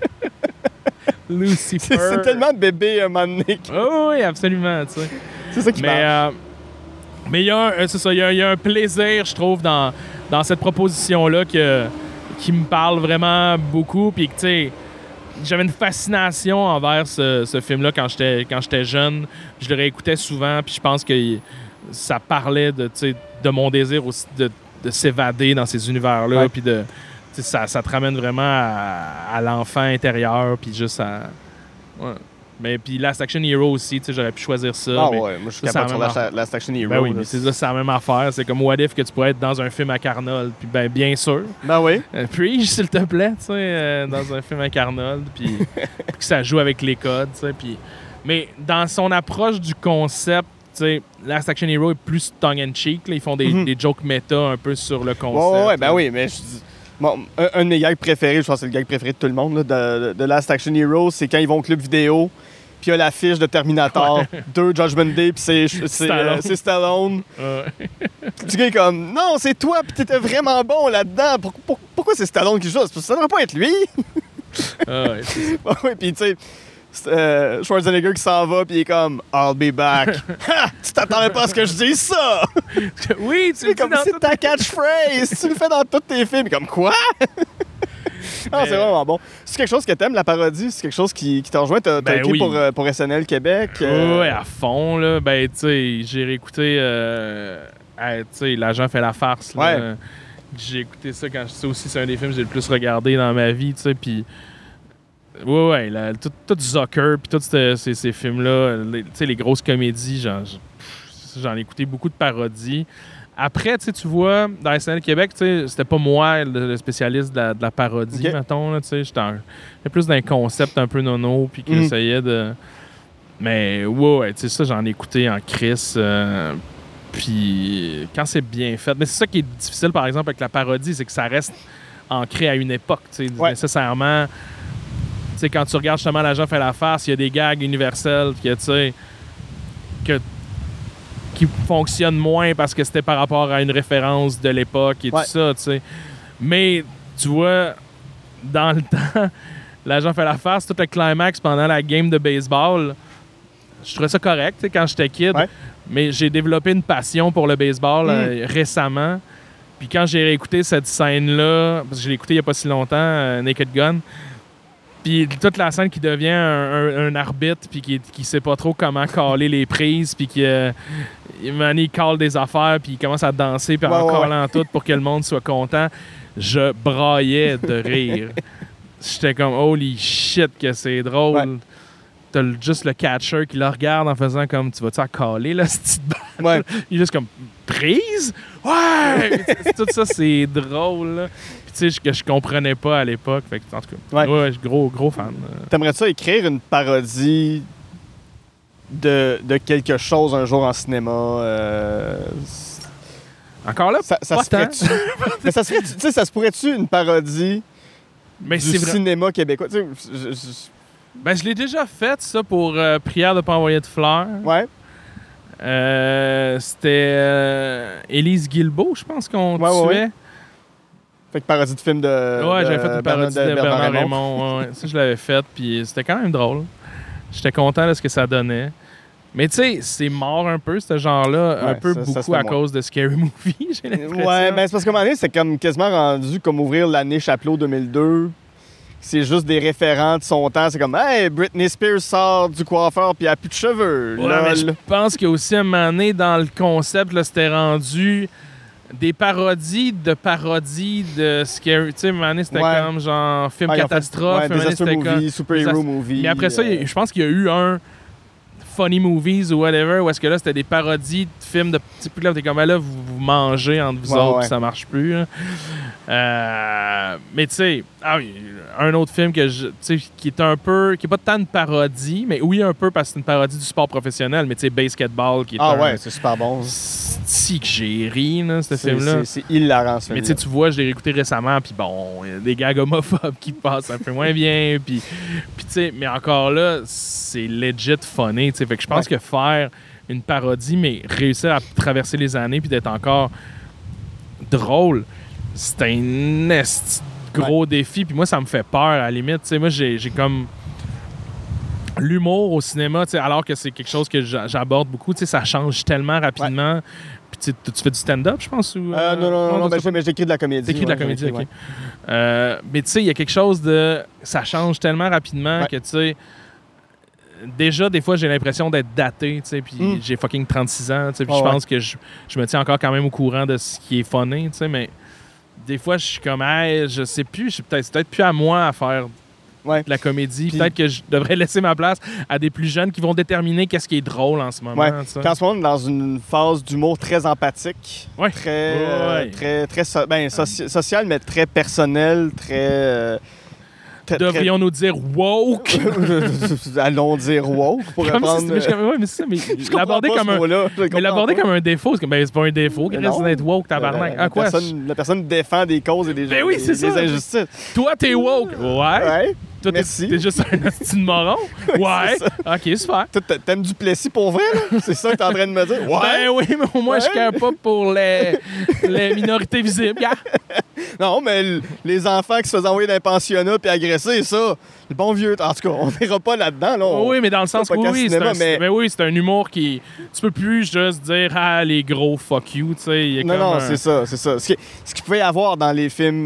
Lucifer. C'est tellement bébé un moment donné. Oui, absolument, tu sais. C'est ça qui marche. Mais il y a un plaisir, je trouve, dans cette proposition-là qui me parle vraiment beaucoup. Puis, tu sais, j'avais une fascination envers ce film-là quand j'étais jeune. Je le réécoutais souvent, puis je pense que ça parlait de mon désir aussi de s'évader dans ces univers-là. Puis ça te ramène vraiment à l'enfant intérieur, puis juste à... Ouais. Mais puis Last Action Hero aussi, j'aurais pu choisir ça. Ah ouais, moi je suis capable sur Last Action Hero. Ben oui, mais c'est la même affaire. C'est comme What If que tu pourrais être dans un film à Arnold, puis ben bien sûr. Ben oui. Puis s'il te plaît, dans un film à Arnold, puis que ça joue avec les codes, puis... Mais dans son approche du concept, Last Action Hero est plus tongue-in-cheek. Ils font des jokes méta un peu sur le concept. Ouais, ben oui, mais un de mes gags préférés, je pense que c'est le gag préféré de tout le monde, là, de Last Action Hero, c'est quand ils vont au club vidéo, puis il y a l'affiche de Terminator 2 Judgment Day, puis c'est Stallone. Tu dis comme, non, c'est toi, puis t'étais vraiment bon là-dedans. Pourquoi c'est Stallone qui joue? Ça devrait pas être lui. Oui, puis tu sais... Schwarzenegger qui s'en va puis il est comme I'll be back. Ha! Tu t'attendais pas à ce que je dise ça? Oui, c'est comme c'est ta catchphrase. Tu le fais dans tous tes films. Comme quoi? Ah, c'est vraiment bon. C'est quelque chose que t'aimes, la parodie? C'est quelque chose qui t'a rejoint? T'as écrit pour SNL Québec? Oui, à fond. Là. Ben, tu sais, j'ai réécouté tu sais, L'agent fait la farce. Là. J'ai écouté ça quand ça aussi, c'est un des films que j'ai le plus regardé dans ma vie. Tu sais, puis... Ouais, tout Zucker, puis tous ces films-là, les grosses comédies, j'en ai écouté beaucoup de parodies. Après, tu vois, dans SNL Québec, c'était pas moi le spécialiste de la parodie, mettons. J'étais plus d'un concept un peu nono, puis qui essayait de... Mais ouais, ça, j'en ai écouté en crisse. Puis quand c'est bien fait... Mais c'est ça qui est difficile, par exemple, avec la parodie, c'est que ça reste ancré à une époque, nécessairement... T'sais, quand tu regardes justement L'agent fait la farce, il y a des gags universels qui fonctionnent moins parce que c'était par rapport à une référence de l'époque et tout ça. T'sais. Mais tu vois, dans le temps, L'agent fait la farce, tout le climax pendant la game de baseball, je trouvais ça correct quand j'étais kid. Mais j'ai développé une passion pour le baseball récemment. Puis quand j'ai réécouté cette scène-là, parce que je l'ai écouté il n'y a pas si longtemps, Naked Gun, puis toute la scène qui devient un arbitre, puis qui sait pas trop comment caler les prises, puis il cale des affaires, puis il commence à danser, puis en calant tout pour que le monde soit content. Je braillais de rire. J'étais comme, holy shit, que c'est drôle. T'as juste le catcher qui le regarde en faisant comme, tu vas-tu à caler, là, cette petite balle? Il est juste comme, prise? Ouais! Tout ça, c'est drôle, là. Tu sais, que je comprenais pas à l'époque. Fait que, en tout cas, je suis gros fan. T'aimerais ça écrire une parodie de quelque chose un jour en cinéma? Encore là, ça se ferait-tu? Mais ça se pourrait-tu une parodie du cinéma québécois? Je l'ai déjà fait, ça, pour Prière de pas envoyer de fleurs. C'était Élise Guilbeault, je pense qu'on tuait. Fait que parodie de film de... Ouais, j'avais fait une parodie de Bernard Raymond. Ça, je l'avais faite, puis c'était quand même drôle. J'étais content de ce que ça donnait. Mais tu sais, c'est mort un peu, ce genre-là, beaucoup à cause de Scary Movie, j'ai l'impression. Ouais, mais c'est parce qu'à un moment donné, c'est comme quasiment rendu comme ouvrir l'année Chapelot 2002. C'est juste des référents de son temps. C'est comme, hey, Britney Spears sort du coiffeur puis elle a plus de cheveux. Ouais, mais je pense qu'il y a aussi un moment donné, dans le concept, là, c'était rendu... des parodies de scary. Tu sais, une année, c'était comme genre film catastrophe. Des disaster movie, super-hero movie. Mais après ça, je pense qu'il y a eu un funny movies ou whatever, où est-ce que là, c'était des parodies de films de petits peu là, t'es comme là, vous mangez entre vous autres, puis ça marche plus. Mais tu sais, un autre film que qui est un peu, qui est pas tant une parodie, mais oui, un peu parce que c'est une parodie du sport professionnel, mais tu sais, Basketball, qui est c'est super bon. Si que j'ai ri, là, ce film-là. C'est hilarant, ce mais tu vois, je l'ai réécouté récemment, puis bon, il y a des gags homophobes qui passent un peu moins bien, puis tu sais, mais encore là, c'est legit funny, tu sais, fait que je pense que faire une parodie, mais réussir à traverser les années puis d'être encore drôle, c'est un gros défi, puis moi, ça me fait peur, à la limite, tu sais, moi, j'ai comme l'humour au cinéma, tu sais, alors que c'est quelque chose que j'aborde beaucoup, tu sais, ça change tellement rapidement. Puis tu fais du stand-up, je pense? Ou, non, mais j'écris de la comédie. T'écris de la comédie, OK. Mais tu sais, il y a quelque chose de... Ça change tellement rapidement que, tu sais... Déjà, des fois, j'ai l'impression d'être daté, tu sais, puis j'ai fucking 36 ans, tu sais, puis je pense que je me tiens encore quand même au courant de ce qui est funny, tu sais, mais des fois, je suis comme, hey, je sais plus, c'est peut-être plus à moi à faire de la comédie. Puis, peut-être que je devrais laisser ma place à des plus jeunes qui vont déterminer qu'est-ce qui est drôle en ce moment. Puis en ce moment, on est dans une phase d'humour très empathique, très social, mais très personnel, très... Devrions-nous dire woke? Allons dire woke pour reprendre... mais c'est ça, mais l'aborder comme un défaut, c'est pas un défaut, c'est d'être woke, tabarnak. La personne défend des causes et des injustices. Toi, t'es woke. Ouais. Toi, merci. T'es juste un asti de moron? Ouais. OK, super. Toi, t'aimes du Plessis pour vrai, là? C'est ça que t'es en train de me dire? Ouais. Ben oui, mais au moins, je ne pas pour les minorités visibles. Non, mais les enfants qui se faisaient envoyer dans un pensionnat puis agresser, ça, le bon vieux... En tout cas, on n'ira pas là-dedans. Là, oui, mais dans le sens que c'est un humour qui... Tu peux plus juste dire « Ah, les gros fuck you », tu sais. Non, c'est ça. Ce qu'il pouvait y avoir dans les films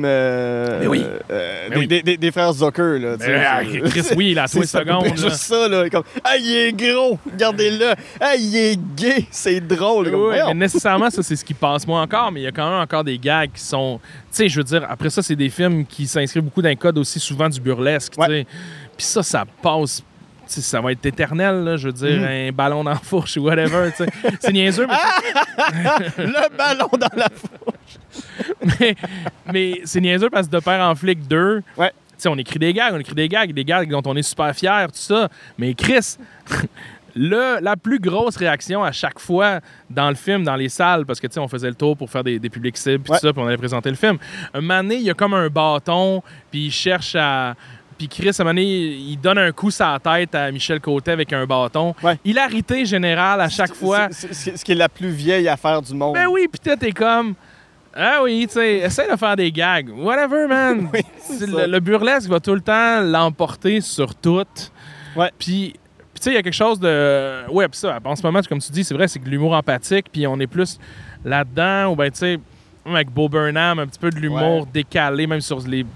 des frères Zucker, là. Chris, oui, la 3 secondes. C'est juste ça, là. Comme, ah, il est gros, regardez-le. Ah, il est gay, c'est drôle. Oui, mais nécessairement, ça, c'est ce qui passe moi encore, mais il y a quand même encore des gags qui sont... Tu sais, je veux dire, après ça, c'est des films qui s'inscrivent beaucoup dans le code aussi souvent du burlesque, tu sais. Puis ça passe... T'sais, ça va être éternel, là, je veux dire, un ballon dans la fourche ou whatever. T'sais. C'est niaiseux, mais... Le ballon dans la fourche! mais c'est niaiseux parce que de Père en flic 2, on écrit des gags dont on est super fiers, tout ça. Mais Chris, la plus grosse réaction à chaque fois dans le film, dans les salles, parce que on faisait le tour pour faire des publics cibles, puis tout ça, puis on allait présenter le film. Un moment donné, il y a comme un bâton, puis il cherche à... Puis Chris, à un moment donné, il donne un coup sur la tête à Michel Côté avec un bâton. Hilarité générale à chaque fois. Ce qui est la plus vieille affaire du monde. Ben oui, puis t'es comme... Ah oui, tu sais, essaye de faire des gags. Whatever, man. Le burlesque va tout le temps l'emporter sur tout. Puis tu sais, il y a quelque chose de... Ouais, puis ça, en ce moment, comme tu dis, c'est vrai, c'est que l'humour empathique, puis on est plus là-dedans, ou ben tu sais, avec Bo Burnham, un petit peu de l'humour décalé, même sur les...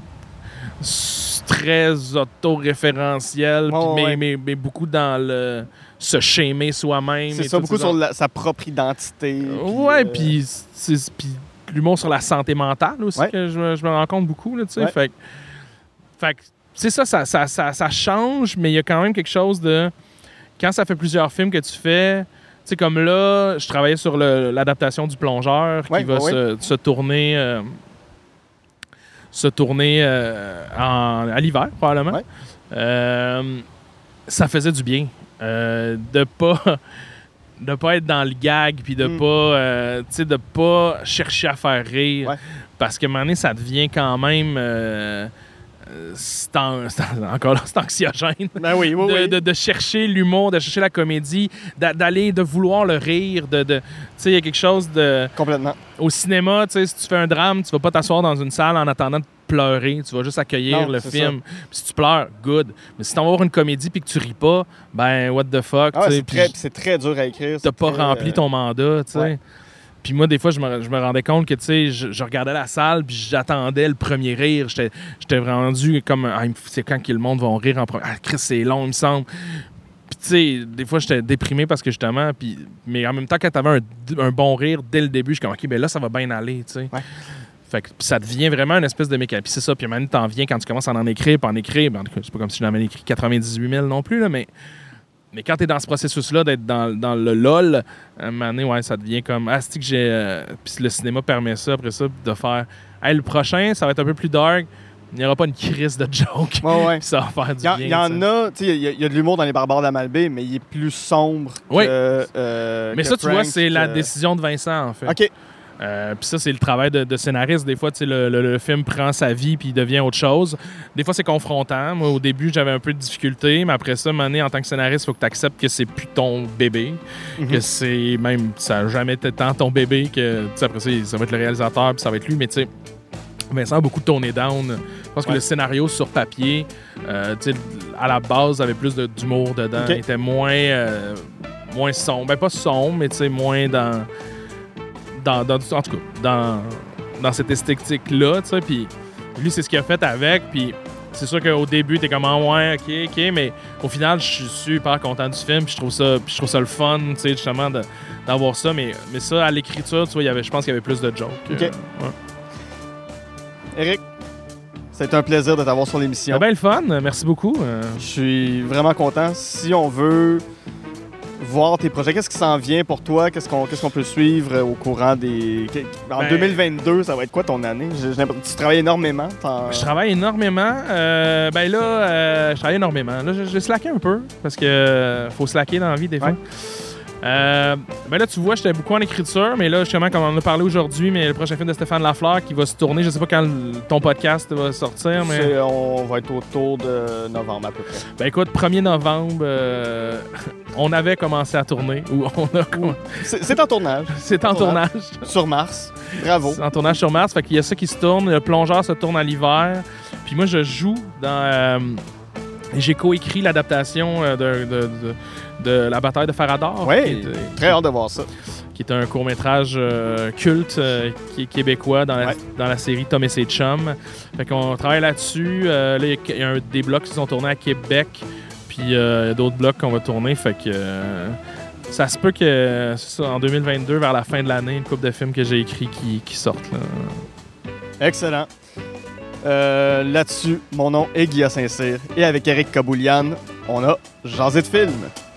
très auto-référentiel, mais beaucoup dans se shamer soi-même. C'est ça, beaucoup sur sa propre identité. Ouais, puis l'humour sur la santé mentale aussi, que je me rends compte beaucoup, là, tu sais. Fait que c'est ça change, mais il y a quand même quelque chose de... Quand ça fait plusieurs films que tu fais... Tu sais, comme là, je travaillais sur l'adaptation du Plongeur qui va se tourner... à l'hiver, probablement. Ça faisait du bien de pas être dans le gag puis de pas chercher à faire rire. Parce que à un moment donné, ça devient quand même... encore là, c'est anxiogène. De chercher l'humour, de chercher la comédie, de vouloir le rire. Tu sais, il y a quelque chose de... Complètement. Au cinéma, tu sais, si tu fais un drame, tu vas pas t'asseoir dans une salle en attendant de pleurer. Tu vas juste accueillir le film. Puis si tu pleures, good. Mais si tu vas voir une comédie puis que tu ris pas, ben, what the fuck. C'est très dur à écrire. T'as pas rempli ton mandat, tu sais. Puis moi, des fois, je me rendais compte que, tu sais, je regardais la salle, puis j'attendais le premier rire. J'étais rendu comme... c'est quand que le monde va rire en premier? Ah, Chris, c'est long, il me semble. Puis, tu tu sais, des fois, j'étais déprimé parce que justement, mais en même temps, quand t'avais un bon rire dès le début, je suis comme, OK, ben là, ça va bien aller, tu sais. Ouais. Fait que ça devient vraiment une espèce de mécanique. Puis c'est ça, puis maintenant, t'en viens quand tu commences à en écrire, puis en écrire. Ben, c'est pas comme si j'en avais écrit 98 000 non plus, là, mais quand t'es dans ce processus-là, d'être dans le LOL, à un moment donné, ouais, ça devient comme, c'est que j'ai. Puis le cinéma permet ça, après ça, de faire, hey, le prochain, ça va être un peu plus dark. Il n'y aura pas une crise de joke. Ouais. Ça va faire du bien. Il y en a, tu sais, il y a de l'humour dans Les Barbares de la Malbaie, mais il est plus sombre que. Mais que ça, tu vois, Frank, c'est la décision de Vincent, en fait. OK. Puis ça, c'est le travail de scénariste. Des fois, tu sais, le film prend sa vie puis il devient autre chose. Des fois, c'est confrontant. Moi, au début, j'avais un peu de difficulté, mais après ça, en tant que scénariste, il faut que tu acceptes que c'est plus ton bébé, que c'est même, ça n'a jamais été tant ton bébé que, tu sais, après ça, ça va être le réalisateur puis ça va être lui. Mais tu sais, Vincent a beaucoup tourné down. Je pense que le scénario sur papier, tu sais, à la base, avait plus d'humour dedans. Il était moins sombre. Ben, pas sombre, mais tu sais, moins dans en tout cas, dans cette esthétique-là, tu sais, puis lui, c'est ce qu'il a fait avec, puis c'est sûr qu'au début, t'es comme, ouais, OK, mais au final, je suis super content du film, puis je trouve ça le fun, tu sais, justement, d'avoir ça, mais ça, à l'écriture, tu vois, je pense qu'il y avait plus de jokes. OK. Ouais. Éric, c'est un plaisir de t'avoir sur l'émission. C'est bien le fun, merci beaucoup. Je suis vraiment content. Si on veut voir tes projets, qu'est-ce qui s'en vient pour toi? Qu'est-ce qu'on peut suivre au courant des... En 2022, ça va être quoi ton année? Tu travailles énormément? Je travaille énormément. Je travaille énormément. Là, j'ai slacké un peu, parce que faut slacker dans la vie des fois. Là, tu vois, j'étais beaucoup en écriture, mais là, justement, comme on en a parlé aujourd'hui, mais le prochain film de Stéphane Lafleur qui va se tourner, je sais pas quand ton podcast va sortir, mais... On va être autour de novembre à peu près. Ben écoute, 1er novembre, on avait commencé à tourner. C'est en tournage. C'est en tournage. Sur Mars. Bravo. C'est en tournage sur Mars, fait qu'il y a ça qui se tourne. Le plongeur se tourne à l'hiver. Puis moi, je joue dans... j'ai coécrit l'adaptation de La bataille de Farador. Oui, très hâte de voir ça. Qui est un court-métrage culte qui est québécois dans la série Tom et ses chums. Fait qu'on travaille là-dessus. Là, il y a des blocs qui sont tournés à Québec, puis il y a d'autres blocs qu'on va tourner. Fait que ça se peut que, en 2022, vers la fin de l'année, une couple de films que j'ai écrits qui sortent. Là. Excellent. Là-dessus, mon nom est Guillaume Saint-Cyr et avec Éric Kaboulian, on a Jasé de film.